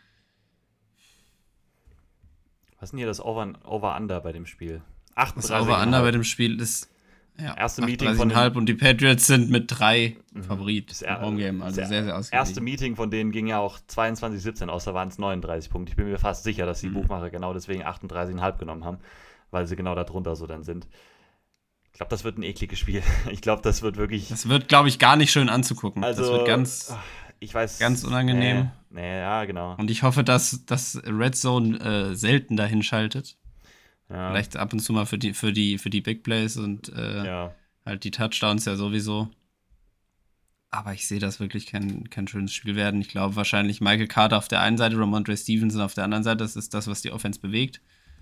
Was ist denn hier das Over- Over-Under bei dem Spiel? Das achtunddreißig Over-Under Komma fünf. bei dem Spiel ist ja, Erste Meeting von achtunddreißig Komma fünf den- und die Patriots sind mit drei Mhm. Favorit Das im er- Homegame, also das sehr, sehr ausgeglichen. erste Meeting von denen ging ja auch zweiundzwanzig siebzehn aus, da waren es neununddreißig Punkte. Ich bin mir fast sicher, dass die Mhm. Buchmacher genau deswegen achtunddreißig Komma fünf genommen haben, weil sie genau darunter so dann sind. Ich glaube, das wird ein ekliges Spiel. Ich glaube, das wird wirklich. Das wird, glaube ich, gar nicht schön anzugucken. Also, das wird ganz, ich weiß. ganz unangenehm. Nee, nee, ja, genau. Und ich hoffe, dass das Red Zone äh, selten dahin schaltet. Ja, Vielleicht ab und zu mal für die, für die, für die Big Plays und äh, ja. halt die Touchdowns ja sowieso. Aber ich sehe das wirklich kein, kein schönes Spiel werden. Ich glaube wahrscheinlich Michael Carter auf der einen Seite, Ramondre Stevenson auf der anderen Seite. Das ist das, was die Offense bewegt.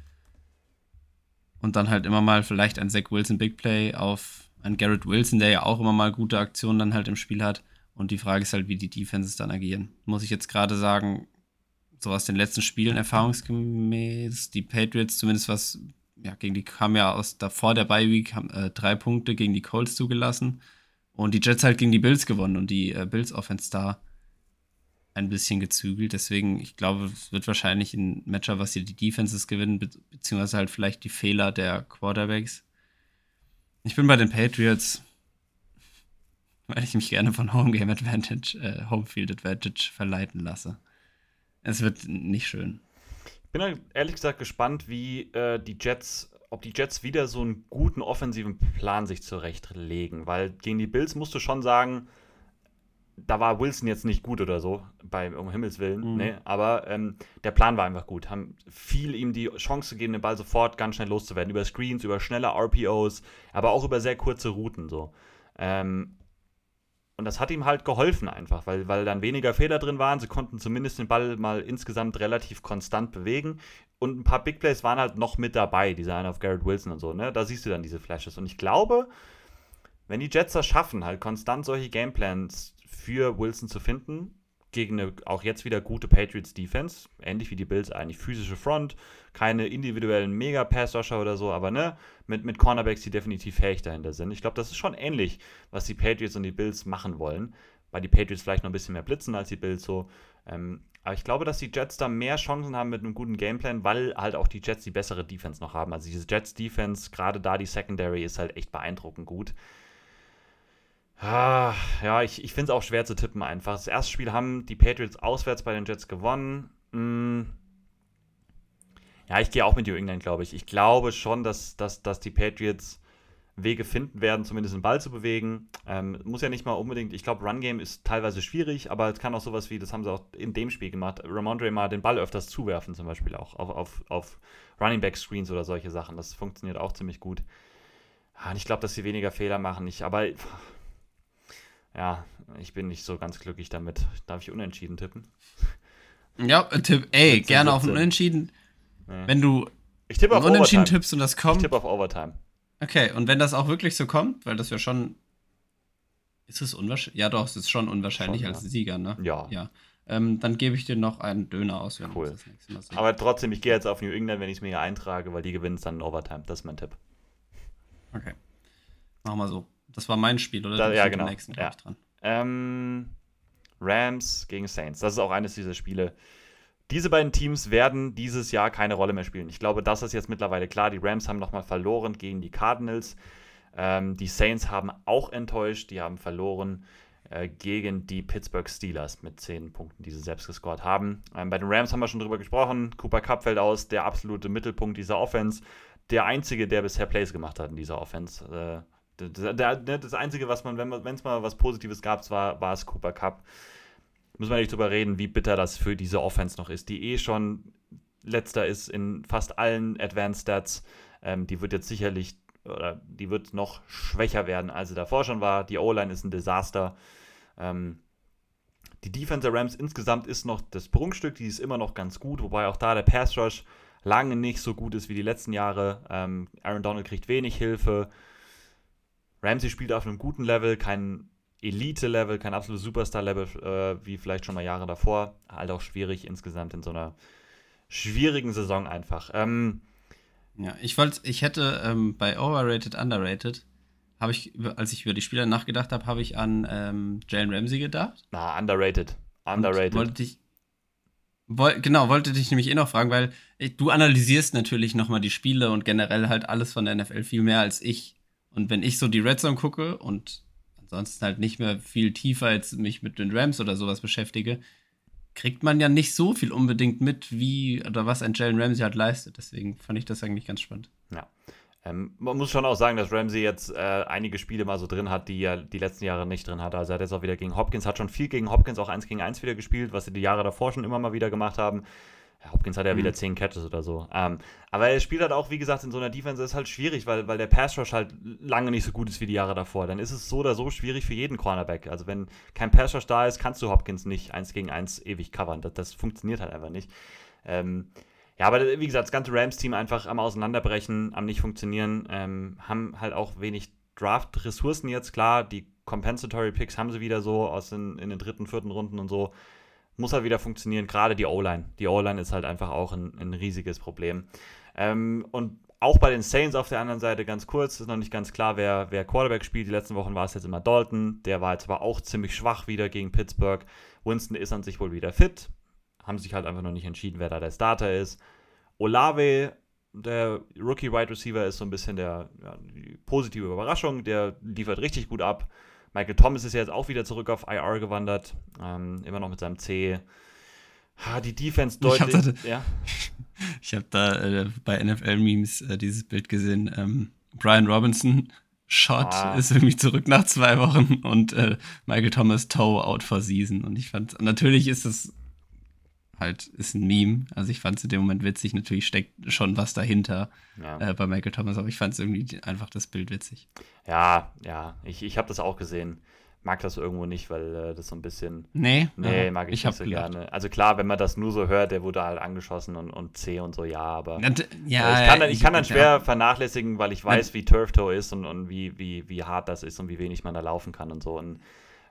Und dann halt immer mal vielleicht ein Zach Wilson Big Play auf einen Garrett Wilson, der ja auch immer mal gute Aktionen dann halt im Spiel hat. Und die Frage ist halt, wie die Defenses dann agieren. Muss ich jetzt gerade sagen, so aus den letzten Spielen erfahrungsgemäß, die Patriots zumindest was, ja, gegen die kamen ja aus davor der Bye Week, haben äh, drei Punkte gegen die Colts zugelassen und die Jets halt gegen die Bills gewonnen und die äh, Bills Offense da ein bisschen gezügelt. Deswegen, ich glaube, es wird wahrscheinlich ein Matchup, was hier die Defenses gewinnen, be- beziehungsweise halt vielleicht die Fehler der Quarterbacks. Ich bin bei den Patriots, weil ich mich gerne von Home Game Advantage, äh, Home Field Advantage verleiten lasse. Es wird nicht schön. Ich bin halt ehrlich gesagt gespannt, wie äh, die Jets, ob die Jets wieder so einen guten offensiven Plan sich zurechtlegen, weil gegen die Bills musst du schon sagen, da war Wilson jetzt nicht gut oder so, bei, um Himmels Willen, Mhm. ne? Aber ähm, der Plan war einfach gut. Haben viel ihm die Chance gegeben, den Ball sofort ganz schnell loszuwerden. Über Screens, über schnelle R P Os, aber auch über sehr kurze Routen so. Ähm, und das hat ihm halt geholfen einfach, weil, weil dann weniger Fehler drin waren. Sie konnten zumindest den Ball mal insgesamt relativ konstant bewegen. Und ein paar Big Plays waren halt noch mit dabei, dieser eine auf Garrett Wilson und so, ne? Da siehst du dann diese Flashes. Und ich glaube, wenn die Jets das schaffen, halt konstant solche Gameplans für Wilson zu finden, gegen eine auch jetzt wieder gute Patriots-Defense, ähnlich wie die Bills eigentlich, physische Front, keine individuellen Mega-Pass-Rusher oder so, aber ne, mit, mit Cornerbacks, die definitiv fähig dahinter sind. Ich glaube, das ist schon ähnlich, was die Patriots und die Bills machen wollen, weil die Patriots vielleicht noch ein bisschen mehr blitzen als die Bills so. Ähm, aber ich glaube, dass die Jets da mehr Chancen haben mit einem guten Gameplan, weil halt auch die Jets die bessere Defense noch haben. Also diese Jets-Defense, gerade da die Secondary, ist halt echt beeindruckend gut. Ah, ja, ich, ich finde es auch schwer zu tippen einfach. Das erste Spiel haben die Patriots auswärts bei den Jets gewonnen. Hm. Ja, ich gehe auch mit New England, glaube ich. Ich glaube schon, dass, dass, dass die Patriots Wege finden werden, zumindest den Ball zu bewegen. Ähm, muss ja nicht mal unbedingt, ich glaube, Run-Game ist teilweise schwierig, aber es kann auch sowas wie, das haben sie auch in dem Spiel gemacht, Ramondre mal den Ball öfters zuwerfen, zum Beispiel auch auf, auf, auf Running-Back-Screens oder solche Sachen. Das funktioniert auch ziemlich gut. Ah, und ich glaube, dass sie weniger Fehler machen. Ich, aber ja, ich bin nicht so ganz glücklich damit. Darf ich unentschieden tippen? Ja, äh, Tipp, ey, siebzehn, gerne auf ein siebzehn. Unentschieden. Nee. Wenn du Ich tippe ein auf Unentschieden Overtime. tippst und das Ich kommt. tippe auf Overtime. Okay, und wenn das auch wirklich so kommt, weil das wäre schon. Ist es unwahrscheinlich? Ja, doch, es ist schon unwahrscheinlich Schon, als ja. Sieger, ne? Ja. Ja. Ähm, dann gebe ich dir noch einen Döner aus, wenn Cool. du das nächste Mal siehst. Aber trotzdem, ich gehe jetzt auf New England, wenn ich es mir hier eintrage, weil die gewinnen es dann in Overtime. Das ist mein Tipp. Okay. Machen wir so. Das war mein Spiel, oder? Da, Du ja, bist genau. am nächsten, Ja. glaub ich, dran. Ähm, Rams gegen Saints. Das ist auch eines dieser Spiele. Diese beiden Teams werden dieses Jahr keine Rolle mehr spielen. Ich glaube, das ist jetzt mittlerweile klar. Die Rams haben nochmal verloren gegen die Cardinals. Ähm, die Saints haben auch enttäuscht. Die haben verloren äh, gegen die Pittsburgh Steelers mit zehn Punkten, die sie selbst gescored haben. Ähm, bei den Rams haben wir schon drüber gesprochen. Cooper Kupp fällt aus, der absolute Mittelpunkt dieser Offense. Der Einzige, der bisher Plays gemacht hat in dieser Offense. Äh, der, der, der, das Einzige, was man, wenn es mal was Positives gab, war, war es Cooper Kupp. Müssen wir nicht drüber reden, wie bitter das für diese Offense noch ist, die eh schon letzter ist in fast allen Advanced Stats. Ähm, die wird jetzt sicherlich, oder die wird noch schwächer werden, als sie davor schon war. Die O-Line ist ein Desaster. Ähm, die Defense der Rams insgesamt ist noch das Prunkstück, die ist immer noch ganz gut, wobei auch da der Pass Rush lange nicht so gut ist wie die letzten Jahre. Ähm, Aaron Donald kriegt wenig Hilfe. Ramsey spielt auf einem guten Level, kein Elite-Level, kein absolutes Superstar-Level, äh, wie vielleicht schon mal Jahre davor. Halt auch schwierig insgesamt in so einer schwierigen Saison einfach. Ähm, Ja, ich wollte, ich hätte ähm, bei Overrated, Underrated, habe ich, als ich über die Spieler nachgedacht habe, habe ich an ähm, Jalen Ramsey gedacht. na, underrated. Underrated. Und wollte dich, woll, genau, wollte dich nämlich eh noch fragen, weil ich, du analysierst natürlich nochmal die Spiele und generell halt alles von der N F L viel mehr als ich. Und wenn ich so die Red Zone gucke und ansonsten halt nicht mehr viel tiefer jetzt mich mit den Rams oder sowas beschäftige, kriegt man ja nicht so viel unbedingt mit, wie oder was ein Jalen Ramsey halt leistet. Deswegen fand ich das eigentlich ganz spannend. Ja. Ähm, man muss schon auch sagen, dass Ramsey jetzt äh, einige Spiele mal so drin hat, die er die letzten Jahre nicht drin hatte. Also er hat jetzt auch wieder gegen Hopkins, hat schon viel gegen Hopkins auch eins gegen eins wieder gespielt, was sie die Jahre davor schon immer mal wieder gemacht haben. Ja, Hopkins hat ja mhm. wieder zehn Catches oder so. Ähm, aber er spielt halt auch, wie gesagt, in so einer Defense ist halt schwierig, weil, weil der Pass-Rush halt lange nicht so gut ist wie die Jahre davor. Dann ist es so oder so schwierig für jeden Cornerback. Also wenn kein Pass-Rush da ist, kannst du Hopkins nicht eins gegen eins ewig covern. Das, das funktioniert halt einfach nicht. Ähm, ja, aber wie gesagt, das ganze Rams-Team einfach am Auseinanderbrechen, am nicht funktionieren, ähm, haben halt auch wenig Draft-Ressourcen jetzt. Klar, die Compensatory Picks haben sie wieder so aus den, in den dritten, vierten Runden und so. Muss halt wieder funktionieren, gerade die O-Line. Die O-Line ist halt einfach auch ein, ein riesiges Problem. Ähm, und auch bei den Saints auf der anderen Seite ganz kurz, ist noch nicht ganz klar, wer, wer Quarterback spielt. Die letzten Wochen war es jetzt immer Dalton. Der war jetzt aber auch ziemlich schwach wieder gegen Pittsburgh. Winston ist an sich wohl wieder fit. Haben sich halt einfach noch nicht entschieden, wer da der Starter ist. Olave, der Rookie-Wide Receiver, ist so ein bisschen der, ja, die positive Überraschung. Der liefert richtig gut ab. Michael Thomas ist ja jetzt auch wieder zurück auf I R gewandert. Ähm, immer noch mit seinem C. Ha, die Defense deutlich. Ich habe da, ja? ich hab da äh, bei N F L-Memes äh, dieses Bild gesehen. Ähm, Brian Robinson, Shot, ah. ist irgendwie zurück nach zwei Wochen und äh, Michael Thomas, Toe, out for season. Und ich fand, natürlich ist das halt, ist ein Meme. Also ich fand es in dem Moment witzig. Natürlich steckt schon was dahinter ja. äh, bei Michael Thomas, aber ich fand es irgendwie einfach das Bild witzig. Ja, ja, ich, ich habe das auch gesehen. Mag das irgendwo nicht, weil äh, das so ein bisschen... Nee? Nee, ja, mag ich, ich nicht so gelacht. gerne. Also klar, wenn man das nur so hört, der wurde halt angeschossen und, und C und so, ja, aber... Ja, äh, ich, kann dann, ich kann dann schwer ja. vernachlässigen, weil ich weiß, wie Turf Toe ist und, und wie, wie, wie hart das ist und wie wenig man da laufen kann und so. Und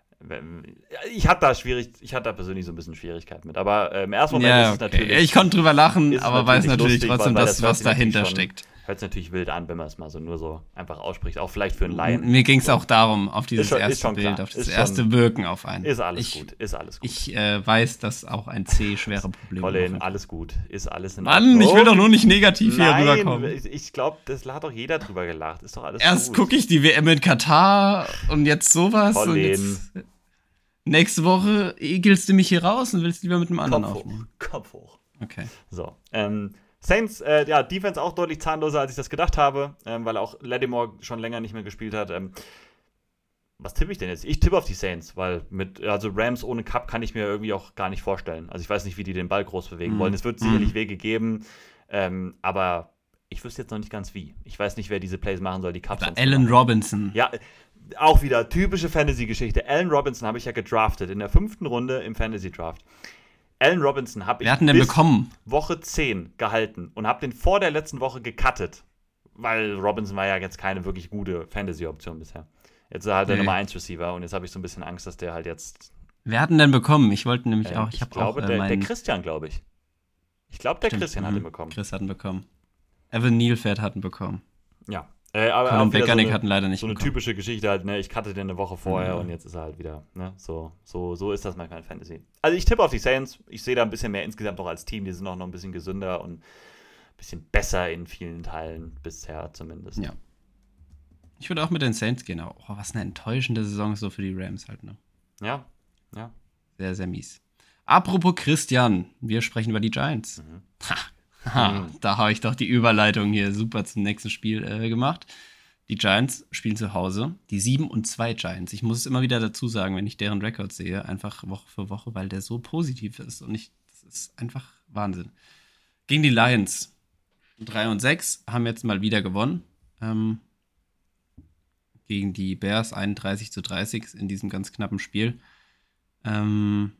ich hatte da schwierig, ich hatte da persönlich so ein bisschen Schwierigkeit mit, aber äh, im ersten Moment ja, ist es okay. natürlich... Ich konnte drüber lachen, aber aber weiß natürlich lustig, trotzdem, weil, weil das, das was dahinter steckt. Hört sich natürlich wild an, wenn man es mal so nur so einfach ausspricht, auch vielleicht für einen Laien. Mir ging es so. auch darum, auf dieses schon, erste Bild, klar. auf das ist erste schon, Wirken auf einen. Ist alles ich, gut, ist alles gut. Ich äh, weiß, dass auch ein C schwere Probleme hat. Colin, alles gut, ist alles in Ordnung. Mann, ich will doch nur nicht negativ Nein, hier rüberkommen. Ich, ich glaube, das hat doch jeder drüber gelacht, ist doch alles Erst gut. gucke ich die W M in Katar und jetzt sowas. Colin. Und jetzt, nächste Woche egelst du mich hier raus und willst lieber mit einem anderen Kopf aufnehmen. Hoch. Kopf hoch. Okay. So, ähm, Saints, äh, ja, Defense auch deutlich zahnloser, als ich das gedacht habe, ähm, weil auch Lattimore schon länger nicht mehr gespielt hat. Ähm, was tippe ich denn jetzt? Ich tippe auf die Saints, weil mit, also Rams ohne Cup kann ich mir irgendwie auch gar nicht vorstellen. Also ich weiß nicht, wie die den Ball groß bewegen mm. wollen. Es wird sicherlich mm. Wege geben, ähm, aber ich wüsste jetzt noch nicht ganz wie. Ich weiß nicht, wer diese Plays machen soll, die Cups. Allen Robinson. Ja, auch wieder typische Fantasy-Geschichte. Allen Robinson habe ich ja gedraftet in der fünften Runde im Fantasy-Draft. Allen Robinson habe ich denn bis bekommen? Woche zehn gehalten und habe den vor der letzten Woche gecuttet, weil Robinson war ja jetzt keine wirklich gute Fantasy-Option bisher. Jetzt ist er halt nee. der Nummer eins Receiver und jetzt habe ich so ein bisschen Angst, dass der halt jetzt... Wer hat ihn denn bekommen? Ich wollte nämlich äh, auch... Ich, ich glaube, auch, äh, der, mein... der Christian, glaube ich. Ich glaube, der Stimmt. Christian mhm. hat ihn bekommen. Chris hat ihn bekommen. Evan Nealfeld hat ihn bekommen. Ja, Äh, aber Colin auch wieder Kaepernick so eine, hatten leider nicht so eine bekommen. typische Geschichte halt, ne? Ich kannte den eine Woche vorher Mhm. und jetzt ist er halt wieder, ne? So, so, so ist das manchmal in Fantasy. Also ich tippe auf die Saints. Ich sehe da ein bisschen mehr insgesamt noch als Team. Die sind auch noch ein bisschen gesünder und ein bisschen besser in vielen Teilen bisher zumindest. Ja. Ich würde auch mit den Saints gehen. Aber oh, was eine enttäuschende Saison so für die Rams halt, ne? Ja, ja. Sehr, sehr mies. Apropos Christian, wir sprechen über die Giants. Mhm. Ha, ha, Mhm. da habe ich doch die Überleitung hier super zum nächsten Spiel äh, gemacht. Die Giants spielen zu Hause. Die sieben und zwei Giants. Ich muss es immer wieder dazu sagen, wenn ich deren Rekord sehe, einfach Woche für Woche, weil der so positiv ist. Und ich, das ist einfach Wahnsinn. Gegen die Lions. drei und sechs haben jetzt mal wieder gewonnen. Ähm, gegen die Bears einunddreißig zu dreißig in diesem ganz knappen Spiel. Ähm,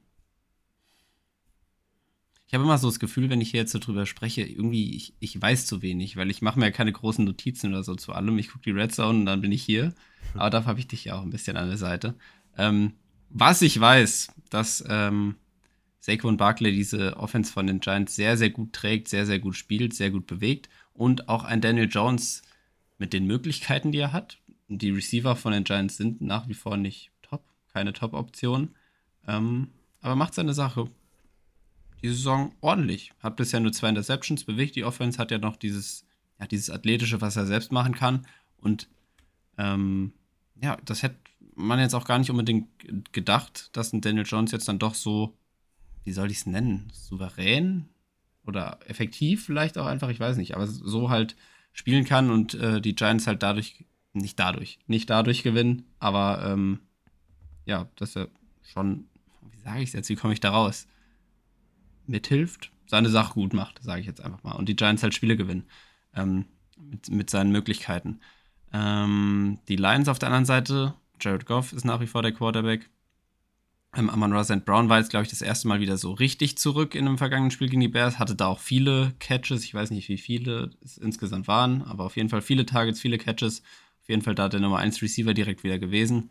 ich habe immer so das Gefühl, wenn ich hier jetzt so drüber spreche, irgendwie, ich, ich weiß zu wenig, weil ich mache mir ja keine großen Notizen oder so zu allem. Ich gucke die Red Zone und dann bin ich hier. Aber dafür habe ich dich ja auch ein bisschen an der Seite. Ähm, was ich weiß, dass ähm, Saquon Barkley diese Offense von den Giants sehr, sehr gut trägt, sehr, sehr gut spielt, sehr gut bewegt. Und auch ein Daniel Jones mit den Möglichkeiten, die er hat. Die Receiver von den Giants sind nach wie vor nicht top, keine Top-Option. Ähm, aber macht seine Sache die Saison ordentlich. Hat bisher nur zwei Interceptions bewegt. Die Offense hat ja noch dieses, ja, dieses Athletische, was er selbst machen kann. Und ähm, ja, das hätte man jetzt auch gar nicht unbedingt gedacht, dass ein Daniel Jones jetzt dann doch so, wie soll ich es nennen, souverän oder effektiv vielleicht auch einfach, ich weiß nicht, aber so halt spielen kann und äh, die Giants halt dadurch, nicht dadurch, nicht dadurch gewinnen, aber ähm, ja, dass er schon, wie sage ich es jetzt, wie komme ich da raus? Mithilft, seine Sache gut macht, sage ich jetzt einfach mal. Und die Giants halt Spiele gewinnen. Ähm, mit, mit seinen Möglichkeiten. Ähm, die Lions auf der anderen Seite, Jared Goff ist nach wie vor der Quarterback. Ähm, Amon-Ra Saint Brown war jetzt, glaube ich, das erste Mal wieder so richtig zurück in einem vergangenen Spiel gegen die Bears. Hatte da auch viele Catches. Ich weiß nicht, wie viele es insgesamt waren, aber auf jeden Fall viele Targets, viele Catches. Auf jeden Fall da der Nummer eins Receiver direkt wieder gewesen.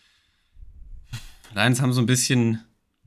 Lions haben so ein bisschen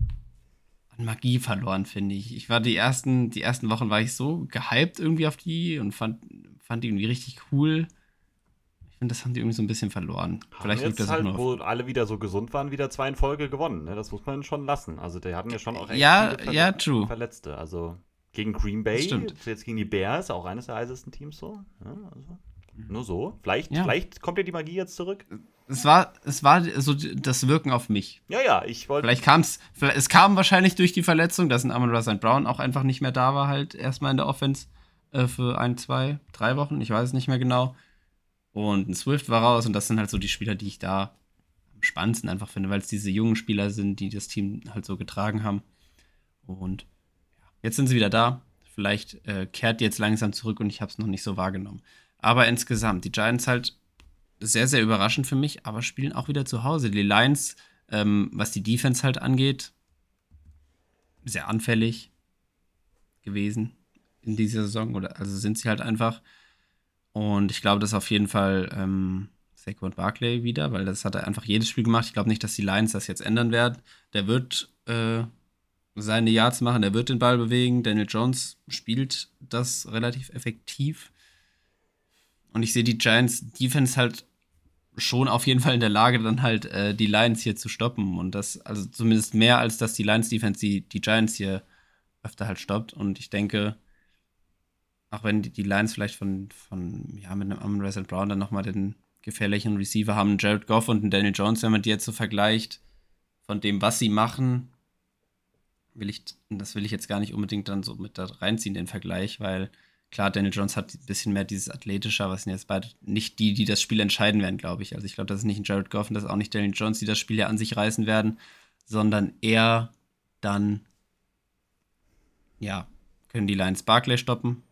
an Magie verloren, finde ich. Ich war die ersten, die ersten Wochen war ich so gehypt irgendwie auf die und fand, fand die irgendwie richtig cool. Ich finde, das haben die irgendwie so ein bisschen verloren. Haben Vielleicht liegt jetzt das auch halt, nur auf. wo alle wieder so gesund waren, wieder zwei in Folge gewonnen. Ne? Das muss man schon lassen. Also, die hatten ja schon auch echt Ja, viele Verle ja, true. Verletzte. Also, gegen Green Das Bay, stimmt. jetzt gegen die Bears, auch eines der heißesten Teams so. Ja, also, nur so. Vielleicht, Ja. vielleicht kommt ja die Magie jetzt zurück. Es war, es war so das Wirken auf mich. Ja, ja, ich wollte. Vielleicht kam es, es kam wahrscheinlich durch die Verletzung, dass ein Amon-Ra Saint Brown auch einfach nicht mehr da war, halt erstmal in der Offense äh, für ein, zwei, drei Wochen, ich weiß es nicht mehr genau. Und ein Swift war raus und das sind halt so die Spieler, die ich da am spannendsten einfach finde, weil es diese jungen Spieler sind, die das Team halt so getragen haben. Und ja, jetzt sind sie wieder da. Vielleicht äh, kehrt die jetzt langsam zurück und ich habe es noch nicht so wahrgenommen. Aber insgesamt, die Giants halt sehr, sehr überraschend für mich, aber spielen auch wieder zu Hause. Die Lions, ähm, was die Defense halt angeht, sehr anfällig gewesen in dieser Saison. Oder, also sind sie halt einfach. Und ich glaube, das ist auf jeden Fall ähm, Saquon Barkley wieder, weil das hat er einfach jedes Spiel gemacht. Ich glaube nicht, dass die Lions das jetzt ändern werden. Der wird äh, seine Yards machen, der wird den Ball bewegen. Daniel Jones spielt das relativ effektiv. Und ich sehe die Giants Defense halt schon auf jeden Fall in der Lage, dann halt äh, die Lions hier zu stoppen. Und das, also zumindest mehr, als dass die Lions Defense die, die Giants hier öfter halt stoppt. Und ich denke, auch wenn die, die Lions vielleicht von, von, ja, mit einem Amon-Ra Saint Brown dann nochmal den gefährlichen Receiver haben, einen Jared Goff und einen Daniel Jones, wenn man die jetzt so vergleicht, von dem, was sie machen, will ich, das will ich jetzt gar nicht unbedingt dann so mit da reinziehen, den Vergleich, weil klar, Daniel Jones hat ein bisschen mehr dieses Athletische, aber es sind jetzt beide nicht die, die das Spiel entscheiden werden, glaube ich. Also ich glaube, das ist nicht ein Jared Goff und das ist auch nicht Daniel Jones, die das Spiel ja an sich reißen werden, sondern eher dann, ja, können die Lions Barkley stoppen.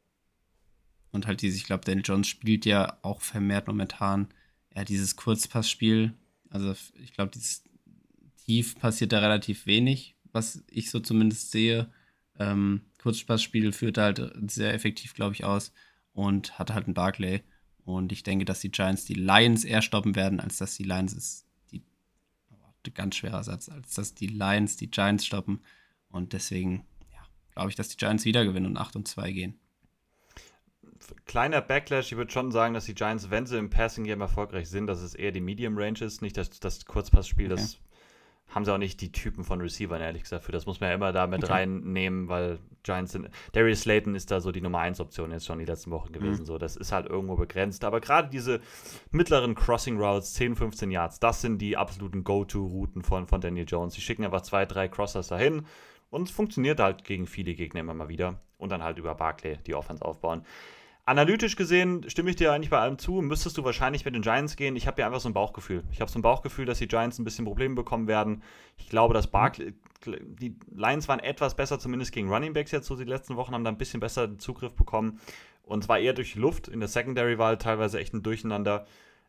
Und halt dieses, ich glaube, Daniel Jones spielt ja auch vermehrt momentan eher dieses Kurzpassspiel. Also ich glaube, dieses Tief passiert da relativ wenig, was ich so zumindest sehe. Ähm, Kurzpassspiel führt halt sehr effektiv, glaube ich, aus und hat halt einen Barkley. Und ich denke, dass die Giants die Lions eher stoppen werden, als dass die Lions ist die oh, ganz schwerer Satz, als dass die Lions die Giants stoppen. Und deswegen, ja, glaube ich, dass die Giants wieder gewinnen und acht und zwei gehen. kleiner Backlash. Ich würde schon sagen, dass die Giants, wenn sie im Passing-Game erfolgreich sind, dass es eher die Medium-Range ist, nicht das, das Kurzpassspiel. Okay. Das haben sie auch nicht die Typen von Receivern, ehrlich gesagt. Für das muss man ja immer da mit okay. reinnehmen, weil Giants sind. Darius Slayton ist da so die Nummer eins Option jetzt schon die letzten Wochen gewesen. Mhm. So, das ist halt irgendwo begrenzt. Aber gerade diese mittleren Crossing Routes, zehn, fünfzehn Yards, das sind die absoluten Go-To-Routen von, von Daniel Jones. Die schicken einfach zwei, drei Crossers dahin und es funktioniert halt gegen viele Gegner immer mal wieder. Und dann halt über Barkley die Offense aufbauen. Analytisch gesehen stimme ich dir eigentlich bei allem zu. Müsstest du wahrscheinlich mit den Giants gehen. Ich habe ja einfach so ein Bauchgefühl. Ich habe so ein Bauchgefühl, dass die Giants ein bisschen Probleme bekommen werden. Ich glaube, dass Barkley, die Lions waren etwas besser, zumindest gegen Running Backs jetzt so die letzten Wochen, haben da ein bisschen besser den Zugriff bekommen. Und zwar eher durch die Luft. In der Secondary-Wahl teilweise echt ein Durcheinander.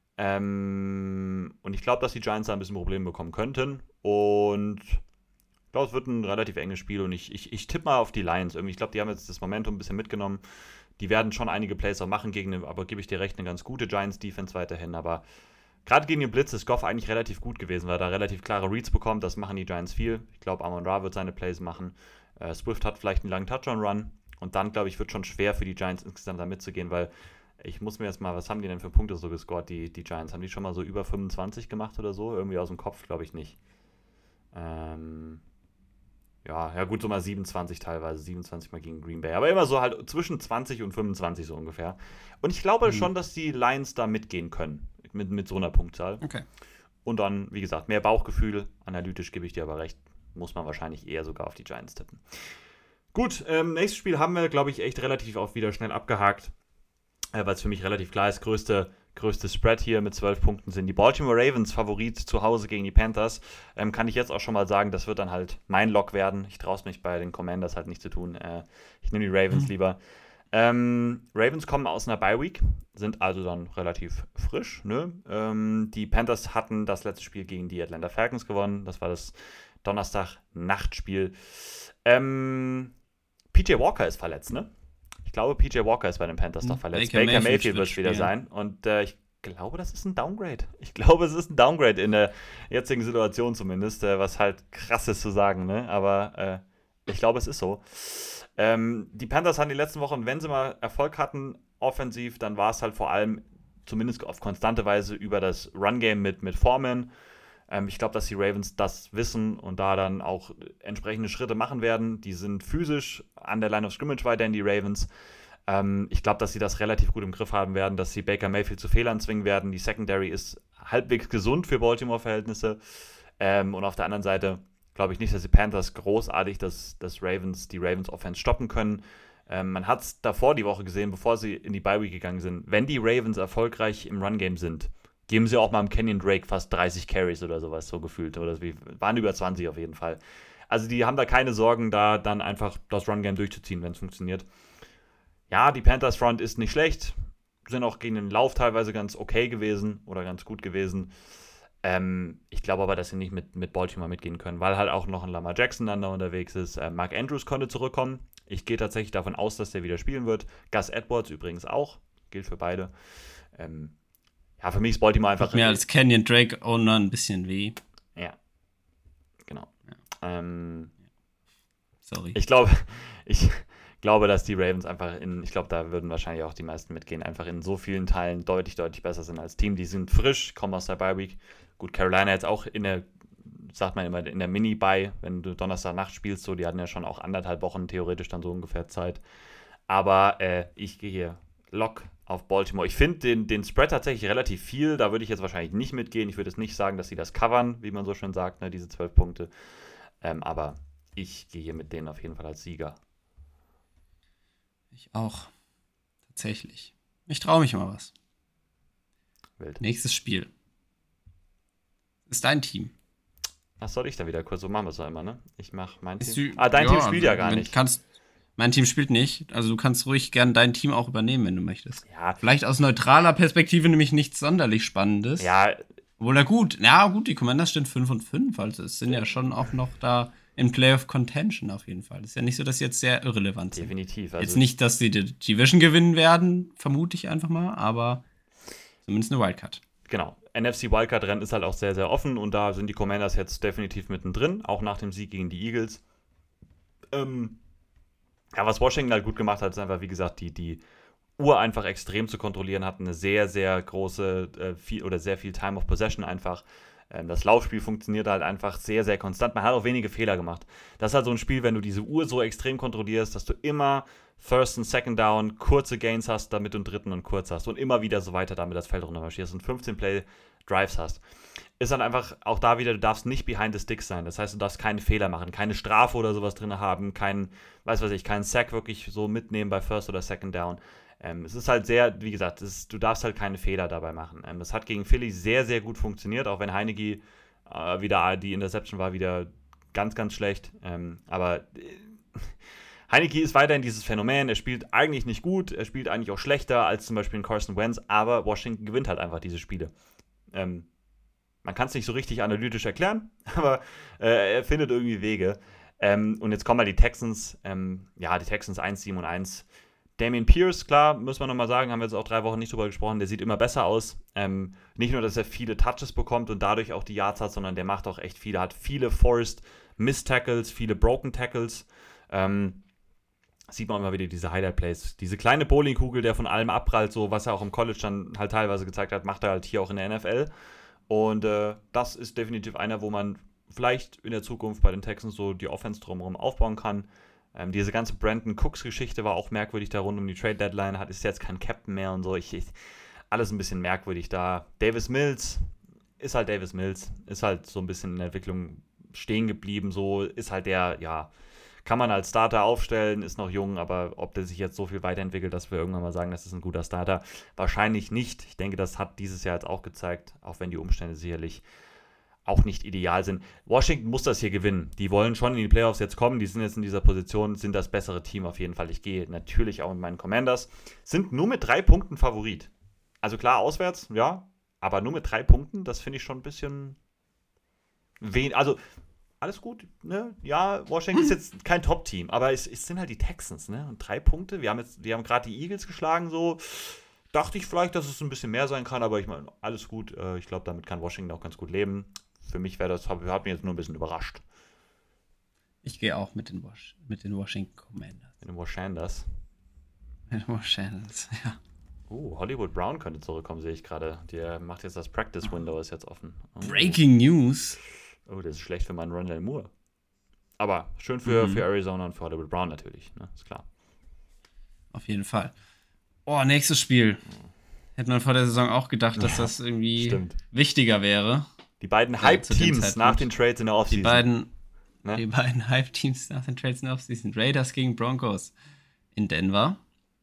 Ähm, und ich glaube, dass die Giants da ein bisschen Probleme bekommen könnten. Und ich glaube, es wird ein relativ enges Spiel. Und ich, ich, ich tippe mal auf die Lions. Irgendwie, ich glaube, die haben jetzt das Momentum ein bisschen mitgenommen. Die werden schon einige Plays auch machen gegen eine, aber gebe ich dir recht, eine ganz gute Giants-Defense weiterhin. Aber gerade gegen den Blitz ist Goff eigentlich relativ gut gewesen, weil er da relativ klare Reads bekommt. Das machen die Giants viel. Ich glaube, Amon-Ra wird seine Plays machen. Äh, Swift hat vielleicht einen langen Touchdown-Run. Und dann, glaube ich, wird schon schwer für die Giants insgesamt da mitzugehen, weil ich muss mir jetzt mal, was haben die denn für Punkte so gescored, die, die Giants? Haben die schon mal so über fünfundzwanzig gemacht oder so? Irgendwie aus dem Kopf, glaube ich nicht. Ähm... Ja, ja gut, so mal siebenundzwanzig teilweise, siebenundzwanzig mal gegen Green Bay. Aber immer so halt zwischen zwanzig und fünfundzwanzig so ungefähr. Und ich glaube mhm. schon, dass die Lions da mitgehen können. Mit, mit so einer Punktzahl. Okay. Und dann, wie gesagt, mehr Bauchgefühl. Analytisch gebe ich dir aber recht. Muss man wahrscheinlich eher sogar auf die Giants tippen. Gut, ähm, nächstes Spiel haben wir, glaube ich, echt relativ auch wieder schnell abgehakt. Äh, weil es für mich relativ klar ist, größte... Größte Spread hier mit zwölf Punkten sind die Baltimore Ravens Favorit zu Hause gegen die Panthers. Ähm, kann ich jetzt auch schon mal sagen, das wird dann halt mein Lock werden. Ich traue es mich bei den Commanders halt nicht zu tun. Äh, ich nehme die Ravens mhm. lieber. Ähm, Ravens kommen aus einer Bye-Week, sind also dann relativ frisch. Ne? Ähm, die Panthers hatten das letzte Spiel gegen die Atlanta Falcons gewonnen. Das war das Donnerstag-Nachtspiel. Ähm, P J Walker ist verletzt, ne? Ich glaube, P J Walker ist bei den Panthers doch verletzt. Baker, Baker Mayfield, Mayfield wird es wieder sein. Und äh, ich glaube, das ist ein Downgrade. Ich glaube, es ist ein Downgrade in der jetzigen Situation zumindest, äh, was halt krass ist zu sagen, ne? Aber äh, ich glaube, es ist so. Ähm, die Panthers hatten die letzten Wochen, wenn sie mal Erfolg hatten, offensiv, dann war es halt vor allem, zumindest auf konstante Weise, über das Run-Game mit, mit Foreman. Ähm, ich glaube, dass die Ravens das wissen und da dann auch entsprechende Schritte machen werden. Die sind physisch an der Line of Scrimmage weiterhin, die Ravens. Ähm, ich glaube, dass sie das relativ gut im Griff haben werden, dass sie Baker Mayfield zu Fehlern zwingen werden. Die Secondary ist halbwegs gesund für Baltimore-Verhältnisse. Ähm, und auf der anderen Seite glaube ich nicht, dass die Panthers großartig das, das Ravens, die Ravens-Offense stoppen können. Ähm, man hat es davor die Woche gesehen, bevor sie in die Bye-Week gegangen sind. Wenn die Ravens erfolgreich im Run-Game sind, geben sie auch mal im Kenyon Drake fast dreißig Carries oder sowas, so gefühlt. Oder wie, waren über zwanzig auf jeden Fall. Also die haben da keine Sorgen, da dann einfach das Run-Game durchzuziehen, wenn es funktioniert. Ja, die Panthers Front ist nicht schlecht. Sind auch gegen den Lauf teilweise ganz okay gewesen oder ganz gut gewesen. Ähm, ich glaube aber, dass sie nicht mit, mit Baltimore mitgehen können, weil halt auch noch ein Lamar Jackson dann da unterwegs ist. Äh, Mark Andrews konnte zurückkommen. Ich gehe tatsächlich davon aus, dass der wieder spielen wird. Gus Edwards übrigens auch. Gilt für beide. Ähm, ja, für mich ist Baltimore einfach... Tut mir als Kenyon Drake-Owner ein bisschen weh. Ja, genau. Ja. Ähm, Sorry. Ich glaube, ich glaube, dass die Ravens einfach in, ich glaube, da würden wahrscheinlich auch die meisten mitgehen, einfach in so vielen Teilen deutlich, deutlich besser sind als Team. Die sind frisch, kommen aus der Bye-Week. Gut, Carolina jetzt auch in der, sagt man immer, in der Mini-Bye, wenn du Donnerstag-Nacht spielst, so, die hatten ja schon auch anderthalb Wochen theoretisch dann so ungefähr Zeit. Aber äh, ich gehe hier Lock auf Baltimore. Ich finde den, den Spread tatsächlich relativ viel. Da würde ich jetzt wahrscheinlich nicht mitgehen. Ich würde jetzt nicht sagen, dass sie das covern, wie man so schön sagt, ne, diese zwölf Punkte. Ähm, aber ich gehe hier mit denen auf jeden Fall als Sieger. Ich auch. Tatsächlich. Ich traue mich mal was. Wild. Nächstes Spiel. Ist dein Team. Was soll ich da wieder kurz? So machen wir es doch immer, ne? Ich mache mein Ist Team. du, Ah, dein ja, Team spielt ja gar wenn nicht. Kannst, mein Team spielt nicht. Also du kannst ruhig gern dein Team auch übernehmen, wenn du möchtest. Ja. Vielleicht aus neutraler Perspektive nämlich nichts sonderlich Spannendes. Ja. Obwohl, na gut. Ja, gut, die Commanders stehen fünf und fünf. Also es sind ja schon auch noch da in Playoff Contention auf jeden Fall. Ist ja nicht so, dass sie jetzt sehr irrelevant sind. Definitiv. Also jetzt nicht, dass sie die Division gewinnen werden, vermute ich einfach mal, aber zumindest eine Wildcard. Genau. N F C Wildcard-Rennen ist halt auch sehr, sehr offen und da sind die Commanders jetzt definitiv mittendrin, auch nach dem Sieg gegen die Eagles. Ähm, ja, was Washington halt gut gemacht hat, ist einfach, wie gesagt, die, die Uhr einfach extrem zu kontrollieren, hat eine sehr, sehr große äh, viel, oder sehr viel Time of Possession einfach. Ähm, das Laufspiel funktioniert halt einfach sehr, sehr konstant. Man hat auch wenige Fehler gemacht. Das ist halt so ein Spiel, wenn du diese Uhr so extrem kontrollierst, dass du immer First und Second Down, kurze Gains hast, damit du einen dritten und kurz hast und immer wieder so weiter damit das Feld runtermarschierst und fünfzehn Play Drives hast. Ist dann einfach auch da wieder, du darfst nicht behind the sticks sein. Das heißt, du darfst keine Fehler machen, keine Strafe oder sowas drin haben, keinen, weiß was ich, keinen Sack wirklich so mitnehmen bei First oder Second Down. Ähm, es ist halt sehr, wie gesagt, es, du darfst halt keine Fehler dabei machen. Ähm, das hat gegen Philly sehr, sehr gut funktioniert, auch wenn Heineke äh, wieder, die Interception war wieder ganz, ganz schlecht. Ähm, aber äh, Heineke ist weiterhin dieses Phänomen, er spielt eigentlich nicht gut, er spielt eigentlich auch schlechter als zum Beispiel in Carson Wentz, aber Washington gewinnt halt einfach diese Spiele. Ähm, man kann es nicht so richtig analytisch erklären, aber äh, er findet irgendwie Wege. Ähm, und jetzt kommen mal die Texans, ähm, ja, die Texans eins sieben und eins. Dameon Pierce, klar, muss man nochmal sagen, haben wir jetzt auch drei Wochen nicht drüber gesprochen, der sieht immer besser aus. Ähm, nicht nur, dass er viele Touches bekommt und dadurch auch die Yards hat, sondern der macht auch echt viele, hat viele Forced Miss-Tackles, viele Broken Tackles. Ähm, sieht man immer wieder diese Highlight-Plays. Diese kleine Bowlingkugel, der von allem abprallt, so was er auch im College dann halt teilweise gezeigt hat, macht er halt hier auch in der N F L. Und äh, das ist definitiv einer, wo man vielleicht in der Zukunft bei den Texans so die Offense drumherum aufbauen kann. Ähm, diese ganze Brandon Cooks-Geschichte war auch merkwürdig da rund um die Trade-Deadline. Hat ist jetzt kein Captain mehr und so. Ich, ich, alles ein bisschen merkwürdig da. Davis Mills ist halt Davis Mills. Ist halt so ein bisschen in der Entwicklung stehen geblieben. So ist halt der, ja, kann man als Starter aufstellen, ist noch jung, aber ob der sich jetzt so viel weiterentwickelt, dass wir irgendwann mal sagen, das ist ein guter Starter, wahrscheinlich nicht. Ich denke, das hat dieses Jahr jetzt auch gezeigt, auch wenn die Umstände sicherlich auch nicht ideal sind. Washington muss das hier gewinnen. Die wollen schon in die Playoffs jetzt kommen. Die sind jetzt in dieser Position, sind das bessere Team auf jeden Fall. Ich gehe natürlich auch mit meinen Commanders. Sind nur mit drei Punkten Favorit. Also klar, auswärts, ja. Aber nur mit drei Punkten, das finde ich schon ein bisschen wenig. Also, alles gut, ne? Ja, Washington ist jetzt kein Top-Team. Aber es, es sind halt die Texans, ne? Und drei Punkte. Wir haben jetzt, wir haben gerade die Eagles geschlagen, so. Dachte ich vielleicht, dass es ein bisschen mehr sein kann, aber ich meine, alles gut. Ich glaube, damit kann Washington auch ganz gut leben. Für mich wäre das, hat mich jetzt nur ein bisschen überrascht. Ich gehe auch mit den, Was- mit den Washington Commanders. Mit den Washanders. Mit den Washanders, ja. Uh, Hollywood Brown könnte zurückkommen, sehe ich gerade. Der macht jetzt das Practice-Window, ist jetzt offen. Oh. Breaking News. Oh, das ist schlecht für meinen Rondale Moore. Aber schön für, mhm. für Arizona und für Hollywood Brown natürlich, ne? Ist klar. Auf jeden Fall. Oh, nächstes Spiel. Hätte man vor der Saison auch gedacht, dass ja, das irgendwie stimmt. wichtiger wäre. Die beiden Hype-Teams nach den Trades in der Offseason. Die beiden, ne? die beiden Hype-Teams nach den Trades in der Offseason. Raiders gegen Broncos in Denver.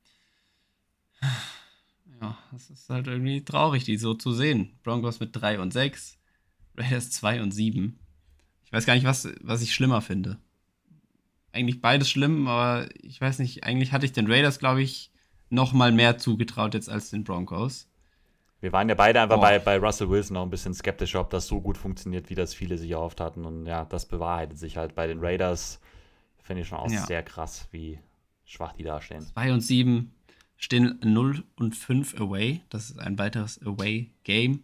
Ja, das ist halt irgendwie traurig, die so zu sehen. Broncos mit drei und sechs, Raiders zwei und sieben. Ich weiß gar nicht, was, was ich schlimmer finde. Eigentlich beides schlimm, aber ich weiß nicht, eigentlich hatte ich den Raiders, glaube ich, noch mal mehr zugetraut jetzt als den Broncos. Wir waren ja beide einfach oh. bei, bei Russell Wilson noch ein bisschen skeptischer, ob das so gut funktioniert, wie das viele sich erhofft hatten. Und ja, das bewahrheitet sich halt bei den Raiders. Finde ich schon auch ja. sehr krass, wie schwach die da stehen. zwei und sieben stehen null und fünf away. Das ist ein weiteres Away-Game.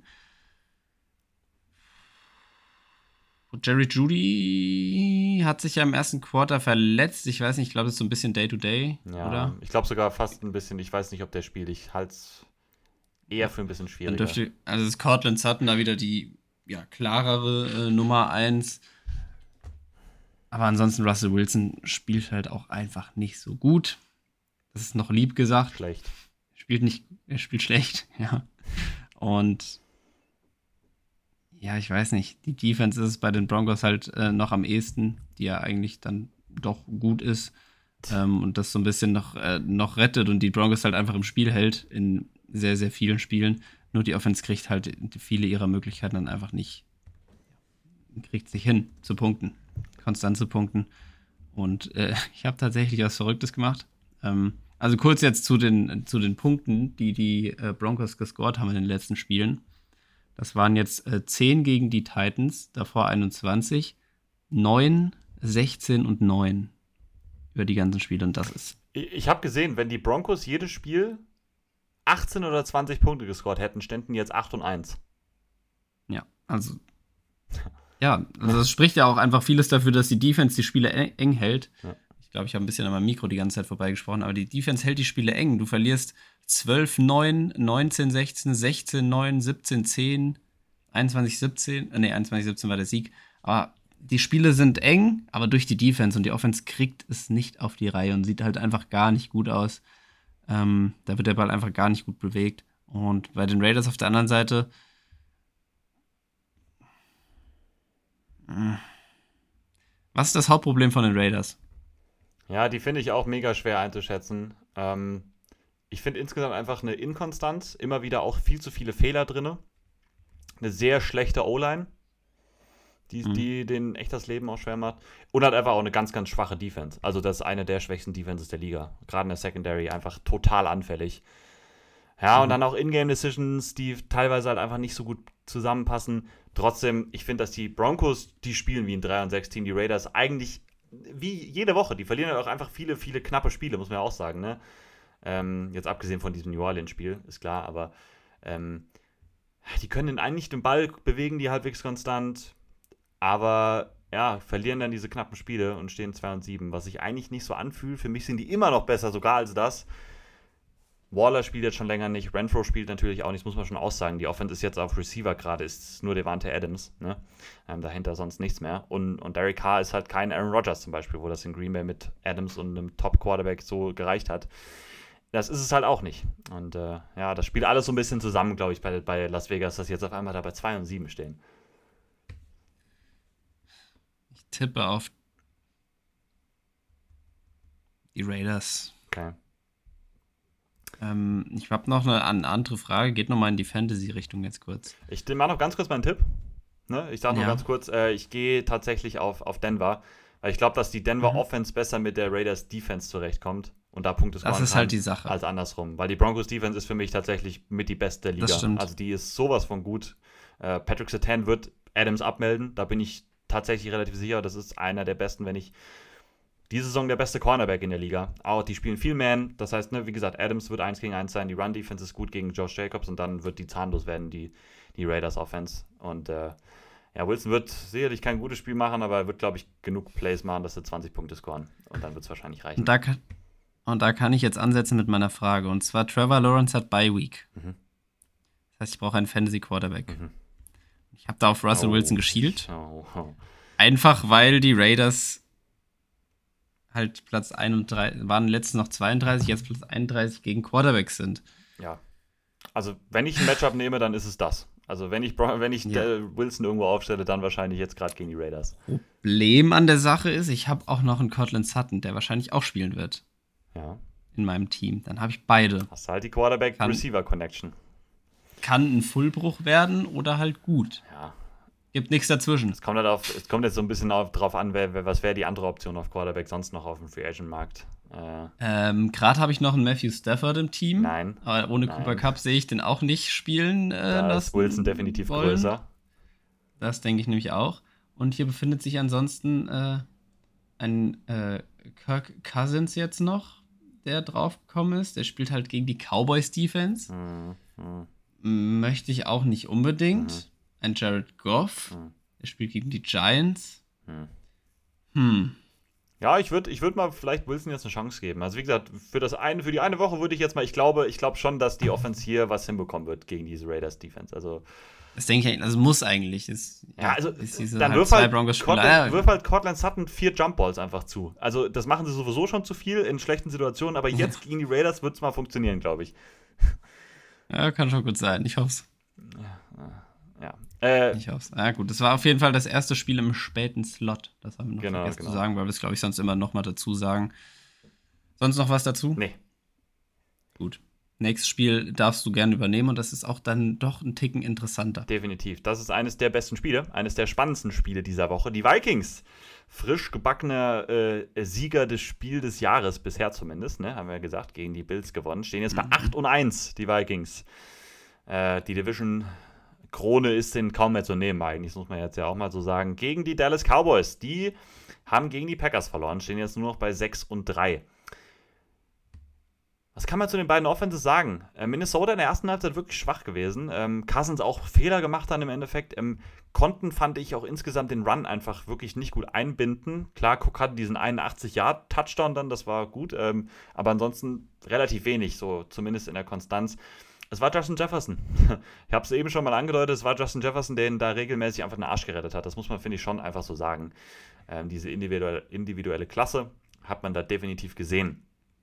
Jerry Jeudy hat sich ja im ersten Quarter verletzt. Ich weiß nicht, ich glaube, das ist so ein bisschen Day-to-Day, ja, oder? Ich glaube sogar fast ein bisschen. Ich weiß nicht, ob der spielt. Ich halte es eher für ein bisschen schwieriger. Dann dürfte, also das Cortland Sutton da wieder die ja, klarere äh, Nummer eins. Aber ansonsten Russell Wilson spielt halt auch einfach nicht so gut. Das ist noch lieb gesagt. Schlecht. Er spielt nicht, er spielt schlecht, ja. Und ja, ich weiß nicht. Die Defense ist bei den Broncos halt äh, noch am ehesten, die ja eigentlich dann doch gut ist ähm, und das so ein bisschen noch, äh, noch rettet und die Broncos halt einfach im Spiel hält in sehr, sehr vielen Spielen. Nur die Offense kriegt halt viele ihrer Möglichkeiten dann einfach nicht, kriegt sich hin zu punkten, konstant zu punkten. Und äh, ich habe tatsächlich was Verrücktes gemacht. Ähm, also kurz jetzt zu den, zu den Punkten, die die äh, Broncos gescored haben in den letzten Spielen. Das waren jetzt äh, zehn gegen die Titans, davor einundzwanzig, neun, sechzehn und neun über die ganzen Spiele. Und das ist. Ich, ich habe gesehen, wenn die Broncos jedes Spiel achtzehn oder zwanzig Punkte gescored hätten, ständen jetzt acht und eins. Ja, also. Ja, also das spricht ja auch einfach vieles dafür, dass die Defense die Spiele eng, eng hält. Ja. Ich glaube, ich habe ein bisschen an meinem Mikro die ganze Zeit vorbeigesprochen, aber die Defense hält die Spiele eng. Du verlierst zwölf neun, neunzehn sechzehn, sechzehn neun, siebzehn zehn, einundzwanzig siebzehn. Ne, einundzwanzig siebzehn war der Sieg. Aber die Spiele sind eng, aber durch die Defense. Und die Offense kriegt es nicht auf die Reihe und sieht halt einfach gar nicht gut aus. Ähm, da wird der Ball einfach gar nicht gut bewegt. Und bei den Raiders auf der anderen Seite was ist das Hauptproblem von den Raiders? Ja, die finde ich auch mega schwer einzuschätzen. Ähm, ich finde insgesamt einfach eine Inkonstanz, immer wieder auch viel zu viele Fehler drin. Eine sehr schlechte O-Line, die, mhm. die denen echt das Leben auch schwer macht. Und halt einfach auch eine ganz, ganz schwache Defense. Also das ist eine der schwächsten Defenses der Liga. Gerade in der Secondary einfach total anfällig. Ja, mhm. und dann auch In-Game-Decisions, die teilweise halt einfach nicht so gut zusammenpassen. Trotzdem, ich finde, dass die Broncos, die spielen wie ein drei und sechs Team, die Raiders eigentlich wie jede Woche. Die verlieren halt auch einfach viele, viele knappe Spiele, muss man ja auch sagen, ne? Ähm, jetzt abgesehen von diesem New Orleans-Spiel, ist klar, aber ähm, die können eigentlich den Ball bewegen, die halbwegs konstant, aber ja, verlieren dann diese knappen Spiele und stehen zwei und sieben, was sich eigentlich nicht so anfühlt. Für mich sind die immer noch besser sogar als das. Waller spielt jetzt schon länger nicht, Renfro spielt natürlich auch nicht, das muss man schon aussagen. Die Offense ist jetzt auf Receiver gerade, ist nur Devante Adams, ne? Ähm, dahinter sonst nichts mehr. Und, und Derek Carr ist halt kein Aaron Rodgers zum Beispiel, wo das in Green Bay mit Adams und einem Top-Quarterback so gereicht hat. Das ist es halt auch nicht. Und äh, ja, das spielt alles so ein bisschen zusammen, glaube ich, bei, bei Las Vegas, dass sie jetzt auf einmal da bei zwei und sieben stehen. Ich tippe auf die Raiders. Okay. Ähm, ich habe noch eine, eine andere Frage. Geht nochmal in die Fantasy-Richtung jetzt kurz. Ich mache noch ganz kurz meinen Tipp. Ne? Ich sage noch ja. ganz kurz, äh, ich gehe tatsächlich auf, auf Denver. Weil ich glaube, dass die Denver mhm. Offense besser mit der Raiders Defense zurechtkommt und da Punkte scoren kann. Das ist halt die Sache. Als andersrum. Weil die Broncos Defense ist für mich tatsächlich mit die beste der Liga. Das stimmt. Also die ist sowas von gut. Äh, Patrick Surtain wird Adams abmelden. Da bin ich tatsächlich relativ sicher. Das ist einer der besten, wenn nicht diese Saison der beste Cornerback in der Liga. Auch die spielen viel Man. Das heißt, ne, wie gesagt, Adams wird eins gegen eins sein. Die Run-Defense ist gut gegen Josh Jacobs und dann wird die zahnlos werden, die, die Raiders-Offense. Und äh, ja, Wilson wird sicherlich kein gutes Spiel machen, aber er wird, glaube ich, genug Plays machen, dass sie zwanzig Punkte scoren. Und dann wird es wahrscheinlich reichen. Und da, kann, und da kann ich jetzt ansetzen mit meiner Frage. Und zwar, Trevor Lawrence hat Bye Week. Mhm. Das heißt, ich brauche einen Fantasy-Quarterback. Mhm. Ich habe da auf Russell oh. Wilson geschielt. Oh. Oh. Einfach, weil die Raiders halt Platz einunddreißig, waren letztens noch zweiunddreißig, jetzt Platz einunddreißig gegen Quarterbacks sind. Ja. Also, wenn ich ein Matchup nehme, dann ist es das. Also, wenn ich, wenn ich ja. Wilson irgendwo aufstelle, dann wahrscheinlich jetzt gerade gegen die Raiders. Problem an der Sache ist, ich habe auch noch einen Cortland Sutton, der wahrscheinlich auch spielen wird. Ja. In meinem Team. Dann habe ich beide. Hast du halt die Quarterback-Receiver-Connection. Kann ein Fullbruch werden oder halt gut. Ja. Gibt nichts dazwischen. Es kommt, halt auf, es kommt jetzt so ein bisschen auf, drauf an, wer, wer, was wäre die andere Option auf Quarterback sonst noch auf dem Free Agent Markt. Äh, ähm, Gerade habe ich noch einen Matthew Stafford im Team. Nein. Aber ohne nein. Cooper Kupp sehe ich den auch nicht spielen äh, da lassen. ist Wilson definitiv wollen. größer. Das denke ich nämlich auch. Und hier befindet sich ansonsten äh, ein äh, Kirk Cousins jetzt noch, der draufgekommen ist. Der spielt halt gegen die Cowboys Defense. Mhm. Mhm. Möchte ich auch nicht unbedingt. Mhm. Ein Jared Goff. Mhm. Der spielt gegen die Giants. Mhm. Hm. Ja, ich würde ich würd mal vielleicht Wilson jetzt eine Chance geben. Also wie gesagt, für, das eine, für die eine Woche würde ich jetzt mal, ich glaube, ich glaube schon, dass die Offense hier was hinbekommen wird gegen diese Raiders Defense. Also das denke ich, also muss eigentlich. Ist, ja, also ist diese dann halt wirf, zwei halt Cortland, wirf halt Cortland Sutton vier Jumpballs einfach zu. Also das machen sie sowieso schon zu viel in schlechten Situationen, aber jetzt gegen die Raiders wird es mal funktionieren, glaube ich. Ja, kann schon gut sein. Ich hoffe es. Ja, ja. Äh, ich hoffe es. Ja, gut. Das war auf jeden Fall das erste Spiel im späten Slot. Das haben wir noch genau, vergessen genau. zu sagen, weil wir es, glaube ich, sonst immer noch mal dazu sagen. Sonst noch was dazu? Nee. Gut. Nächstes Spiel darfst du gerne übernehmen und das ist auch dann doch ein Ticken interessanter. Definitiv. Das ist eines der besten Spiele, eines der spannendsten Spiele dieser Woche. Die Vikings, frisch gebackener äh, Sieger des Spiels des Jahres, bisher zumindest, ne, haben wir ja gesagt, gegen die Bills gewonnen. Stehen jetzt bei acht und eins, die Vikings. Äh, die Division-Krone ist denen kaum mehr zu nehmen eigentlich, das muss man jetzt ja auch mal so sagen. Gegen die Dallas Cowboys, die haben gegen die Packers verloren, stehen jetzt nur noch bei sechs und drei. Was kann man zu den beiden Offenses sagen? Äh, Minnesota in der ersten Halbzeit wirklich schwach gewesen. Ähm, Cousins auch Fehler gemacht dann im Endeffekt. Ähm, konnten, fand ich, auch insgesamt den Run einfach wirklich nicht gut einbinden. Klar, Cook hatte diesen einundachtzig-Yard-Touchdown dann, das war gut. Ähm, aber ansonsten relativ wenig, so zumindest in der Konstanz. Es war Justin Jefferson. Ich habe es eben schon mal angedeutet, es war Justin Jefferson, der ihn da regelmäßig einfach den Arsch gerettet hat. Das muss man, finde ich, schon einfach so sagen. Ähm, diese individuelle, individuelle Klasse hat man da definitiv gesehen.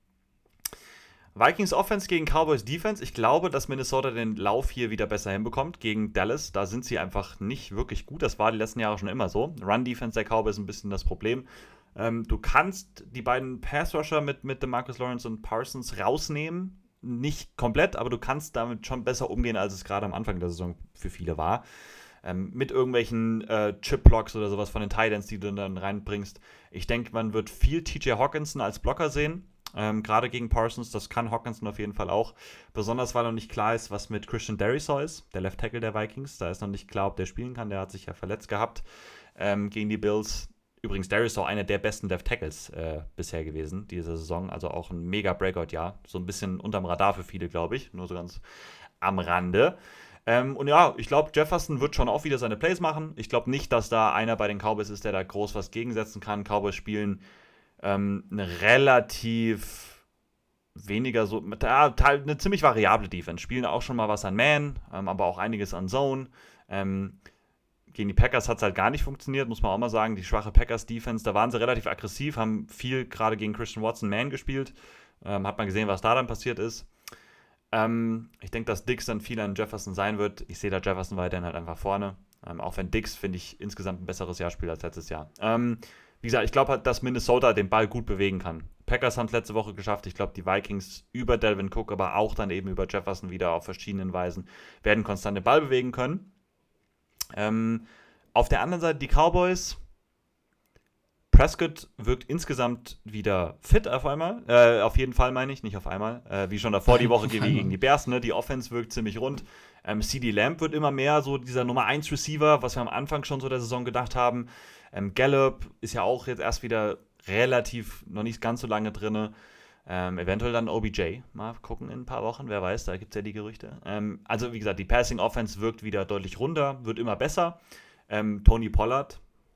Vikings Offense gegen Cowboys Defense. Ich glaube, dass Minnesota den Lauf hier wieder besser hinbekommt gegen Dallas. Da sind sie einfach nicht wirklich gut. Das war die letzten Jahre schon immer so. Run-Defense der Cowboys ist ein bisschen das Problem. Ähm, du kannst die beiden Pass-Rusher mit, mit DeMarcus Lawrence und Parsons rausnehmen. Nicht komplett, aber du kannst damit schon besser umgehen, als es gerade am Anfang der Saison für viele war. Ähm, mit irgendwelchen äh, Chip-Blocks oder sowas von den Titans, die du dann reinbringst. Ich denke, man wird viel T J Hockenson als Blocker sehen. Ähm, gerade gegen Parsons, das kann Hockenson auf jeden Fall auch. Besonders, weil noch nicht klar ist, was mit Christian Darrisaw ist, der Left Tackle der Vikings. Da ist noch nicht klar, ob der spielen kann. Der hat sich ja verletzt gehabt ähm, gegen die Bills. Übrigens, Darrisaw einer der besten Left Tackles äh, bisher gewesen, diese Saison. Also auch ein mega Breakout-Jahr. So ein bisschen unterm Radar für viele, glaube ich. Nur so ganz am Rande. Ähm, und ja, ich glaube, Jefferson wird schon auch wieder seine Plays machen. Ich glaube nicht, dass da einer bei den Cowboys ist, der da groß was gegensetzen kann. Cowboys spielen ähm, eine relativ weniger so, ja, eine ziemlich variable Defense. Spielen auch schon mal was an Man, ähm, aber auch einiges an Zone. Ähm, gegen die Packers hat es halt gar nicht funktioniert, muss man auch mal sagen. Die schwache Packers-Defense, da waren sie relativ aggressiv, haben viel gerade gegen Christian Watson Man gespielt. Ähm, hat man gesehen, was da dann passiert ist. Ähm, ich denke, dass Diggs dann viel an Jefferson sein wird. Ich sehe da Jefferson weiterhin halt einfach vorne. Ähm, auch wenn Diggs, finde ich, insgesamt ein besseres Jahr spielt als letztes Jahr. Ähm, wie gesagt, ich glaube halt, dass Minnesota den Ball gut bewegen kann. Packers haben es letzte Woche geschafft. Ich glaube, die Vikings über Dalvin Cook, aber auch dann eben über Jefferson wieder auf verschiedenen Weisen werden konstant den Ball bewegen können. Ähm, auf der anderen Seite die Cowboys. Prescott wirkt insgesamt wieder fit auf einmal. Äh, auf jeden Fall meine ich, nicht auf einmal. Äh, wie schon davor die Woche gegen die Bears. Ne? Die Offense wirkt ziemlich rund. Ähm, CeeDee Lamb wird immer mehr so dieser Nummer eins Receiver, was wir am Anfang schon so der Saison gedacht haben. Ähm, Gallup ist ja auch jetzt erst wieder relativ, noch nicht ganz so lange drin. Ähm, eventuell dann O B J. Mal gucken in ein paar Wochen, wer weiß, da gibt es ja die Gerüchte. Ähm, also wie gesagt, die Passing Offense wirkt wieder deutlich runter, wird immer besser. Ähm, Tony Pollard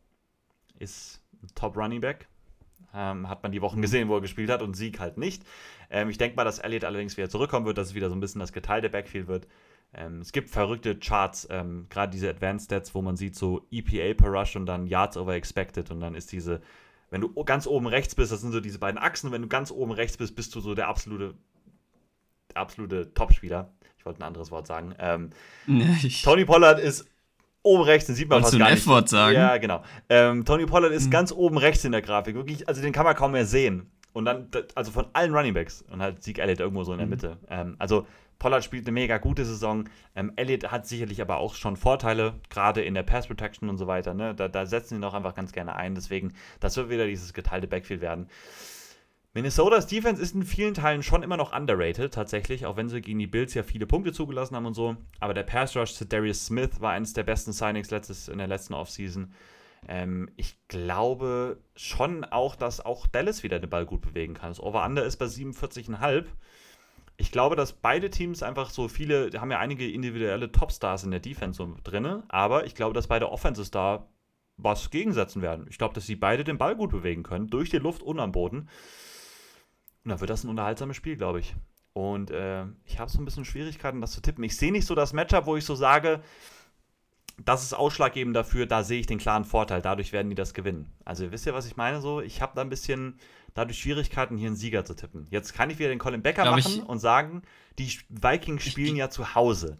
ist ein Top Running Back. Ähm, hat man die Wochen gesehen, wo er gespielt hat, und Sieg halt nicht. Ähm, ich denke mal, dass Elliott allerdings wieder zurückkommen wird, dass es wieder so ein bisschen das geteilte Backfield wird. Ähm, es gibt verrückte Charts, ähm, gerade diese Advanced Stats, wo man sieht so E P A per Rush und dann Yards over expected, und dann ist diese, wenn du ganz oben rechts bist, das sind so diese beiden Achsen, wenn du ganz oben rechts bist, bist du so der absolute, der absolute Topspieler. Ich wollte ein anderes Wort sagen. Ähm, Tony Pollard ist oben rechts, den sieht man Wolltest fast gar du ein nicht. F-Wort sagen? Ja, genau. Ähm, Tony Pollard ist hm. ganz oben rechts in der Grafik. Wirklich, also den kann man kaum mehr sehen. Und dann, also von allen Runningbacks, und halt Zeke Elliott irgendwo so in der Mitte. Mhm. Ähm, also Pollard spielt eine mega gute Saison. Ähm, Elliott hat sicherlich aber auch schon Vorteile, gerade in der Pass Protection und so weiter. Ne? Da, da setzen ihn auch einfach ganz gerne ein. Deswegen, das wird wieder dieses geteilte Backfield werden. Minnesotas Defense ist in vielen Teilen schon immer noch underrated, tatsächlich, auch wenn sie gegen die Bills ja viele Punkte zugelassen haben und so. Aber der Pass Rush zu Darius Smith war eines der besten Signings letztes, in der letzten Offseason. Ähm, ich glaube schon auch, dass auch Dallas wieder den Ball gut bewegen kann. Das Over-Under ist bei siebenundvierzig Komma fünf. Ich glaube, dass beide Teams einfach so viele, haben ja einige individuelle Topstars in der Defense so drin, aber ich glaube, dass beide Offenses da was gegensetzen werden. Ich glaube, dass sie beide den Ball gut bewegen können, durch die Luft und am Boden. Und dann wird das ein unterhaltsames Spiel, glaube ich. Und äh, ich habe so ein bisschen Schwierigkeiten, das zu tippen. Ich sehe nicht so das Matchup, wo ich so sage, das ist ausschlaggebend dafür, da sehe ich den klaren Vorteil, dadurch werden die das gewinnen. Also wisst ihr, was ich meine? So, ich habe da ein bisschen dadurch Schwierigkeiten, hier einen Sieger zu tippen. Jetzt kann ich wieder den Colin Becker Glaub machen ich, und sagen, die Vikings spielen ich, ja zu Hause.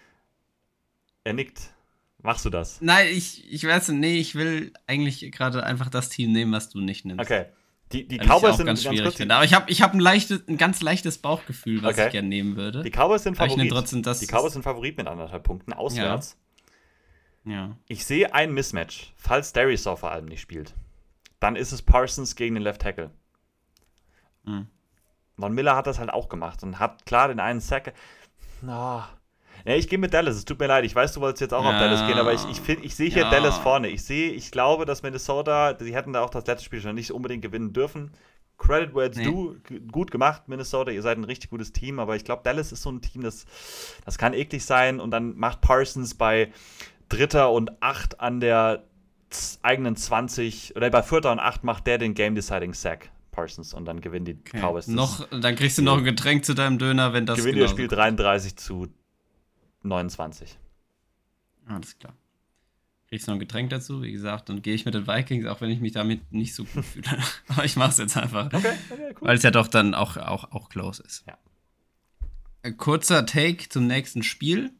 Er nickt. Machst du das? Nein, ich, ich weiß nicht, nee, ich will eigentlich gerade einfach das Team nehmen, was du nicht nimmst. Okay. Die, die Weil Cowboys ich sind ganz ganz schwierig kurz, finde. Aber ich habe ich hab ein, leichtes, ein ganz leichtes Bauchgefühl, was okay. ich gerne nehmen würde. Die Cowboys sind Aber ich Favorit. nehm trotzdem das die Cowboys sind Favorit mit anderthalb Punkten, auswärts. Ja. ja. Ich sehe ein Mismatch, falls Darrisaw vor allem nicht spielt. Dann ist es Parsons gegen den Left Tackle. Mhm. Von Miller hat das halt auch gemacht und hat klar den einen Sack. Oh. Ja, ich gehe mit Dallas, es tut mir leid. Ich weiß, du wolltest jetzt auch ja. auf Dallas gehen, aber ich, ich, find, ich sehe hier ja. Dallas vorne. Ich sehe, ich glaube, dass Minnesota, die hätten da auch das letzte Spiel schon nicht unbedingt gewinnen dürfen. Credit where it's Nee. due. G- Gut gemacht, Minnesota. Ihr seid ein richtig gutes Team. Aber ich glaube, Dallas ist so ein Team, das, das kann eklig sein. Und dann macht Parsons bei Dritter und Acht an der z- eigenen zwanzig, oder bei Vierter und Acht macht der den Game-Deciding Sack, Parsons. Und dann gewinnen die Okay. Cowboys das. Noch, dann kriegst du noch ein Getränk zu deinem Döner, wenn das Gewinnt ihr genauso Spiel kommt. dreiunddreißig zu neunundzwanzig. Alles klar. Kriegst noch ein Getränk dazu, wie gesagt, dann gehe ich mit den Vikings, auch wenn ich mich damit nicht so gut fühle. Aber ich mache es jetzt einfach. Okay, okay, cool. Weil es ja doch dann auch, auch, auch close ist. Ja. Ein kurzer Take zum nächsten Spiel.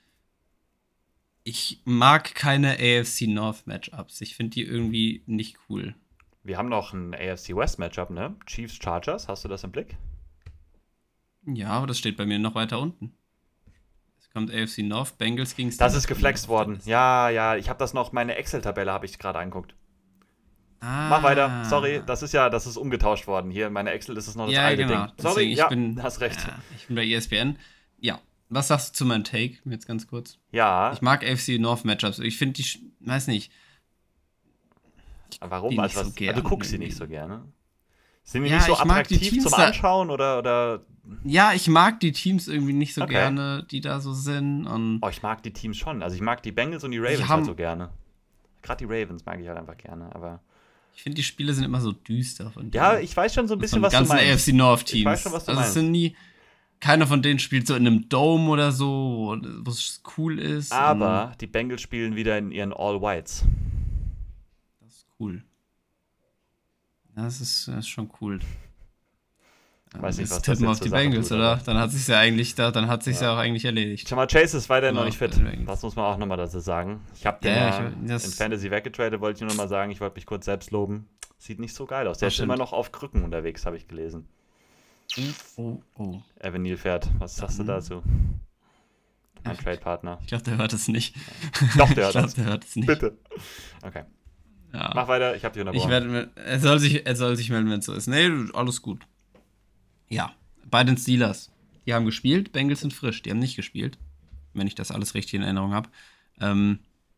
Ich mag keine A F C North Matchups. Ich finde die irgendwie nicht cool. Wir haben noch ein A F C West Matchup, ne? Chiefs Chargers, hast du das im Blick? Ja, aber das steht bei mir noch weiter unten. Es kommt A F C North, Bengals gegen Das Steelers. ist geflext worden. Ja, ja, ich habe das noch, meine Excel-Tabelle habe ich gerade angeguckt. Ah. Mach weiter, sorry, das ist ja, das ist umgetauscht worden. Hier in meiner Excel ist es noch das Ja, alte genau. Ding. Sorry, Deswegen, ich ja, bin, hast recht. Ja, ich bin bei E S P N. Ja, was sagst du zu meinem Take? Jetzt ganz kurz. Ja, Ich mag A F C North Matchups. Ich finde die, sch- weiß nicht. warum? die Also, nicht was, so gern also du guckst sie irgendwie. nicht so gerne. Sind die Ja, nicht so ich mag die attraktiv Teams zum da- Anschauen oder, oder Ja, ich mag die Teams irgendwie nicht so Okay. gerne, die da so sind. Und Oh, ich mag die Teams schon. Also ich mag die Bengals und die Ravens haben- halt so gerne. Gerade die Ravens mag ich halt einfach gerne, aber ich finde, die Spiele sind immer so düster von denen. ja, ich weiß schon so ein bisschen, von was du ganzen meinst. A F C North Teams. Ich weiß schon, was du also es meinst. sind nie, keiner von denen spielt so in einem Dome oder so, wo es cool ist. Aber die Bengals spielen wieder in ihren All-Whites. Und das ist cool. Das ist, das ist schon cool. Weiß nicht, Jetzt was das tippen wir jetzt auf die zur Sache Bengals, tut, oder? aber- Dann hat sich's ja eigentlich, da, dann hat sich's ja. Ja. auch eigentlich erledigt. Jamal Chase ist weiterhin noch Ja, nicht fit. deswegen. Das muss man auch nochmal dazu sagen. Ich habe den Ja, ja, ich- das- in Fantasy weggetradet, wollte ich nur nochmal sagen. Ich wollte mich kurz selbst loben. Sieht nicht so geil aus. Der Das ist immer stimmt. noch auf Krücken unterwegs, habe ich gelesen. Oh, oh. Evan Neal fährt. Was sagst du Mhm. dazu? Mein Ach, Trade-Partner. Ich glaube, der hört es nicht. Doch, der ich hört glaube, das. der hört es nicht. Bitte. Okay. Ja. Mach weiter, ich habe dich Ich unterbrochen. werde, mir- er soll sich, er soll sich melden, wenn es so ist. Nee, alles gut. Ja, bei den Steelers. Die haben gespielt, Bengals sind frisch. Die haben nicht gespielt, wenn ich das alles richtig in Erinnerung habe. Ähm,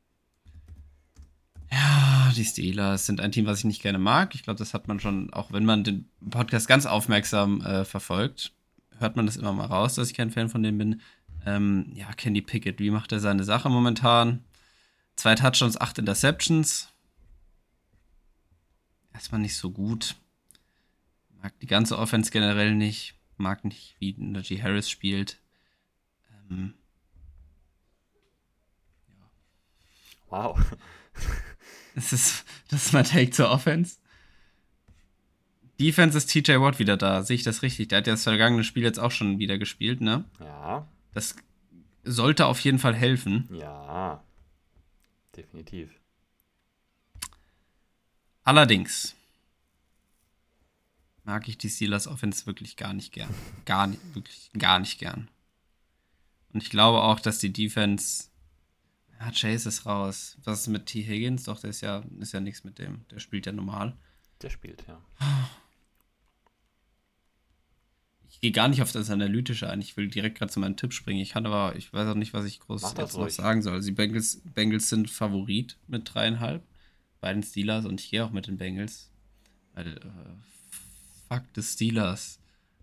ja, die Steelers sind ein Team, was ich nicht gerne mag. Ich glaube, das hat man schon, auch wenn man den Podcast ganz aufmerksam äh, verfolgt, hört man das immer mal raus, dass ich kein Fan von denen bin. Ähm, ja, Kenny Pickett, wie macht er seine Sache momentan? Zwei Touchdowns, acht Interceptions. Erstmal nicht so gut. Mag die ganze Offense generell nicht. Mag nicht, wie Najee Harris spielt. Ähm, Wow. das, ist, das ist mein Take zur Offense. Defense ist T J Watt wieder da. Sehe ich das richtig? Der hat ja das vergangene Spiel jetzt auch schon wieder gespielt, ne? Ja, Das sollte auf jeden Fall helfen. ja. Definitiv. Allerdings mag ich die Steelers Offense wirklich gar nicht gern. Gar nicht, wirklich gar nicht gern. Und ich glaube auch, dass die Defense. Ja, Chase ist raus. Was ist mit T. Higgins? Doch, der ist ja, ist ja nichts mit dem. Der spielt ja normal. Der spielt, ja. Ich gehe gar nicht auf das Analytische ein. Ich will direkt gerade zu meinem Tipp springen. Ich kann aber, ich weiß auch nicht, was ich groß Mach das jetzt noch ruhig. sagen soll. Also die Bengals, Bengals sind Favorit mit dreieinhalb bei den Steelers und ich gehe auch mit den Bengals. Weil, äh, fuck the Steelers.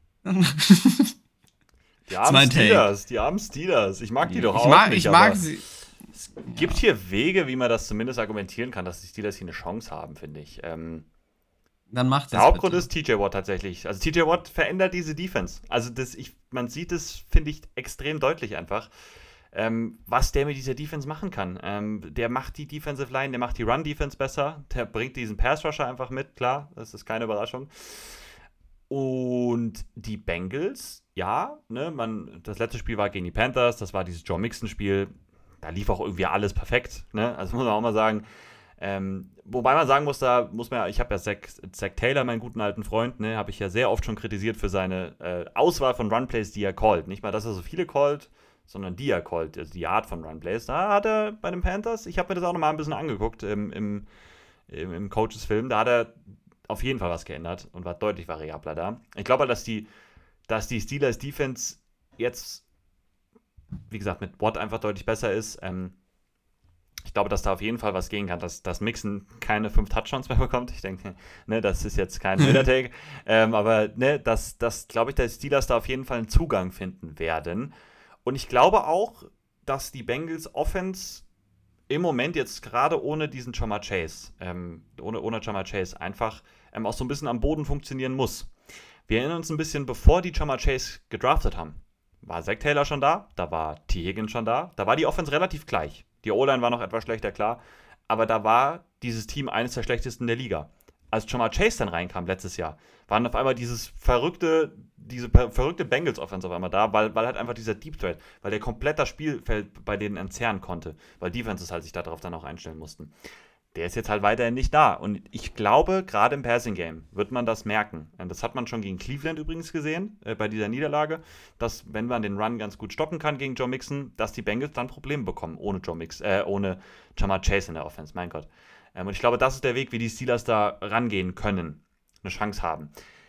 Die armen mein Take. Steelers, die armen Steelers. Ich mag die doch ich auch mag, nicht, ich mag aber sie. es gibt hier Wege, wie man das zumindest argumentieren kann, dass die Steelers hier eine Chance haben, finde ich. Ähm, Dann macht das. der Hauptgrund bitte. ist T J Watt tatsächlich. Also T J Watt verändert diese Defense. Also das, ich, man sieht es, finde ich, extrem deutlich einfach, ähm, was der mit dieser Defense machen kann. Ähm, der macht die Defensive Line, der macht die Run-Defense besser, der bringt diesen Pass-Rusher einfach mit, klar, das ist keine Überraschung. Und die Bengals, ja, ne, man, das letzte Spiel war gegen die Panthers, das war dieses Joe Mixon-Spiel, da lief auch irgendwie alles perfekt, ne, also muss man auch mal sagen. Ähm, wobei man sagen muss, da muss man ja, ich habe ja Zach, Zach Taylor, meinen guten alten Freund, ne, habe ich ja sehr oft schon kritisiert für seine äh, Auswahl von Runplays, die er callt. Nicht mal, dass er so viele callt, sondern die er callt, also die Art von Runplays. Da hat er bei den Panthers, ich habe mir das auch nochmal ein bisschen angeguckt im, im, im, im Coaches-Film, da hat er auf jeden Fall was geändert und war deutlich variabler da. Ich glaube halt, dass die, dass die Steelers Defense jetzt, wie gesagt, mit Watt einfach deutlich besser ist. Ähm, ich glaube, dass da auf jeden Fall was gehen kann, dass, dass Mixon keine fünf Touchdowns mehr bekommt. Ich denke, ne, das ist jetzt kein Winner-Take. ähm, aber ne, dass, dass glaube ich, dass die Steelers da auf jeden Fall einen Zugang finden werden. Und ich glaube auch, dass die Bengals Offense im Moment jetzt gerade ohne diesen Ja'Marr Chase, ähm, ohne, ohne Ja'Marr Chase einfach ähm, auch so ein bisschen am Boden funktionieren muss. Wir erinnern uns ein bisschen, bevor die Ja'Marr Chase gedraftet haben, war Zach Taylor schon da, da war T. Higgins schon da, da war die Offense relativ gleich. Die O-Line war noch etwas schlechter, klar, aber da war dieses Team eines der schlechtesten der Liga. Als Ja'Marr Chase dann reinkam letztes Jahr, waren auf einmal dieses verrückte, diese verrückte Bengals-Offense auf einmal da, weil, weil halt einfach dieser Deep Threat, weil der komplett das Spielfeld bei denen entzerren konnte, weil Defenses halt sich darauf dann auch einstellen mussten. Der ist jetzt halt weiterhin nicht da. Und ich glaube, gerade im Passing-Game wird man das merken. Das hat man schon gegen Cleveland übrigens gesehen, äh, bei dieser Niederlage, dass, wenn man den Run ganz gut stoppen kann gegen Joe Mixon, dass die Bengals dann Probleme bekommen, ohne Joe Mixon, äh, ohne Ja'Marr Chase in der Offense, mein Gott. Ähm, und ich glaube, das ist der Weg, wie die Steelers da rangehen können, eine Chance haben.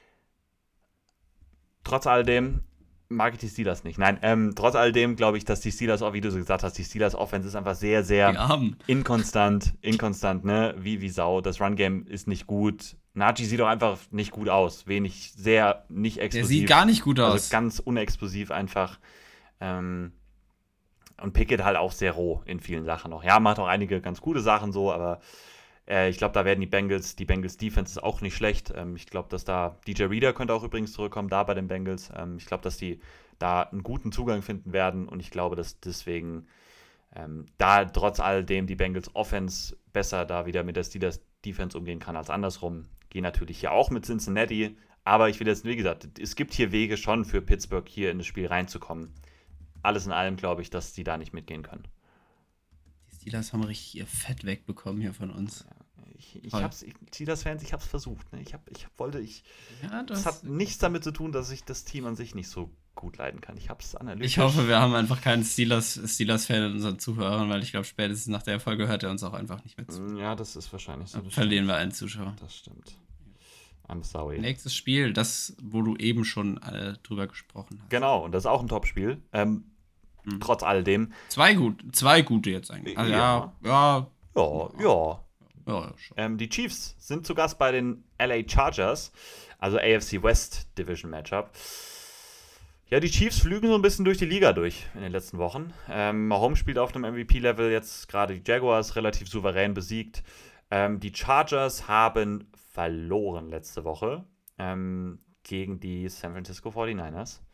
Trotz alledem mag ich die Steelers nicht. Nein, ähm, trotz alledem glaube ich, dass die Steelers, auch wie du so gesagt hast, die Steelers Offense ist einfach sehr, sehr inkonstant, inkonstant, ne, wie, wie Sau. Das Run-Game ist nicht gut. Najee sieht doch einfach nicht gut aus. Wenig, sehr nicht explosiv. Der sieht gar nicht gut aus. Also ganz unexplosiv einfach. Ähm, und Pickett halt auch sehr roh in vielen Sachen noch. Ja, macht auch einige ganz gute Sachen so, aber äh, ich glaube, da werden die Bengals, die Bengals Defense ist auch nicht schlecht. Ähm, ich glaube, dass da D J Reader könnte auch übrigens zurückkommen, da bei den Bengals. Ähm, ich glaube, dass die da einen guten Zugang finden werden und ich glaube, dass deswegen ähm, da trotz alledem die Bengals Offense besser da wieder mit der Steelers Defense umgehen kann als andersrum. Gehen natürlich hier auch mit Cincinnati, aber ich will jetzt, wie gesagt, es gibt hier Wege schon für Pittsburgh hier in das Spiel reinzukommen. Alles in allem glaube ich, dass die da nicht mitgehen können. Die Steelers haben richtig ihr Fett wegbekommen hier von uns. Ja, ich, ich hab's, ich, Steelers-Fans, ich hab's versucht. Ne? Ich, hab, ich wollte, ich. Ja, das hat nichts damit zu tun, dass ich das Team an sich nicht so gut leiden kann. Ich hab's analysiert. Ich hoffe, wir haben einfach keinen Steelers, Steelers-Fan in unseren Zuhörern, weil ich glaube, spätestens nach der Folge hört er uns auch einfach nicht mehr zu. Ja, das ist wahrscheinlich so. Verlieren wir einen Zuschauer. Das stimmt. I'm sorry. Nächstes Spiel, das, wo du eben schon äh, drüber gesprochen hast. Genau, und das ist auch ein Top-Spiel. Ähm, hm. Trotz alledem. Zwei, gut, zwei gute jetzt eigentlich. Also, ja. Ja. Ja, ja. ja. ja, ja schon. Ähm, die Chiefs sind zu Gast bei den L A Chargers, also A F C West Division Matchup. Ja, die Chiefs flügen so ein bisschen durch die Liga durch in den letzten Wochen. Ähm, Mahomes spielt auf einem M V P-Level, jetzt gerade die Jaguars relativ souverän besiegt. Ähm, die Chargers haben verloren letzte Woche ähm, gegen die San Francisco forty-niners.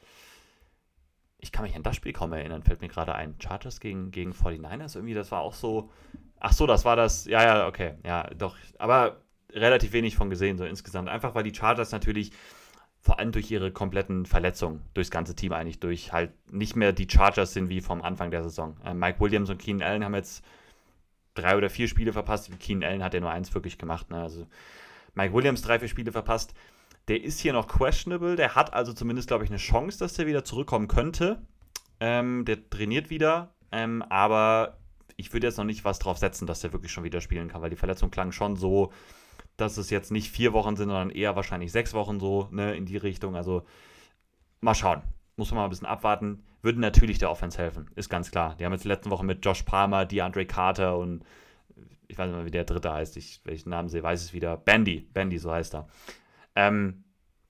Ich kann mich an das Spiel kaum erinnern, fällt mir gerade ein. Chargers gegen, gegen forty-niners, irgendwie, das war auch so. Ach so, das war das. Ja, ja, okay. Ja, doch. Aber relativ wenig von gesehen, so insgesamt. Einfach, weil die Chargers natürlich vor allem durch ihre kompletten Verletzungen, durchs ganze Team eigentlich, durch halt nicht mehr die Chargers sind wie vom Anfang der Saison. Äh, Mike Williams und Keenan Allen haben jetzt drei oder vier Spiele verpasst. Keenan Allen hat ja nur eins wirklich gemacht. Ne? Also Mike Williams drei, vier Spiele verpasst. Der ist hier noch questionable. Der hat also zumindest, glaube ich, eine Chance, dass der wieder zurückkommen könnte. Ähm, der trainiert wieder. Ähm, aber ich würde jetzt noch nicht was drauf setzen, dass der wirklich schon wieder spielen kann, weil die Verletzung klang schon so, dass es jetzt nicht vier Wochen sind, sondern eher wahrscheinlich sechs Wochen so, ne, in die Richtung. Also mal schauen. Muss man mal ein bisschen abwarten. Würde natürlich der Offense helfen, ist ganz klar. Die haben jetzt letzte Woche mit Josh Palmer, DeAndre Carter und ich weiß nicht mal, wie der dritte heißt. Ich, welchen Namen sehe, weiß es wieder. Bandy. Bandy, so heißt er. Ähm,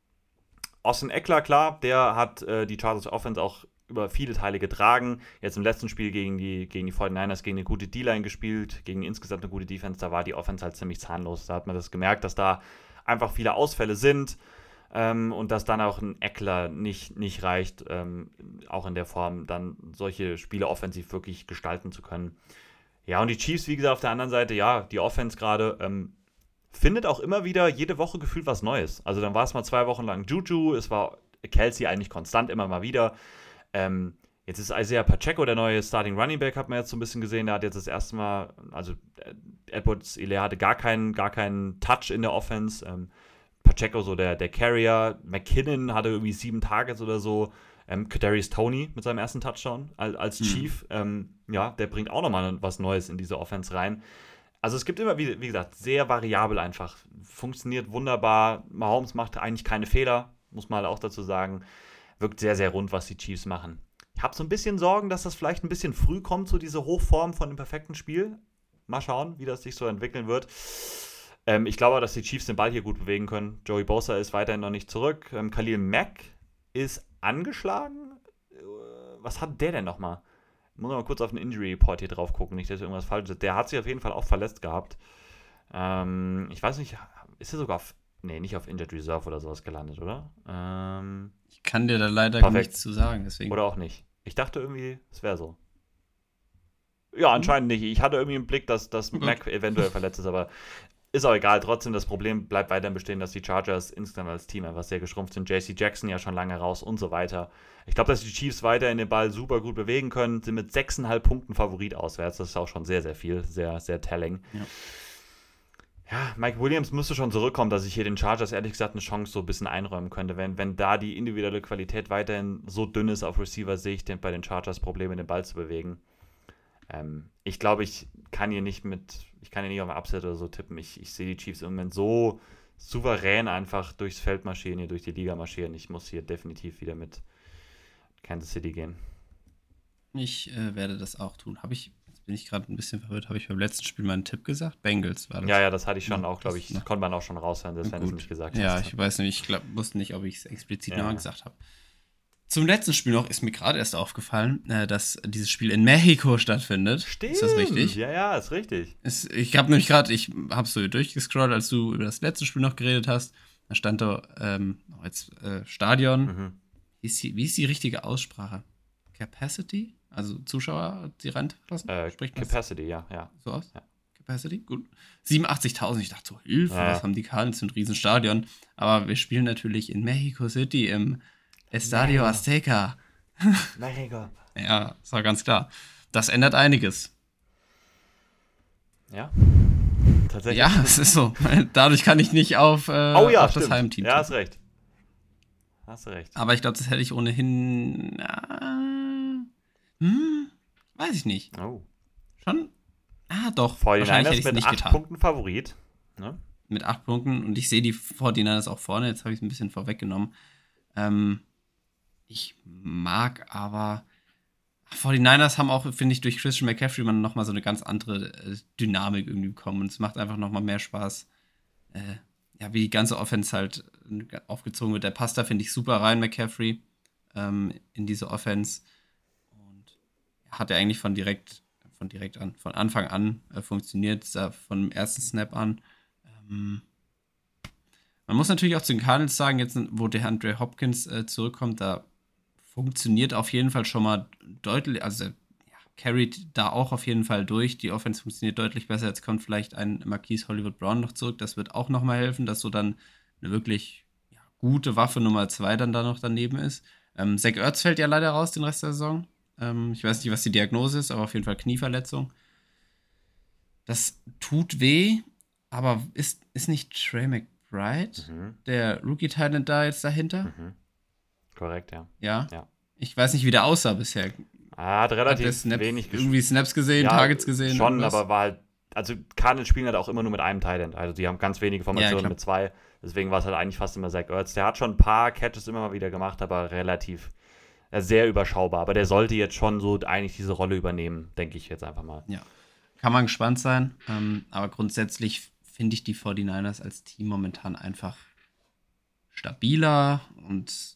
Austin Eckler, klar, der hat äh, die Chargers Offense auch über viele Teile getragen. Jetzt im letzten Spiel gegen die, gegen die forty-niners gegen eine gute D-Line gespielt, gegen insgesamt eine gute Defense. Da war die Offense halt ziemlich zahnlos. Da hat man das gemerkt, dass da einfach viele Ausfälle sind ähm, und dass dann auch ein Eckler nicht, nicht reicht, ähm, auch in der Form dann solche Spiele offensiv wirklich gestalten zu können. Ja, und die Chiefs, wie gesagt, auf der anderen Seite, ja, die Offense gerade ähm, findet auch immer wieder jede Woche gefühlt was Neues. Also dann war es mal zwei Wochen lang Juju, es war Kelsey eigentlich konstant immer mal wieder. Ähm, jetzt ist Isaiah Pacheco der neue Starting Running Back, hat man jetzt so ein bisschen gesehen. Der hat jetzt das erste Mal, also Edwards-Helaire hatte gar keinen, gar keinen Touch in der Offense. Ähm, Pacheco so der, der Carrier. McKinnon hatte irgendwie sieben Targets oder so. Ähm, Kadarius Toney mit seinem ersten Touchdown als, als Chief. Mhm. Ähm, ja, der bringt auch nochmal was Neues in diese Offense rein. Also es gibt immer, wie, wie gesagt, sehr variabel einfach. Funktioniert wunderbar. Mahomes macht eigentlich keine Fehler, muss man halt auch dazu sagen. Wirkt sehr, sehr rund, was die Chiefs machen. Ich habe so ein bisschen Sorgen, dass das vielleicht ein bisschen früh kommt, so diese Hochform von dem perfekten Spiel. Mal schauen, wie das sich so entwickeln wird. Ähm, ich glaube, dass die Chiefs den Ball hier gut bewegen können. Joey Bosa ist weiterhin noch nicht zurück. Ähm, Khalil Mack ist angeschlagen. Äh, was hat der denn nochmal? Ich muss mal kurz auf den Injury Report hier drauf gucken, nicht, dass irgendwas falsch ist. Der hat sich auf jeden Fall auch verletzt gehabt. Ähm, ich weiß nicht, ist er sogar auf, nee, nicht auf Injured Reserve oder sowas gelandet, oder? Ähm, Ich kann dir da leider Perfekt. nichts zu sagen, deswegen. oder auch nicht. Ich dachte irgendwie, es wäre so. Ja, anscheinend nicht. Ich hatte irgendwie im Blick, dass, dass Gut. Mac eventuell verletzt ist, aber ist auch egal. Trotzdem, das Problem bleibt weiterhin bestehen, dass die Chargers insgesamt als Team einfach sehr geschrumpft sind. J C Jackson ja schon lange raus und so weiter. Ich glaube, dass die Chiefs weiterhin den Ball super gut bewegen können, sind mit sechs Komma fünf Punkten Favorit auswärts. Das ist auch schon sehr, sehr viel. Sehr, sehr telling. Ja. Ja, Mike Williams müsste schon zurückkommen, dass ich hier den Chargers ehrlich gesagt eine Chance so ein bisschen einräumen könnte. Wenn, wenn da die individuelle Qualität weiterhin so dünn ist auf Receiver, sehe ich den, bei den Chargers Probleme, den Ball zu bewegen. Ähm, ich glaube, ich kann hier nicht mit, ich kann hier nicht auf ein Upset oder so tippen. Ich, ich sehe die Chiefs im Moment so souverän einfach durchs Feld marschieren, hier durch die Liga marschieren. Ich muss hier definitiv wieder mit Kansas City gehen. Ich äh, werde das auch tun. Habe ich, jetzt bin ich gerade ein bisschen verwirrt, habe ich beim letzten Spiel meinen Tipp gesagt? Bengals war das. Ja, ja, das hatte ich schon Ja, auch, glaube das- ich, ja. konnte man auch schon raushören, selbst wenn du es Gut. nicht gesagt Ja, hast. ich weiß nicht, ich glaub, wusste nicht, ob ich es explizit Ja. nochmal gesagt habe. Zum letzten Spiel noch ist mir gerade erst aufgefallen, äh, dass dieses Spiel in Mexiko stattfindet. Stimmt. Ist das richtig? Ja, ja, ist richtig. Es, ich habe nämlich gerade, ich habe so durchgescrollt, als du über das letzte Spiel noch geredet hast. Da stand da ähm, oh, jetzt äh, Stadion. Mhm. Wie ist, die, wie ist die richtige Aussprache? Capacity? Also Zuschauer, die reinlassen? Äh, Spricht man das Capacity, ja, ja. so aus? Ja. Capacity? Gut. siebenundachtzigtausend. Ich dachte so, Hilfe, Ja. was haben die Cardinals für ein Riesenstadion? Aber wir spielen natürlich in Mexico City im Estadio Ja. Azteca. Mega. Ja, das war ganz klar. Das ändert einiges. Ja. Tatsächlich. Ja, es ist so. Dadurch kann ich nicht auf, äh, Oh ja, auf das stimmt. Heimteam Ja, hast tippen. recht. Hast du recht. Aber ich glaube, das hätte ich ohnehin. Na, hm, weiß ich nicht. Oh. Schon? Ah, doch. Wahrscheinlich hätte forty-niners ich es mit nicht acht getan. Punkten Favorit. Ne? Mit acht Punkten. Und ich sehe die forty-niners auch vorne. Jetzt habe ich es ein bisschen vorweggenommen. Ähm, ich mag aber. forty-niners haben auch, finde ich, durch Christian McCaffrey man nochmal so eine ganz andere äh, Dynamik irgendwie bekommen. Und es macht einfach nochmal mehr Spaß. Äh, ja, wie die ganze Offense halt äh, aufgezogen wird. Der passt da, finde ich, super rein, McCaffrey, ähm, in diese Offense. Und hat er eigentlich von direkt, von direkt an, von Anfang an äh, funktioniert, da von dem ersten Snap an. Ähm, man muss natürlich auch zu den Cardinals sagen, jetzt, wo der Andre Hopkins äh, zurückkommt, da funktioniert auf jeden Fall schon mal deutlich, also ja, carried da auch auf jeden Fall durch. Die Offense funktioniert deutlich besser. Jetzt kommt vielleicht ein Marquise Hollywood Brown noch zurück. Das wird auch nochmal helfen, dass so dann eine wirklich ja, gute Waffe Nummer zwei dann da noch daneben ist. Ähm, Zach Ertz fällt ja leider raus den Rest der Saison. Ähm, ich weiß nicht, was die Diagnose ist, aber auf jeden Fall Knieverletzung. Das tut weh, aber ist, ist nicht Trey McBride, Mhm. der Rookie-Talent da jetzt dahinter? Mhm. Korrekt, ja. Ja? Ja. Ich weiß nicht, wie der aussah bisher. Er hat Hat relativ der Snap, wenig gespielt. irgendwie Snaps gesehen, Targets gesehen? Schon, irgendwas? aber war halt. Also, Cardinals spielen halt auch immer nur mit einem Tight End. Also, die haben ganz wenige Formationen klar. mit zwei. Deswegen war es halt eigentlich fast immer Zach Ertz. Der hat schon ein paar Catches immer mal wieder gemacht, aber relativ. Ja, sehr überschaubar. Aber der sollte jetzt schon so eigentlich diese Rolle übernehmen, denke ich jetzt einfach mal. Ja. Kann man gespannt sein. Ähm, aber grundsätzlich finde ich die forty-niners als Team momentan einfach stabiler und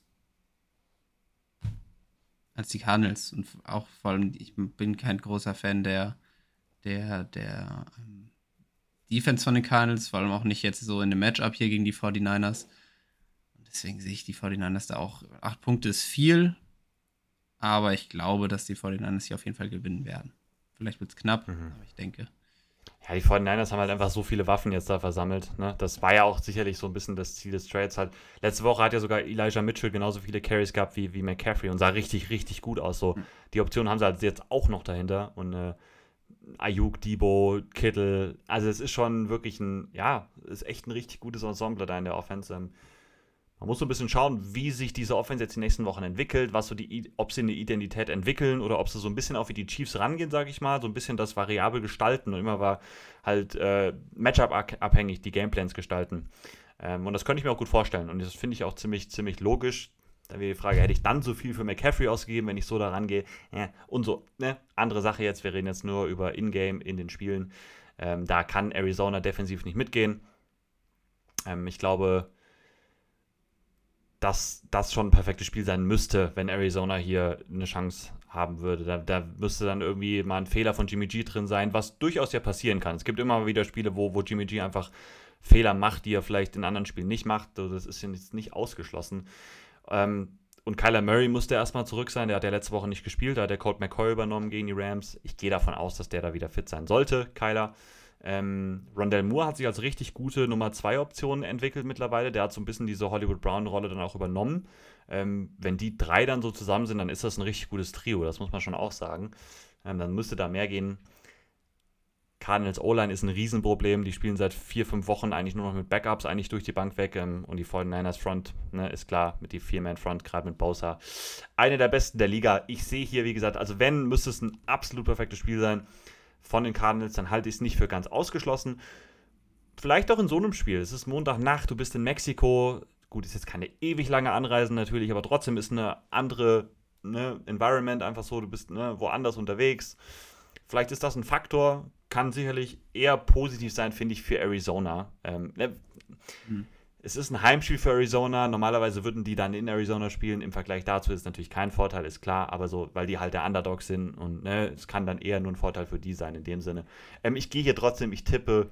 als die Cardinals. Und auch vor allem, ich bin kein großer Fan der, der, der ähm, Defense von den Cardinals, vor allem auch nicht jetzt so in dem Matchup hier gegen die forty-niners. Und deswegen sehe ich die forty-niners da auch. Acht Punkte ist viel, aber ich glaube, dass die forty-niners hier auf jeden Fall gewinnen werden. Vielleicht wird es knapp, Mhm. aber ich denke. Ja, die forty-niners haben halt einfach so viele Waffen jetzt da versammelt. Ne? Das war ja auch sicherlich so ein bisschen das Ziel des Trades halt. Letzte Woche hat ja sogar Elijah Mitchell genauso viele Carries gehabt wie, wie McCaffrey und sah richtig, richtig gut aus. So. Mhm. Die Option haben sie halt jetzt auch noch dahinter. Und äh, Ayuk, Debo, Kittle. Also es ist schon wirklich ein, ja, ist echt ein richtig gutes Ensemble da in der Offense. Ähm, Man muss so ein bisschen schauen, wie sich diese Offense jetzt die nächsten Wochen entwickelt, was so die, ob sie eine Identität entwickeln oder ob sie so ein bisschen auch wie die Chiefs rangehen, sage ich mal, so ein bisschen das variabel gestalten und immer war halt äh, Matchup-abhängig die Gameplans gestalten. Ähm, und das könnte ich mir auch gut vorstellen und das finde ich auch ziemlich, ziemlich logisch. Da wäre die Frage, hätte ich dann so viel für McCaffrey ausgegeben, wenn ich so da rangehe? Ja, und so, ne? Andere Sache jetzt, wir reden jetzt nur über Ingame in den Spielen. Ähm, da kann Arizona defensiv nicht mitgehen. Ähm, ich glaube, dass das schon ein perfektes Spiel sein müsste, wenn Arizona hier eine Chance haben würde. Da, da müsste dann irgendwie mal ein Fehler von Jimmy G drin sein, was durchaus ja passieren kann. Es gibt immer wieder Spiele, wo, wo Jimmy G einfach Fehler macht, die er vielleicht in anderen Spielen nicht macht. Das ist ja jetzt nicht ausgeschlossen. Ähm, und Kyler Murray musste erstmal zurück sein. Der hat ja letzte Woche nicht gespielt. Da hat der Colt McCoy übernommen gegen die Rams. Ich gehe davon aus, dass der da wieder fit sein sollte, Kyler. Ähm, Rondale Moore hat sich als richtig gute Nummer zwei Option entwickelt mittlerweile. Der hat so ein bisschen diese Hollywood Brown-Rolle dann auch übernommen. Ähm, wenn die drei dann so zusammen sind, dann ist das ein richtig gutes Trio. Das muss man schon auch sagen. Ähm, dann müsste da mehr gehen. Cardinals O-Line ist ein Riesenproblem. Die spielen seit vier, fünf Wochen eigentlich nur noch mit Backups eigentlich durch die Bank weg. Ähm, und die forty-niners Front, ne, ist klar, mit die Vier-Man-Front, gerade mit Bosa. Eine der besten der Liga. Ich sehe hier, wie gesagt, also wenn, müsste es ein absolut perfektes Spiel sein von den Cardinals, dann halte ich es nicht für ganz ausgeschlossen. Vielleicht auch in so einem Spiel. Es ist Montagnacht, du bist in Mexiko. Gut, ist jetzt keine ewig lange Anreise natürlich, aber trotzdem ist eine andere ne, Environment einfach so. Du bist ne, woanders unterwegs. Vielleicht ist das ein Faktor. Kann sicherlich eher positiv sein, finde ich, für Arizona. Ähm, ne, hm. Es ist ein Heimspiel für Arizona. Normalerweise würden die dann in Arizona spielen. Im Vergleich dazu ist es natürlich kein Vorteil, ist klar. Aber so, weil die halt der Underdog sind. Und ne, es kann dann eher nur ein Vorteil für die sein in dem Sinne. Ähm, ich gehe hier trotzdem, ich tippe.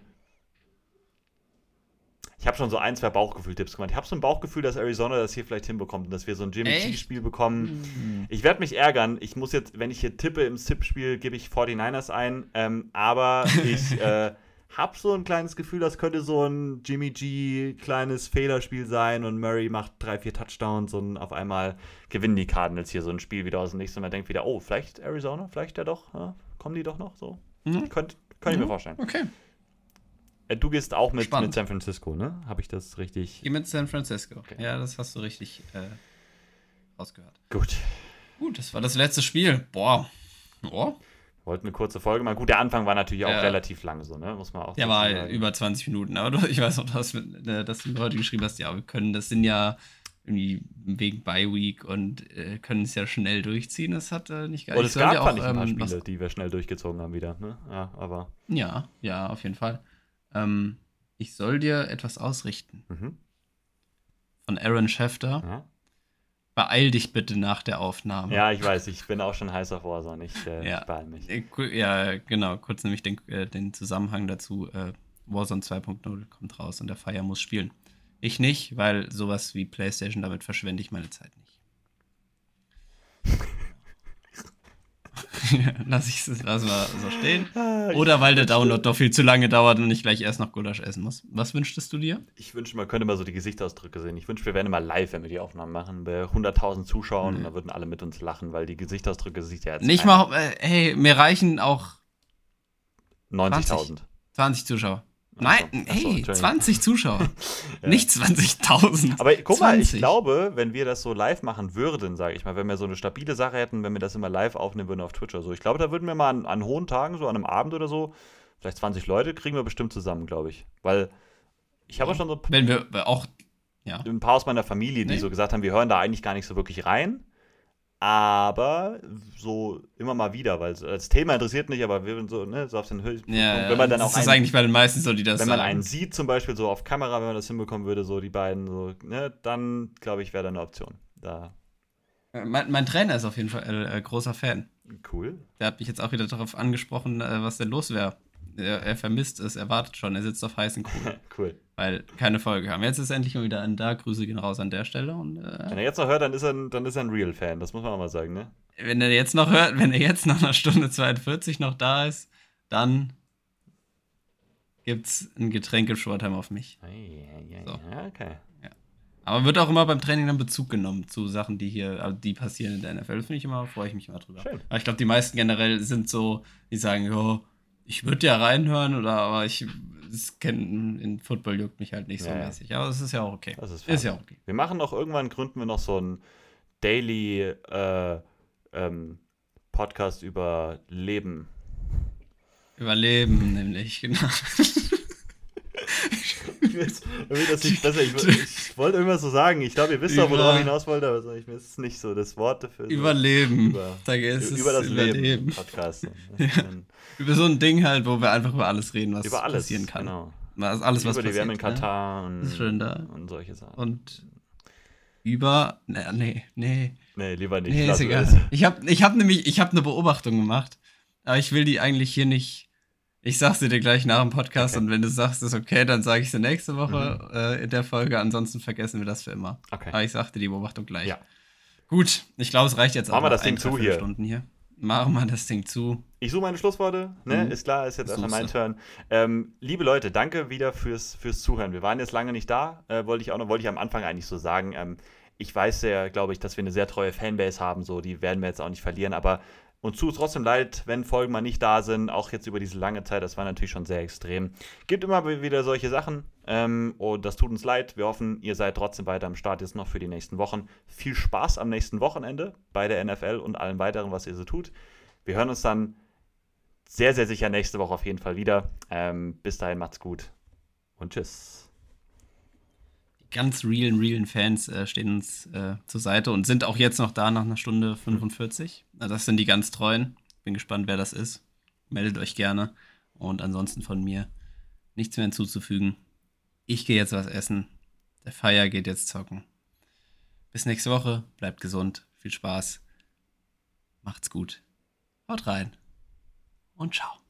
Ich habe schon so ein, zwei Bauchgefühl-Tipps gemacht. Ich habe so ein Bauchgefühl, dass Arizona das hier vielleicht hinbekommt. Und dass wir so ein Jimmy G-Spiel bekommen. Mhm. Ich werde mich ärgern. Ich muss jetzt, wenn ich hier tippe im Tippspiel, gebe ich forty-niners ein. Ähm, aber ich... äh, hab so ein kleines Gefühl, das könnte so ein Jimmy G kleines Fehlerspiel sein und Murray macht drei, vier Touchdowns und auf einmal gewinnen die Cardinals hier so ein Spiel wieder aus dem Nichts und man denkt wieder, oh, vielleicht Arizona, vielleicht ja doch, ja, kommen die doch noch so. Mhm. Könnt, kann ich mhm. mir vorstellen. Okay. Äh, du gehst auch mit, mit San Francisco, ne? Habe ich das richtig? Ich gehe mit San Francisco. Okay. Ja, das hast du richtig äh, rausgehört. Gut. Gut, das war das letzte Spiel. Boah. Boah. Wollten eine kurze Folge machen. Gut, der Anfang war natürlich auch ja. relativ lang so, ne? Muss man auch Der war sagen. Über zwanzig Minuten, aber du, ich weiß noch, dass, dass du heute geschrieben hast, ja, wir können, das sind ja irgendwie wegen Bye-Week und äh, können es ja schnell durchziehen. Das hat äh, nicht gar nicht. Und es gab ja auch ein paar ähm, Spiele, was, die wir schnell durchgezogen haben wieder, ne? Ja, aber. Ja, ja, auf jeden Fall. Ähm, ich soll dir etwas ausrichten. Mhm. Von Aaron Schefter. Ja. Beeil dich bitte nach der Aufnahme. Ja, ich weiß, ich bin auch schon heiß auf Warzone. Ich, äh, ja. ich beeil mich. Ja, genau. Kurz nämlich den, äh, den Zusammenhang dazu. Äh, Warzone zwei Punkt null kommt raus und der Fire muss spielen. Ich nicht, weil sowas wie PlayStation, damit verschwende ich meine Zeit nicht. Lass ich es lass mal so stehen. Oder weil der Download doch viel zu lange dauert und ich gleich erst noch Gulasch essen muss. Was wünschst du dir? Ich wünsche, man könnte mal so die Gesichtsausdrücke sehen. Ich wünsche, wir wären mal live, wenn wir die Aufnahmen machen, bei hunderttausend Zuschauern mhm. und da würden alle mit uns lachen, weil die Gesichtsausdrücke sieht ja jetzt nicht keiner. Mal, äh, hey, mir reichen auch neunzigtausend. zwanzig Zuschauer. Nein, Achso, hey, zwanzig Zuschauer. Ja. Nicht zwanzigtausend. Aber guck mal, ich glaube, wenn wir das so live machen würden, sage ich mal, wenn wir so eine stabile Sache hätten, wenn wir das immer live aufnehmen würden auf Twitch oder so, ich glaube, da würden wir mal an, an hohen Tagen, so an einem Abend oder so, vielleicht zwanzig Leute kriegen wir bestimmt zusammen, glaube ich. Weil ich habe ja schon so wenn wir auch, ja. ein paar aus meiner Familie, die nee. so gesagt haben, wir hören da eigentlich gar nicht so wirklich rein. Aber so immer mal wieder, weil das Thema interessiert mich, aber wir sind so, ne, so auf den Höchsten. Ja, wenn man dann auch das ist einen, eigentlich bei den meisten so, die das Wenn man sagen. einen sieht, zum Beispiel so auf Kamera, wenn man das hinbekommen würde, so die beiden, so, ne, dann glaube ich, wäre da eine Option. Da. Mein, mein Trainer ist auf jeden Fall äh, großer Fan. Cool. Der hat mich jetzt auch wieder darauf angesprochen, äh, was denn los wäre. Er, er vermisst es, er wartet schon, er sitzt auf heißen Kohlen. Cool. Weil keine Folge haben. Jetzt ist endlich mal wieder ein da. Grüße gehen raus an der Stelle. Und, äh, wenn er jetzt noch hört, dann ist er, ein, dann ist er ein Real-Fan. Das muss man auch mal sagen, ne? Wenn er jetzt noch hört, wenn er jetzt nach einer Stunde zweiundvierzig noch da ist, dann gibt's ein Getränk im Shorttime auf mich. Ei, ei, ei, so. Ja, okay. Ja. Aber wird auch immer beim Training dann Bezug genommen zu Sachen, die hier, die passieren in der N F L. Das finde ich immer, freue ich mich immer drüber. Schön. Aber ich glaube, die meisten generell sind so, die sagen, jo, ich würde ja reinhören, oder aber ich das kenn, in Football juckt mich halt nicht so ja, mäßig. Aber es ist ja auch okay. Das ist, ist ja auch okay. Wir machen noch irgendwann, gründen wir noch so einen Daily äh, ähm, Podcast über Leben. Über Leben, nämlich, genau. ich will jetzt irgendwie das nicht besser. Ich, ich wollte irgendwas so sagen. Ich glaube, ihr wisst auch, worauf ich hinaus wollte, aber so, ich, mir ist es nicht so das Wort dafür. So Überleben. über, da ist über das Überleben. Leben im Podcast. Ja. Über so ein Ding halt, wo wir einfach über alles reden, was über alles, passieren kann. Genau. Was, alles, was über die passiert. W M in Katar, ne? und, ist schön da. und solche Sachen. Und über. Nee, nee, nee. Nee, lieber nicht. Nee, Lass ist egal. es. Ich habe ich hab nämlich ich hab eine Beobachtung gemacht, aber ich will die eigentlich hier nicht. Ich sag sie dir gleich nach dem Podcast Okay. und wenn du sagst, ist okay, dann sage ich sie nächste Woche mhm. äh, in der Folge. Ansonsten vergessen wir das für immer. Okay. Aber ich sagte die Beobachtung gleich. Ja. Gut, ich glaube, es reicht jetzt Machen auch wir noch das Ding ein, zu drei, hier. Stunden hier. Machen wir das Ding zu. Ich suche meine Schlussworte, ne? Mhm. Ist klar, ist jetzt erstmal mein Such's. Turn. Ähm, liebe Leute, danke wieder fürs, fürs Zuhören. Wir waren jetzt lange nicht da, äh, wollte ich auch noch, wollte ich am Anfang eigentlich so sagen. Ähm, ich weiß ja, glaube ich, dass wir eine sehr treue Fanbase haben, so, die werden wir jetzt auch nicht verlieren, aber uns tut es trotzdem leid, wenn Folgen mal nicht da sind, auch jetzt über diese lange Zeit, das war natürlich schon sehr extrem. Gibt immer wieder solche Sachen ähm, und das tut uns leid. Wir hoffen, ihr seid trotzdem weiter am Start jetzt noch für die nächsten Wochen. Viel Spaß am nächsten Wochenende bei der N F L und allem weiteren, was ihr so tut. Wir hören uns dann sehr, sehr sicher nächste Woche auf jeden Fall wieder. Ähm, bis dahin, macht's gut und tschüss. Die ganz realen, realen Fans äh, stehen uns äh, zur Seite und sind auch jetzt noch da nach einer Stunde fünfundvierzig. Mhm. Das sind die ganz Treuen. Bin gespannt, wer das ist. Meldet euch gerne. Und ansonsten von mir nichts mehr hinzuzufügen. Ich gehe jetzt was essen. Der Feier geht jetzt zocken. Bis nächste Woche. Bleibt gesund. Viel Spaß. Macht's gut. Haut rein. Und ciao.